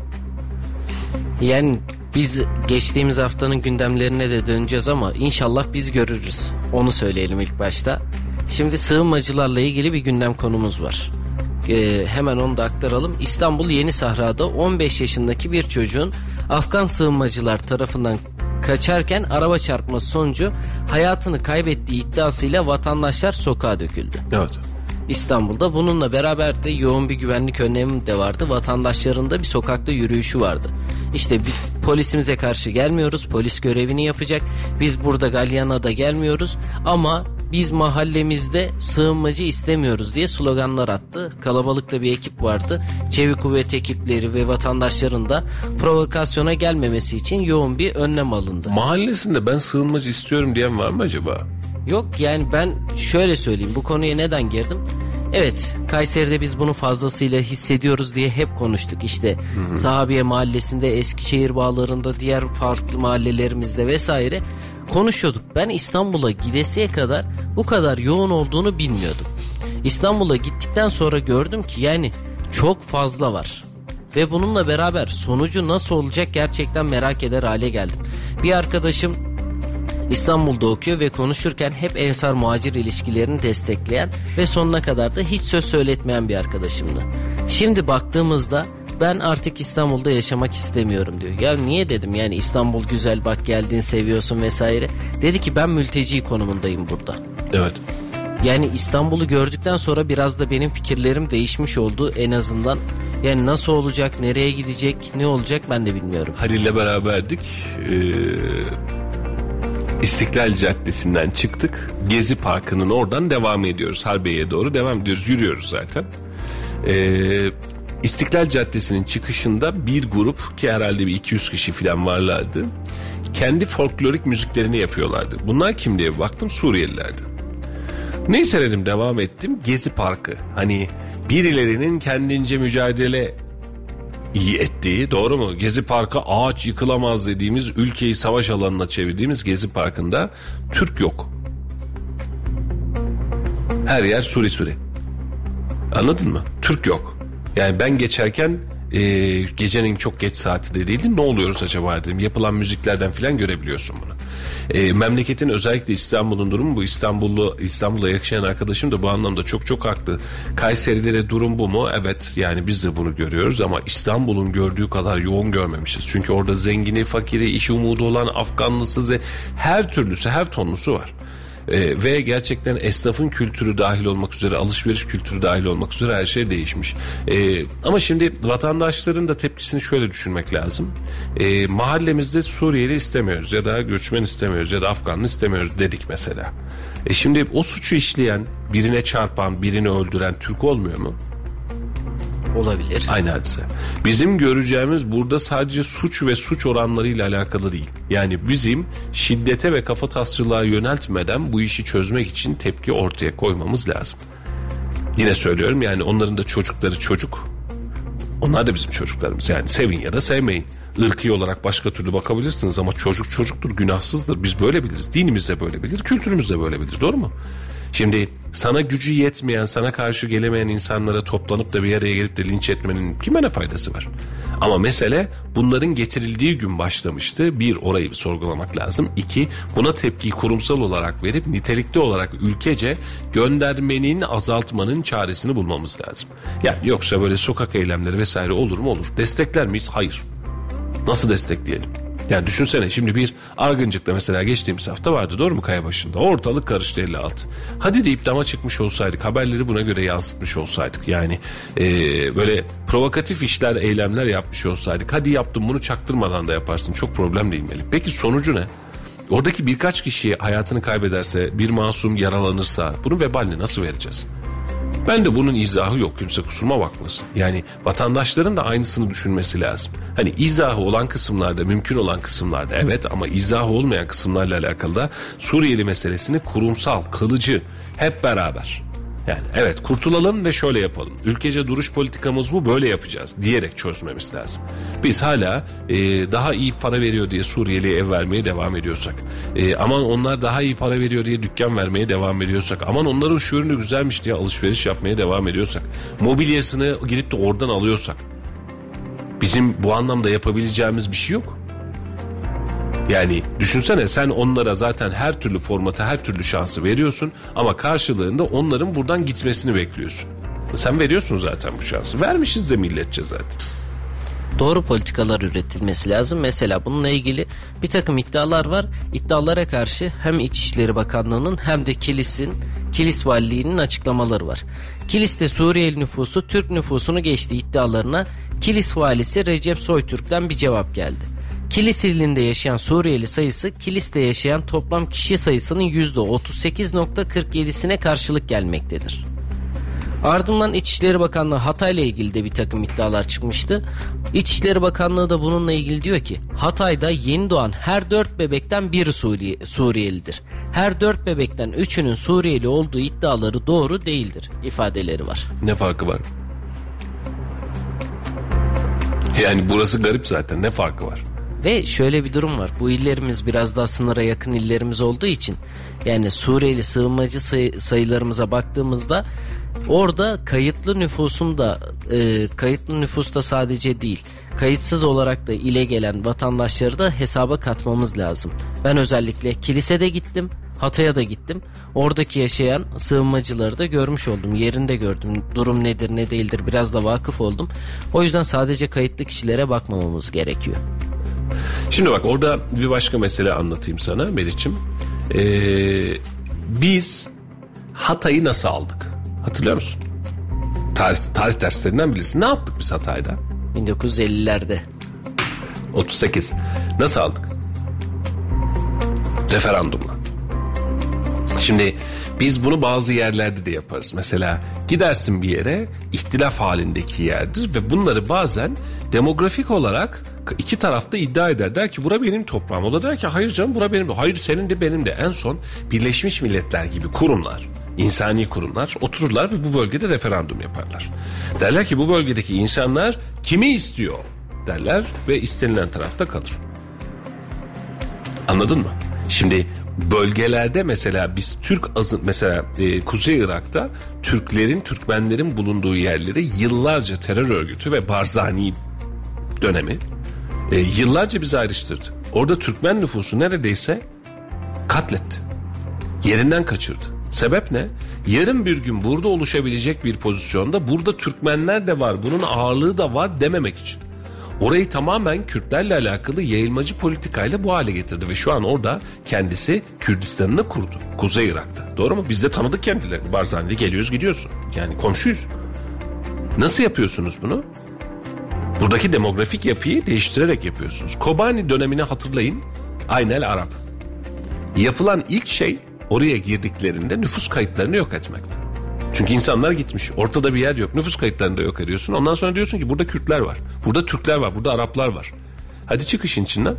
Yani biz geçtiğimiz haftanın gündemlerine de döneceğiz ama inşallah biz görürüz. Onu söyleyelim ilk başta. Şimdi sığınmacılarla ilgili bir gündem konumuz var. Hemen onu da aktaralım. İstanbul Yeni Sahra'da 15 yaşındaki bir çocuğun Afgan sığınmacılar tarafından kaçarken araba çarpması sonucu hayatını kaybettiği iddiasıyla vatandaşlar sokağa döküldü. Evet. İstanbul'da bununla beraber de yoğun bir güvenlik önlemi de vardı. Vatandaşların da bir sokakta yürüyüşü vardı. İşte polisimize karşı gelmiyoruz. Polis görevini yapacak. Biz burada Galyana'da gelmiyoruz ama biz mahallemizde sığınmacı istemiyoruz diye sloganlar attı. Kalabalıkta bir ekip vardı. Çevik kuvvet ekipleri ve vatandaşların da provokasyona gelmemesi için yoğun bir önlem alındı. Mahallesinde ben sığınmacı istiyorum diyen var mı acaba? Yok, yani ben şöyle söyleyeyim, bu konuya neden girdim? Evet, Kayseri'de biz bunu fazlasıyla hissediyoruz diye hep konuştuk. İşte Sahabiye Mahallesi'nde, Eskişehir bağlarında, diğer farklı mahallelerimizde vesaire konuşuyorduk. Ben İstanbul'a gidesiye kadar bu kadar yoğun olduğunu bilmiyordum. İstanbul'a gittikten sonra gördüm ki yani çok fazla var. Ve bununla beraber sonucu nasıl olacak gerçekten merak eder hale geldim. Bir arkadaşım İstanbul'da okuyor ve konuşurken hep ensar muhacir ilişkilerini destekleyen ve sonuna kadar da hiç söz söyletmeyen bir arkadaşımdı. Şimdi baktığımızda ben artık İstanbul'da yaşamak istemiyorum diyor. Ya niye dedim, yani İstanbul güzel, bak geldin, seviyorsun vesaire. Dedi ki ben mülteci konumundayım burada. Evet. Yani İstanbul'u gördükten sonra biraz da benim fikirlerim değişmiş oldu en azından. Yani nasıl olacak, nereye gidecek, ne olacak ben de bilmiyorum. Halil'le beraberdik. İstiklal Caddesi'nden çıktık. Gezi Parkı'nın oradan devam ediyoruz. Harbiye'ye doğru devam ediyoruz. Yürüyoruz zaten. İstiklal Caddesi'nin çıkışında bir grup, ki herhalde bir 200 kişi falan varlardı, kendi folklorik müziklerini yapıyorlardı. Bunlar kim diye baktım, Suriyelilerdi. Neyse dedim, devam ettim. Gezi Parkı, hani birilerinin kendince mücadele iyi ettiği, doğru mu? Gezi Parkı ağaç yıkılamaz dediğimiz, ülkeyi savaş alanına çevirdiğimiz Gezi Parkı'nda Türk yok. Her yer Suri. Anladın mı? Türk yok. Yani ben geçerken gecenin çok geç saati de değildi. Ne oluyoruz acaba dedim. Yapılan müziklerden falan görebiliyorsun bunu. Memleketin, özellikle İstanbul'un durumu bu. İstanbul'a yaşayan arkadaşım da bu anlamda çok çok haklı. Kayseri'de de durum bu mu? Evet, yani biz de bunu görüyoruz ama İstanbul'un gördüğü kadar yoğun görmemişiz. Çünkü orada zengini, fakiri, iş umudu olan, Afganlısı, her türlüsü, her tonlusu var. Ve gerçekten esnafın kültürü dahil olmak üzere, alışveriş kültürü dahil olmak üzere her şey değişmiş. Ama şimdi vatandaşların da tepkisini şöyle düşünmek lazım. Mahallemizde Suriyeli istemiyoruz ya da göçmen istemiyoruz ya da Afganlı istemiyoruz dedik mesela. Şimdi o suçu işleyen, birine çarpan, birini öldüren Türk olmuyor mu? Olabilir. Aynı hadise. Bizim göreceğimiz burada sadece suç ve suç oranlarıyla alakalı değil. Yani bizim şiddete ve kafatasçılığa yöneltmeden bu işi çözmek için tepki ortaya koymamız lazım. Yine söylüyorum, yani onların da çocukları çocuk. Onlar da bizim çocuklarımız. Yani sevin ya da sevmeyin. Irkî olarak başka türlü bakabilirsiniz ama çocuk çocuktur, günahsızdır. Biz böyle biliriz. Dinimiz de böyle bilir, kültürümüz de böyle bilir. Doğru mu? Şimdi sana gücü yetmeyen, sana karşı gelemeyen insanlara toplanıp da bir araya gelip de linç etmenin kime ne faydası var? Ama mesele bunların getirildiği gün başlamıştı. Bir, orayı bir sorgulamak lazım. İki, buna tepkiyi kurumsal olarak verip nitelikli olarak ülkece göndermenin, azaltmanın çaresini bulmamız lazım. Yani yoksa böyle sokak eylemleri vesaire olur mu? Olur. Destekler miyiz? Hayır. Nasıl destekleyelim? Yani düşünsene, şimdi bir Argıncık'ta mesela geçtiğimiz hafta vardı, doğru mu, Kayabaşı'nda? Ortalık karıştı 56. Hadi deyip dama çıkmış olsaydık, haberleri buna göre yansıtmış olsaydık, yani böyle provokatif işler, eylemler yapmış olsaydık, hadi yaptım bunu, çaktırmadan da yaparsın, çok problem değil Melih. Peki sonucu ne? Oradaki birkaç kişi hayatını kaybederse, bir masum yaralanırsa bunun vebalini nasıl vereceğiz? Ben de bunun izahı yok, kimse kusuruma bakmasın. Yani vatandaşların da aynısını düşünmesi lazım. Hani izahı olan kısımlarda, mümkün olan kısımlarda evet, ama izahı olmayan kısımlarla alakalı da Suriyeli meselesini kurumsal, kalıcı, hep beraber. Yani evet, kurtulalım ve şöyle yapalım. Ülkece duruş politikamız bu, böyle yapacağız diyerek çözmemiz lazım. Biz hala daha iyi para veriyor diye Suriyeli'ye ev vermeye devam ediyorsak, aman onlar daha iyi para veriyor diye dükkan vermeye devam ediyorsak, aman onların şu ürünü güzelmiş diye alışveriş yapmaya devam ediyorsak, mobilyasını gidip de oradan alıyorsak, bizim bu anlamda yapabileceğimiz bir şey yok. Yani düşünsene, sen onlara zaten her türlü formatı, her türlü şansı veriyorsun ama karşılığında onların buradan gitmesini bekliyorsun. Sen veriyorsun zaten bu şansı. Vermişiz de milletçe zaten. Doğru politikalar üretilmesi lazım. Mesela bununla ilgili bir takım iddialar var. İddialara karşı hem İçişleri Bakanlığı'nın hem de Kilis Valiliği'nin açıklamaları var. Kilis'te Suriyeli nüfusu Türk nüfusunu geçtiği iddialarına Kilis Valisi Recep Soytürk'ten bir cevap geldi. Kilis ilinde yaşayan Suriyeli sayısı Kilis'te yaşayan toplam kişi sayısının %38.47'sine karşılık gelmektedir. Ardından İçişleri Bakanlığı Hatay'la ilgili de bir takım iddialar çıkmıştı. İçişleri Bakanlığı da bununla ilgili diyor ki Hatay'da yeni doğan her 4 bebekten biri Suriyelidir. Her 4 bebekten 3'ünün Suriyeli olduğu iddiaları doğru değildir ifadeleri var. Ne farkı var? Yani burası garip zaten, ne farkı var? Ve şöyle bir durum var. Bu illerimiz biraz daha sınıra yakın illerimiz olduğu için yani Suriyeli sığınmacı sayılarımıza baktığımızda orada kayıtlı nüfusta sadece değil, kayıtsız olarak da ile gelen vatandaşları da hesaba katmamız lazım. Ben özellikle kilisede gittim, Hatay'a da gittim. Oradaki yaşayan sığınmacıları da görmüş oldum. Yerinde gördüm. Durum nedir ne değildir biraz da vakıf oldum. O yüzden sadece kayıtlı kişilere bakmamamız gerekiyor. Şimdi bak, orada bir başka mesele anlatayım sana Meriç'im. Biz Hatay'ı nasıl aldık? Hatırlıyor musun? Tarih derslerinden bilirsin. Ne yaptık biz Hatay'da? 1950'lerde. 38. Nasıl aldık? Referandumla. Şimdi biz bunu bazı yerlerde de yaparız. Mesela gidersin bir yere, ihtilaf halindeki yerdir ve bunları bazen demografik olarak iki tarafta iddia eder. Der ki bura benim toprağım. O da der ki hayır canım, bura benim de. Hayır, senin de benim de. En son Birleşmiş Milletler gibi kurumlar, insani kurumlar otururlar ve bu bölgede referandum yaparlar. Derler ki bu bölgedeki insanlar kimi istiyor derler ve istenilen tarafta kalır. Anladın mı? Şimdi bölgelerde mesela biz mesela Kuzey Irak'ta Türkmenlerin bulunduğu yerleri yıllarca terör örgütü ve Barzani dönemi yıllarca bizi ayrıştırdı. Orada Türkmen nüfusu neredeyse katletti. Yerinden kaçırdı. Sebep ne? Yarın bir gün burada oluşabilecek bir pozisyonda burada Türkmenler de var, bunun ağırlığı da var dememek için. Orayı tamamen Kürtlerle alakalı yayılmacı politikayla bu hale getirdi ve şu an orada kendisi Kürdistan'ını kurdu. Kuzey Irak'ta. Doğru mu? Biz de tanıdık kendilerini. Barzani'de geliyoruz gidiyorsun. Yani komşuyuz. Nasıl yapıyorsunuz bunu? Buradaki demografik yapıyı değiştirerek yapıyorsunuz. Kobani dönemini hatırlayın. Aynel Arap. Yapılan ilk şey oraya girdiklerinde nüfus kayıtlarını yok etmekti. Çünkü insanlar gitmiş. Ortada bir yer yok. Nüfus kayıtlarını da yok ediyorsun. Ondan sonra diyorsun ki burada Kürtler var. Burada Türkler var. Burada Araplar var. Hadi çık işin içinden.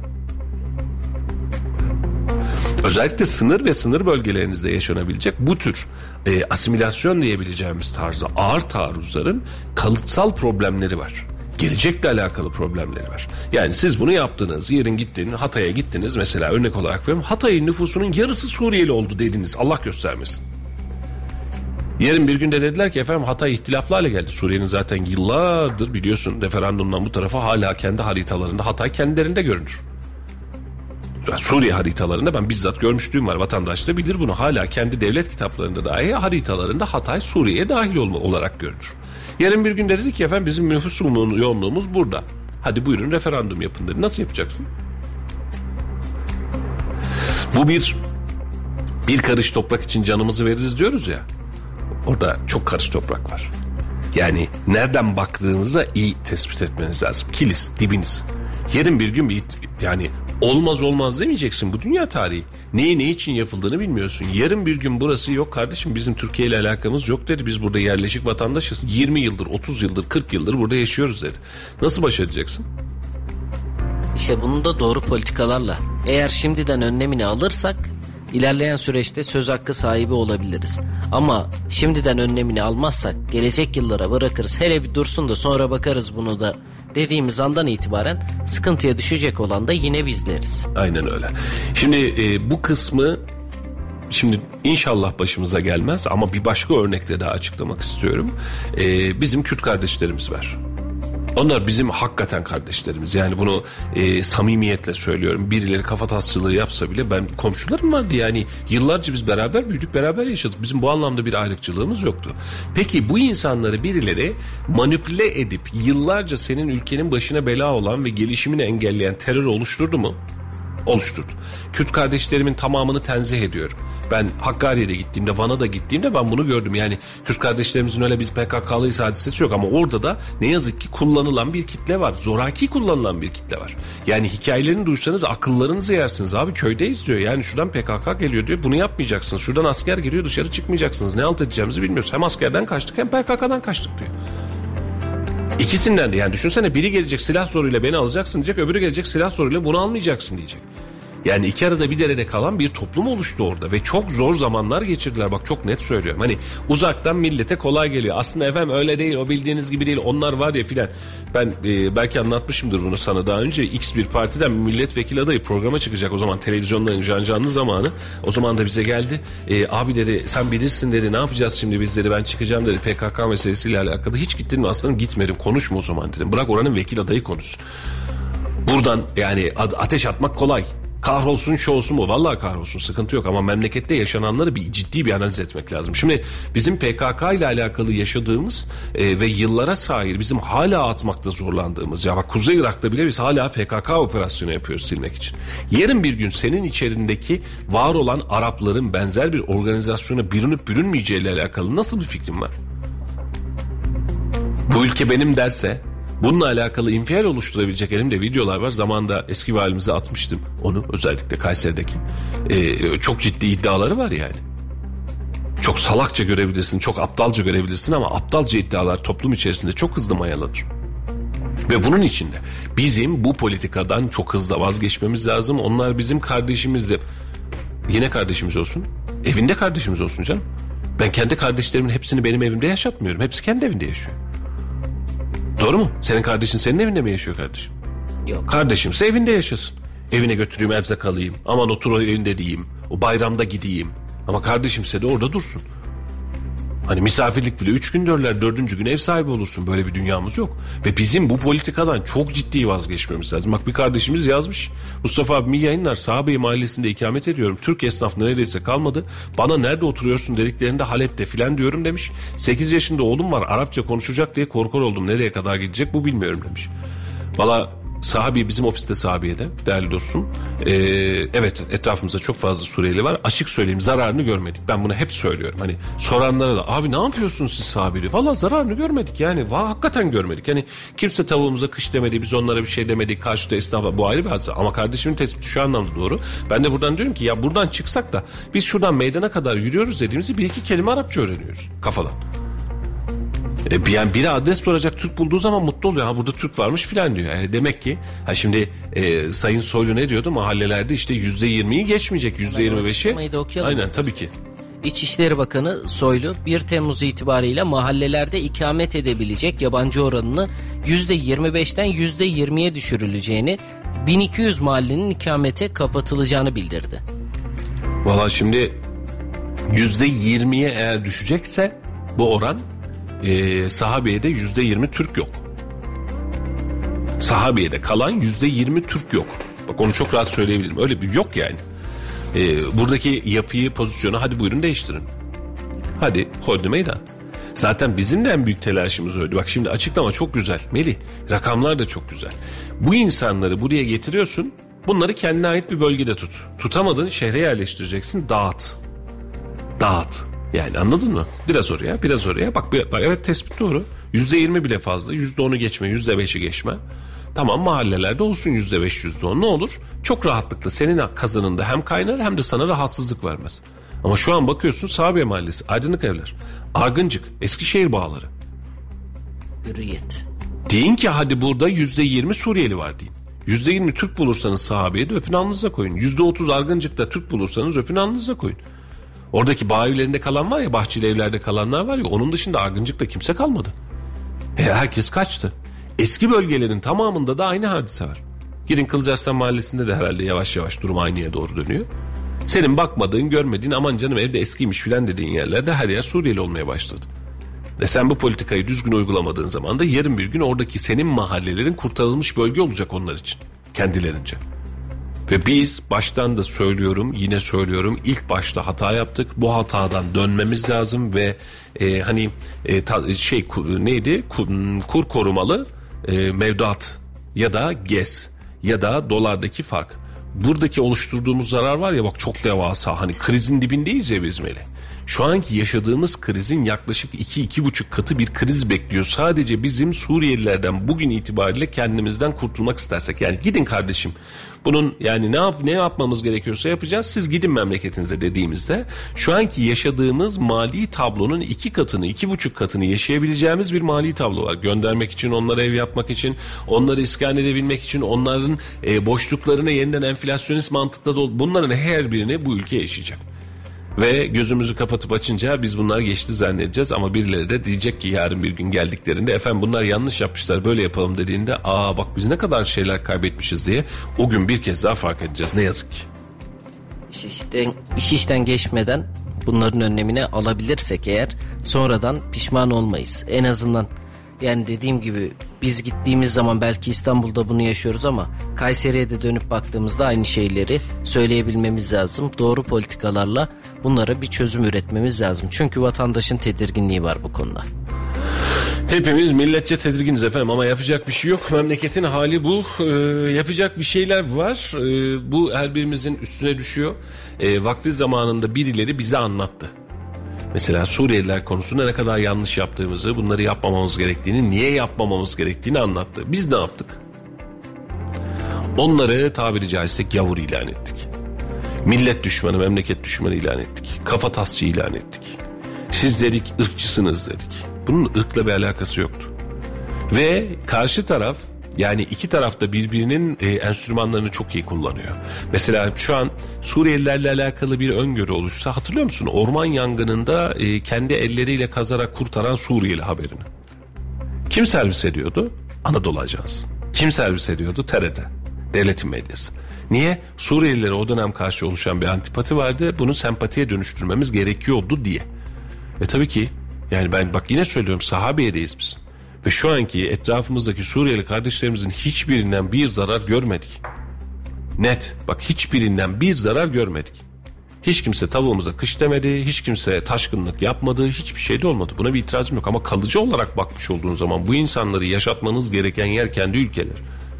Özellikle sınır ve sınır bölgelerinizde yaşanabilecek bu tür asimilasyon diyebileceğimiz tarzda ağır taarruzların kalıtsal problemleri var. Gelecekle alakalı problemleri var. Yani siz bunu yaptınız. Yarın gittiniz, Hatay'a gittiniz mesela, örnek olarak veriyorum. Hatay'ın nüfusunun yarısı Suriyeli oldu dediniz. Allah göstermesin. Yarın bir günde dediler ki efendim Hatay ihtilaflı hale geldi. Suriye'nin zaten yıllardır biliyorsun referandumdan bu tarafa hala kendi haritalarında Hatay kendilerinde görünür. Suriye haritalarında ben bizzat görmüşlüğüm var. Vatandaş da bilir bunu. Hala kendi devlet kitaplarında dahi haritalarında Hatay Suriye'ye dahil olarak görünür. Yarın bir günde dedi ki efendim bizim nüfus yoğunluğumuz burada. Hadi buyurun referandum yapın dedi. Nasıl yapacaksın? Bu bir karış toprak için canımızı veririz diyoruz ya. Orada çok karış toprak var. Yani nereden baktığınızda iyi tespit etmeniz lazım. Kilis, dibiniz. Yarın bir gün yani olmaz demeyeceksin. Bu dünya tarihi. Ne için yapıldığını bilmiyorsun. Yarın bir gün burası yok kardeşim, bizim Türkiye ile alakamız yok dedi. Biz burada yerleşik vatandaşız. 20 yıldır, 30 yıldır, 40 yıldır burada yaşıyoruz dedi. Nasıl başaracaksın? İşte bunu da doğru politikalarla. Eğer şimdiden önlemini alırsak İlerleyen süreçte söz hakkı sahibi olabiliriz. Ama şimdiden önlemini almazsak gelecek yıllara bırakırız. Hele bir dursun da sonra bakarız bunu da dediğimiz andan itibaren sıkıntıya düşecek olan da yine bizleriz. Aynen öyle. Şimdi bu kısmı inşallah başımıza gelmez ama bir başka örnekle daha açıklamak istiyorum. Bizim Kürt kardeşlerimiz var. Onlar bizim hakikaten kardeşlerimiz. Yani bunu samimiyetle söylüyorum. Birileri kafatasçılığı yapsa bile, ben komşularım vardı yani. Yıllarca biz beraber büyüdük, beraber yaşadık. Bizim bu anlamda bir ayrıkçılığımız yoktu. Peki bu insanları birileri manipüle edip yıllarca senin ülkenin başına bela olan ve gelişimini engelleyen terör oluşturdu mu? Oluşturdu. Kürt kardeşlerimin tamamını tenzih ediyorum. Ben Hakkari'ye gittiğimde, Van'a da gittiğimde ben bunu gördüm. Yani Kürt kardeşlerimizin öyle biz PKK'lıyız hadisesi yok ama orada da ne yazık ki kullanılan bir kitle var. Zoraki kullanılan bir kitle var. Yani hikayelerini duysanız akıllarınızı yersiniz. Abi köydeyiz diyor. Yani şuradan PKK geliyor diyor. Bunu yapmayacaksınız. Şuradan asker geliyor, dışarı çıkmayacaksınız. Ne halt edeceğimizi bilmiyoruz. Hem askerden kaçtık hem PKK'dan kaçtık diyor. İkisinden de, yani düşünsene, biri gelecek silah soruyla beni alacaksın diyecek, öbürü gelecek silah soruyla bunu almayacaksın diyecek. Yani iki arada bir derede kalan bir toplum oluştu orada ve çok zor zamanlar geçirdiler. Bak çok net söylüyorum. Hani uzaktan millete kolay geliyor. Aslında efendim öyle değil, o bildiğiniz gibi değil, onlar var ya filan. Ben belki anlatmışımdır bunu sana daha önce. X bir partiden bir milletvekili adayı programa çıkacak. O zaman televizyonların canlı zamanı. O zaman da bize geldi. Abi dedi, sen bilirsin dedi, ne yapacağız şimdi biz dedi, ben çıkacağım dedi PKK meselesiyle alakalı. Hiç gittin mi aslanım? Gitmedim, konuşma o zaman dedim. Bırak oranın vekil adayı konuşsun. Buradan yani ateş atmak kolay. Kahrolsun şu olsun mu? Vallahi kahrolsun, sıkıntı yok ama memlekette yaşananları ciddi bir analiz etmek lazım. Şimdi bizim PKK ile alakalı yaşadığımız ve yıllara sahip bizim hala atmakta zorlandığımız, ya bak Kuzey Irak'ta bile biz hala PKK operasyonu yapıyoruz silmek için. Yarın bir gün senin içerisindeki var olan Arapların benzer bir organizasyona bürünüp bürünmeyeceği ile alakalı nasıl bir fikrin var? Bu ülke benim derse, bununla alakalı infial oluşturabilecek elimde videolar var. Zamanında eski valimize atmıştım onu, özellikle Kayseri'deki. Çok ciddi iddiaları var yani. Çok salakça görebilirsin, çok aptalca görebilirsin ama aptalca iddialar toplum içerisinde çok hızlı mayalanır. Ve bunun içinde bizim bu politikadan çok hızlı vazgeçmemiz lazım. Onlar bizim kardeşimiz de. Yine kardeşimiz olsun. Evinde kardeşimiz olsun canım. Ben kendi kardeşlerimin hepsini benim evimde yaşatmıyorum. Hepsi kendi evinde yaşıyor. Doğru mu? Senin kardeşin senin evinde mi yaşıyor kardeşim? Yok. Kardeşimse evinde yaşasın. Evine götüreyim, erzak alayım. Aman otur o evinde diyeyim. O bayramda gideyim. Ama kardeşimse de orada dursun. Hani misafirlik bile 3 gün derler, 4. gün ev sahibi olursun. Böyle bir dünyamız yok. Ve bizim bu politikadan çok ciddi vazgeçmemiz lazım. Bak bir kardeşimiz yazmış. Mustafa abimi yayınlar. Sahabe-i Mahallesi'nde ikamet ediyorum. Türk esnaf neredeyse kalmadı. Bana nerede oturuyorsun dediklerinde Halep'te filan diyorum demiş. 8 yaşında oğlum var. Arapça konuşacak diye korkar oldum. Nereye kadar gidecek bu bilmiyorum demiş. Valla sahabi, bizim ofiste sahabiyede değerli dostum. Evet, etrafımızda çok fazla Suriyeli var. Açık söyleyeyim, zararını görmedik. Ben bunu hep söylüyorum. Hani soranlara da abi ne yapıyorsunuz siz sahabili? Valla zararını görmedik yani. Hakikaten görmedik. Yani kimse tavuğumuza kış demedi. Biz onlara bir şey demedik. Karşıda esnafa, bu ayrı bir hadise. Ama kardeşimin tespiti şu anlamda doğru. Ben de buradan diyorum ki ya buradan çıksak da biz şuradan meydana kadar yürüyoruz dediğimizde bir iki kelime Arapça öğreniyoruz kafadan. Yani biri adres soracak, Türk bulduğu zaman mutlu oluyor. Ha burada Türk varmış filan diyor. Yani demek ki şimdi Sayın Soylu ne diyordu? Mahallelerde işte %20'yi geçmeyecek, %25'i. Aynen tabii ki. İçişleri Bakanı Soylu 1 Temmuz itibariyle mahallelerde ikamet edebilecek yabancı oranını %25'ten %20'ye düşürüleceğini, 1200 mahallenin ikamete kapatılacağını bildirdi. Valla şimdi %20'ye eğer düşecekse bu oran, sahabiyede %20 Türk yok. Sahabiyede kalan %20 Türk yok. Bak onu çok rahat söyleyebilirim. Öyle bir yok yani. Buradaki yapıyı, pozisyonu hadi buyurun değiştirin. Hadi hodri meydan. Zaten bizim de en büyük telaşımız öyle. Bak şimdi açıklama çok güzel Melih. Rakamlar da çok güzel. Bu insanları buraya getiriyorsun. Bunları kendine ait bir bölgede tut. Tutamadın, şehre yerleştireceksin. Dağıt. Yani anladın mı? Biraz oraya, biraz oraya. Bak evet, tespit doğru. %20 bile fazla. %10'u geçme, %5'i geçme. Tamam, mahallelerde olsun %5, %10. Ne olur? Çok rahatlıkla senin kazanında hem kaynar hem de sana rahatsızlık vermez. Ama şu an bakıyorsun Sahabe Mahallesi, Aydınlık Evler, Argıncık, Eskişehir bağları. Hürriyet. Deyin ki hadi burada %20 Suriyeli var deyin. %20 Türk bulursanız sahabeye de öpün alnınıza koyun. %30 Argıncık'ta Türk bulursanız öpün alnınıza koyun. Oradaki bağ evlerinde kalan var ya, bahçeli evlerde kalanlar var ya, onun dışında Argıncık'ta kimse kalmadı. Herkes kaçtı. Eski bölgelerin tamamında da aynı hadise var. Girin Kılıçarslan Mahallesi'nde de herhalde yavaş yavaş durum aynıya doğru dönüyor. Senin bakmadığın, görmediğin, aman canım evde eskiymiş filan dediğin yerlerde her yer Suriyeli olmaya başladı. Sen bu politikayı düzgün uygulamadığın zaman da yarın bir gün oradaki senin mahallelerin kurtarılmış bölge olacak onlar için. Kendilerince. Ve biz baştan da söylüyorum, yine söylüyorum, ilk başta hata yaptık. Bu hatadan dönmemiz lazım ve kur korumalı mevduat ya da GES ya da dolardaki fark. Buradaki oluşturduğumuz zarar var ya, bak çok devasa, hani krizin dibindeyiz ya biz Melih. Şu anki yaşadığımız krizin yaklaşık 2-2,5 katı bir kriz bekliyor. Sadece bizim Suriyelilerden bugün itibariyle kendimizden kurtulmak istersek. Yani gidin kardeşim, bunun yani ne yapmamız gerekiyorsa yapacağız, siz gidin memleketinize dediğimizde şu anki yaşadığımız mali tablonun 2 katını 2,5 katını yaşayabileceğimiz bir mali tablo var. Göndermek için, onlara ev yapmak için, onları iskan edebilmek için, onların boşluklarını yeniden enflasyonist mantıkla bunların her birini bu ülke yaşayacak. Ve gözümüzü kapatıp açınca biz bunlar geçti zannedeceğiz ama birileri de diyecek ki yarın bir gün geldiklerinde efendim bunlar yanlış yapmışlar, böyle yapalım dediğinde bak biz ne kadar şeyler kaybetmişiz diye o gün bir kez daha fark edeceğiz, ne yazık ki. İş işten geçmeden bunların önlemini alabilirsek eğer sonradan pişman olmayız. En azından yani dediğim gibi biz gittiğimiz zaman belki İstanbul'da bunu yaşıyoruz ama Kayseri'ye de dönüp baktığımızda aynı şeyleri söyleyebilmemiz lazım. Doğru politikalarla bunlara bir çözüm üretmemiz lazım. Çünkü vatandaşın tedirginliği var bu konuda. Hepimiz milletçe tedirginiz efendim ama yapacak bir şey yok. Memleketin hali bu. Yapacak bir şeyler var. Bu her birimizin üstüne düşüyor. Vakti zamanında birileri bize anlattı. Mesela Suriyeliler konusunda ne kadar yanlış yaptığımızı, bunları yapmamamız gerektiğini, niye yapmamamız gerektiğini anlattı. Biz ne yaptık? Onları tabiri caizse gavur ilan ettik. Millet düşmanı, memleket düşmanı ilan ettik. Kafatasçı ilan ettik. Siz dedik ırkçısınız dedik. Bunun ırkla bir alakası yoktu. Ve karşı taraf, yani iki tarafta birbirinin enstrümanlarını çok iyi kullanıyor. Mesela şu an Suriyelilerle alakalı bir öngörü oluşsa, hatırlıyor musun? Orman yangınında kendi elleriyle kazarak kurtaran Suriyeli haberini. Kim servis ediyordu? Anadolu Ajansı. Kim servis ediyordu? TRT. Devletin medyası. Niye? Suriyelilere o dönem karşı oluşan bir antipati vardı. Bunu sempatiye dönüştürmemiz gerekiyordu diye. Tabii ki yani ben bak yine söylüyorum, sahabiyedeyiz biz. Ve şu anki etrafımızdaki Suriyeli kardeşlerimizin hiçbirinden bir zarar görmedik. Net. Bak hiçbirinden bir zarar görmedik. Hiç kimse tavuğumuza kış demedi. Hiç kimse taşkınlık yapmadı. Hiçbir şey de olmadı. Buna bir itirazım yok. Ama kalıcı olarak bakmış olduğun zaman bu insanları yaşatmanız gereken yer kendi ülkeleri.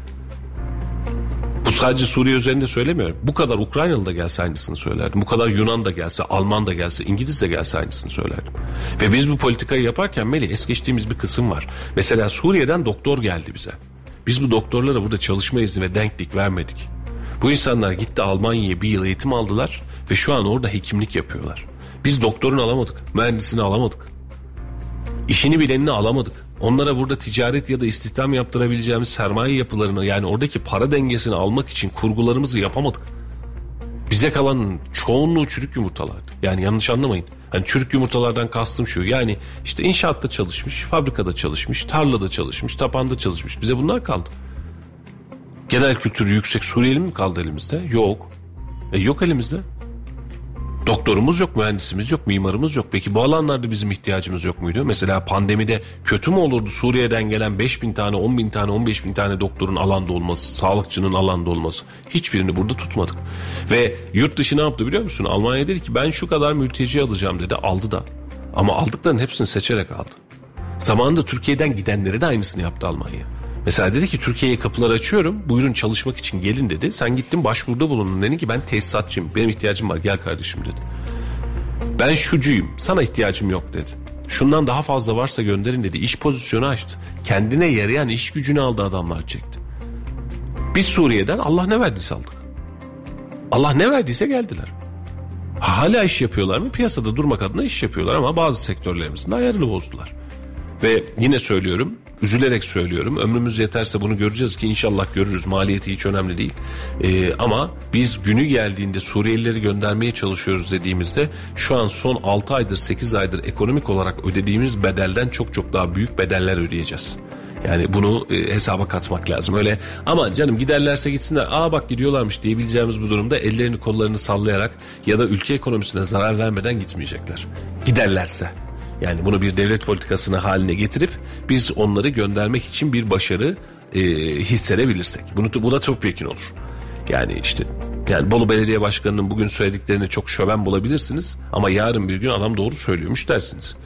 Bu sadece Suriye üzerinde söylemiyorum. Bu kadar Ukraynalı da gelse aynısını söylerdim. Bu kadar Yunan da gelse, Alman da gelse, İngiliz de gelse aynısını söylerdim. Ve biz bu politikayı yaparken Melih es geçtiğimiz bir kısım var. Mesela Suriye'den doktor geldi bize. Biz bu doktorlara burada çalışma izni ve denklik vermedik. Bu insanlar gitti Almanya'ya bir yıl eğitim aldılar ve şu an orada hekimlik yapıyorlar. Biz doktorunu alamadık, mühendisini alamadık. İşini bilenini alamadık. Onlara burada ticaret ya da istihdam yaptırabileceğimiz sermaye yapılarını, yani oradaki para dengesini almak için kurgularımızı yapamadık. Bize kalan çoğunluğu çürük yumurtalardı. Yani yanlış anlamayın. Hani çürük yumurtalardan kastım şu. Yani işte inşaatta çalışmış, fabrikada çalışmış, tarlada çalışmış, tapanda çalışmış. Bize bunlar kaldı. Genel kültürü yüksek Suriyeli mi kaldı elimizde? Yok. Yok elimizde. Doktorumuz yok, mühendisimiz yok, mimarımız yok. Peki bu alanlarda bizim ihtiyacımız yok muydu? Mesela pandemide kötü mü olurdu Suriye'den gelen 5.000 tane, 10.000 tane, 15.000 tane doktorun alanda olması, sağlıkçının alanda olması? Hiçbirini burada tutmadık. Ve yurt dışı ne yaptı biliyor musun? Almanya dedi ki ben şu kadar mülteci alacağım dedi. Aldı da. Ama aldıklarının hepsini seçerek aldı. Zamanında Türkiye'den gidenlere de aynısını yaptı Almanya. Mesela dedi ki Türkiye'ye kapıları açıyorum, buyurun çalışmak için gelin dedi. Sen gittin başvuruda bulundun, dedin ki ben tesisatçıyım, benim ihtiyacım var, gel kardeşim dedi. Ben şucuyum, sana ihtiyacım yok dedi. Şundan daha fazla varsa gönderin dedi. İş pozisyonu açtı. Kendine yarayan iş gücünü aldı, adamlar çekti. Biz Suriye'den Allah ne verdiyse aldık. Allah ne verdiyse geldiler. Hala iş yapıyorlar mı? Piyasada durmak adına iş yapıyorlar ama bazı sektörlerimizin ayarını bozdular. Ve yine söylüyorum, üzülerek söylüyorum, ömrümüz yeterse bunu göreceğiz ki inşallah görürüz, maliyeti hiç önemli değil. Ama biz günü geldiğinde Suriyelileri göndermeye çalışıyoruz dediğimizde şu an son 6 aydır 8 aydır ekonomik olarak ödediğimiz bedelden çok çok daha büyük bedeller ödeyeceğiz. Yani bunu hesaba katmak lazım. Öyle ama canım giderlerse gitsinler, bak gidiyorlarmış diyebileceğimiz bu durumda ellerini kollarını sallayarak ya da ülke ekonomisine zarar vermeden gitmeyecekler. Giderlerse. Yani bunu bir devlet politikasına haline getirip biz onları göndermek için bir başarı hissedebilirsek. Bu da topyekin olur. Yani işte Bolu Belediye Başkanı'nın bugün söylediklerini çok şöven bulabilirsiniz ama yarın bir gün adam doğru söylüyormuş dersiniz.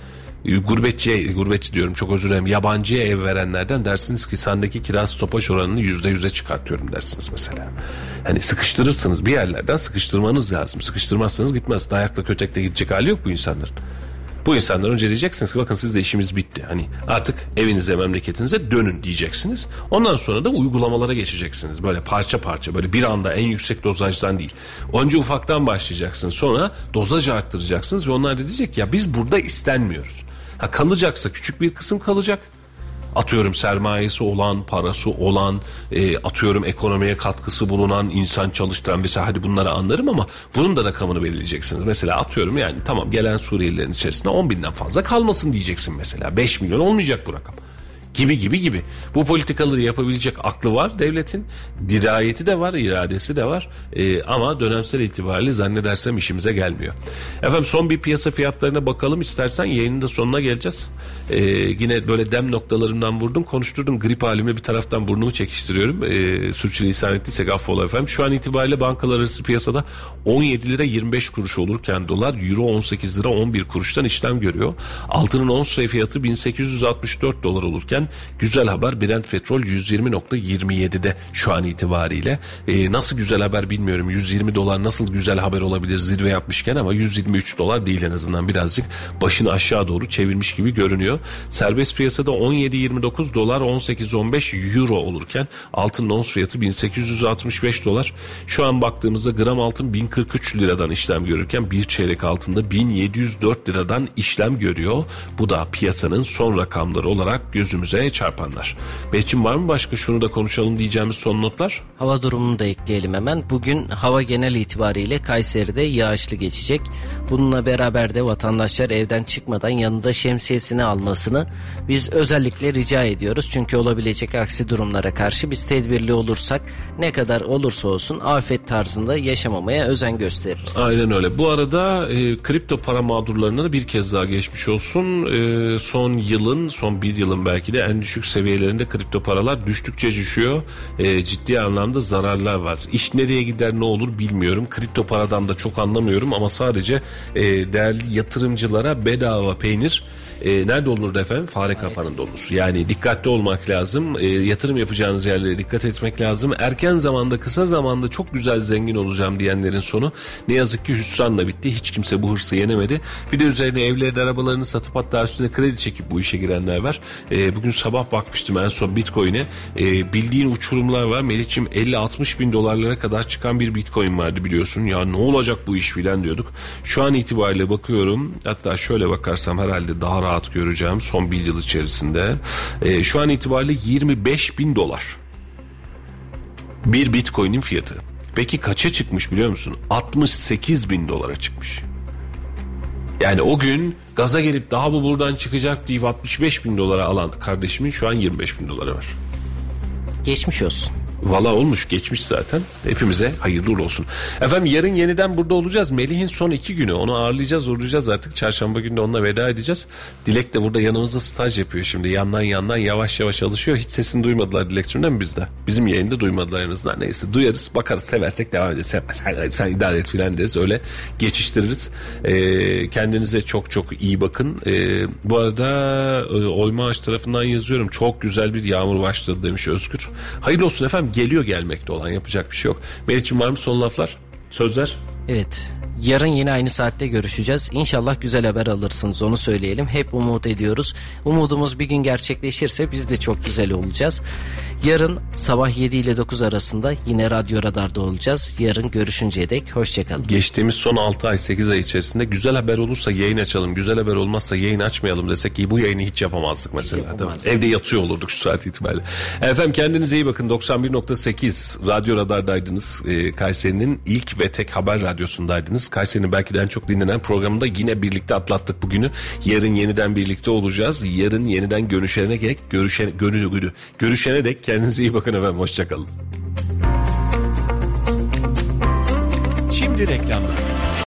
Gurbetçi diyorum, çok özür dilerim, yabancıya ev verenlerden dersiniz ki sendeki kira stopaj oranını %100'e çıkartıyorum dersiniz mesela. Hani sıkıştırırsınız, bir yerlerden sıkıştırmanız lazım. Sıkıştırmazsanız gitmez. Dayakla kötekle gidecek hali yok bu insanların. Bu insanlar önce diyeceksiniz ki bakın sizde işimiz bitti. Hani artık evinize, memleketinize dönün diyeceksiniz. Ondan sonra da uygulamalara geçeceksiniz. Böyle parça parça, böyle bir anda en yüksek dozajdan değil. Önce ufaktan başlayacaksınız. Sonra dozaj arttıracaksınız ve onlar da diyecek ya biz burada istenmiyoruz. Kalacaksa küçük bir kısım kalacak. Atıyorum sermayesi olan, parası olan, atıyorum ekonomiye katkısı bulunan, insan çalıştıran mesela, hadi bunları anlarım ama bunun da rakamını belirleyeceksiniz. Mesela atıyorum yani tamam, gelen Suriyelilerin içerisinde 10.000'den fazla kalmasın diyeceksin mesela. 5 milyon olmayacak bu rakam. Gibi. Bu politikaları yapabilecek aklı var devletin. Dirayeti de var, iradesi de var. Ama dönemsel itibariyle zannedersem işimize gelmiyor. Efendim son bir piyasa fiyatlarına bakalım istersen, yayının da sonuna geleceğiz. Yine böyle dem noktalarından vurdum, konuşturdum. Grip halimle bir taraftan burnumu çekiştiriyorum. Sürçülisan ettiysek affola efendim. Şu an itibariyle bankalar arası piyasada 17 lira 25 kuruş olurken dolar, euro 18 lira 11 kuruştan işlem görüyor. Altının ons fiyatı 1864 dolar olurken güzel haber Brent petrol 120.27'de şu an itibariyle. Nasıl güzel haber bilmiyorum. 120 dolar nasıl güzel haber olabilir zirve yapmışken, ama 123 dolar değil, en azından birazcık başını aşağı doğru çevirmiş gibi görünüyor. Serbest piyasada 17.29 dolar 18.15 euro olurken altının ons fiyatı 1865 dolar. Şu an baktığımızda gram altın 1043 liradan işlem görürken bir çeyrek altında 1704 liradan işlem görüyor. Bu da piyasanın son rakamları olarak gözümüze çarpanlar. Behçin, var mı başka şunu da konuşalım diyeceğimiz son notlar? Hava durumunu da ekleyelim hemen. Bugün hava genel itibariyle Kayseri'de yağışlı geçecek. Bununla beraber de vatandaşlar evden çıkmadan yanında şemsiyesini almasını biz özellikle rica ediyoruz. Çünkü olabilecek aksi durumlara karşı biz tedbirli olursak ne kadar olursa olsun afet tarzında yaşamamaya özen gösteririz. Aynen öyle. Bu arada kripto para mağdurlarına da bir kez daha geçmiş olsun. Son bir yılın belki de en düşük seviyelerinde kripto paralar düştükçe düşüyor. Ciddi anlamda zararlar var. İş nereye gider, ne olur bilmiyorum. Kripto paradan da çok anlamıyorum ama sadece değerli yatırımcılara bedava peynir nerede olurdu efendim? Fare kapanında olur. Yani dikkatli olmak lazım. Yatırım yapacağınız yerlere dikkat etmek lazım. Erken zamanda, kısa zamanda çok güzel zengin olacağım diyenlerin sonu ne yazık ki hüsranla bitti. Hiç kimse bu hırsı yenemedi. Bir de üzerine evlerini, arabalarını satıp hatta üstüne kredi çekip bu işe girenler var. Bugün sabah bakmıştım en son Bitcoin'e. Bildiğin uçurumlar var. Melih'ciğim 50-60 bin dolarlara kadar çıkan bir Bitcoin vardı biliyorsun. Ya ne olacak bu iş filan diyorduk. Şu an itibariyle bakıyorum. Hatta şöyle bakarsam herhalde daha rahat göreceğim son bir yıl içerisinde. Şu an itibariyle 25 bin dolar. Bir Bitcoin'in fiyatı. Peki kaça çıkmış biliyor musun? 68 bin dolara çıkmış. Yani o gün gaza gelip daha bu buradan çıkacak deyip 65 bin dolara alan kardeşimin şu an 25 bin doları var. Geçmiş olsun. Valla olmuş, geçmiş zaten. Hepimize hayırlı uğurlu olsun. Efendim yarın yeniden burada olacağız. Melih'in son 2 günü. Onu ağırlayacağız, uğurlayacağız artık. Çarşamba günü de onunla veda edeceğiz. Dilek de burada yanımızda staj yapıyor şimdi. Yandan yavaş yavaş alışıyor. Hiç sesini duymadılar Dilek'cim değil mi bizde? Bizim yayında duymadılar en azından. Neyse duyarız, bakarız, seversek devam ederiz. Sen idare et filan deriz. Öyle geçiştiririz. Kendinize çok çok iyi bakın. Bu arada Oymaağaç tarafından yazıyorum. Çok güzel bir yağmur başladı demiş Özgür. Hayırlı olsun efendim. Geliyor gelmekte olan, yapacak bir şey yok. Melih'cim var mı son laflar? Sözler? Evet. Yarın yine aynı saatte görüşeceğiz. İnşallah güzel haber alırsınız, onu söyleyelim. Hep umut ediyoruz. Umudumuz bir gün gerçekleşirse biz de çok güzel olacağız. Yarın sabah 7 ile 9 arasında yine Radyo Radar'da olacağız. Yarın görüşünceye dek hoşçakalın. Geçtiğimiz son 6 ay 8 ay içerisinde güzel haber olursa yayın açalım, güzel haber olmazsa yayın açmayalım desek ki bu yayını hiç yapamazdık mesela. Evde yatıyor olurduk şu saat itibariyle. Efendim kendinize iyi bakın. 91.8 Radyo Radar'daydınız. Kayseri'nin ilk ve tek haber radyosundaydınız. Kayseri'nin belki de en çok dinlenen programında yine birlikte atlattık bugünü. Yarın yeniden birlikte olacağız. Yarın yeniden görüşene dek kendinize iyi bakın efendim. Hoşçakalın. Şimdi reklamlar.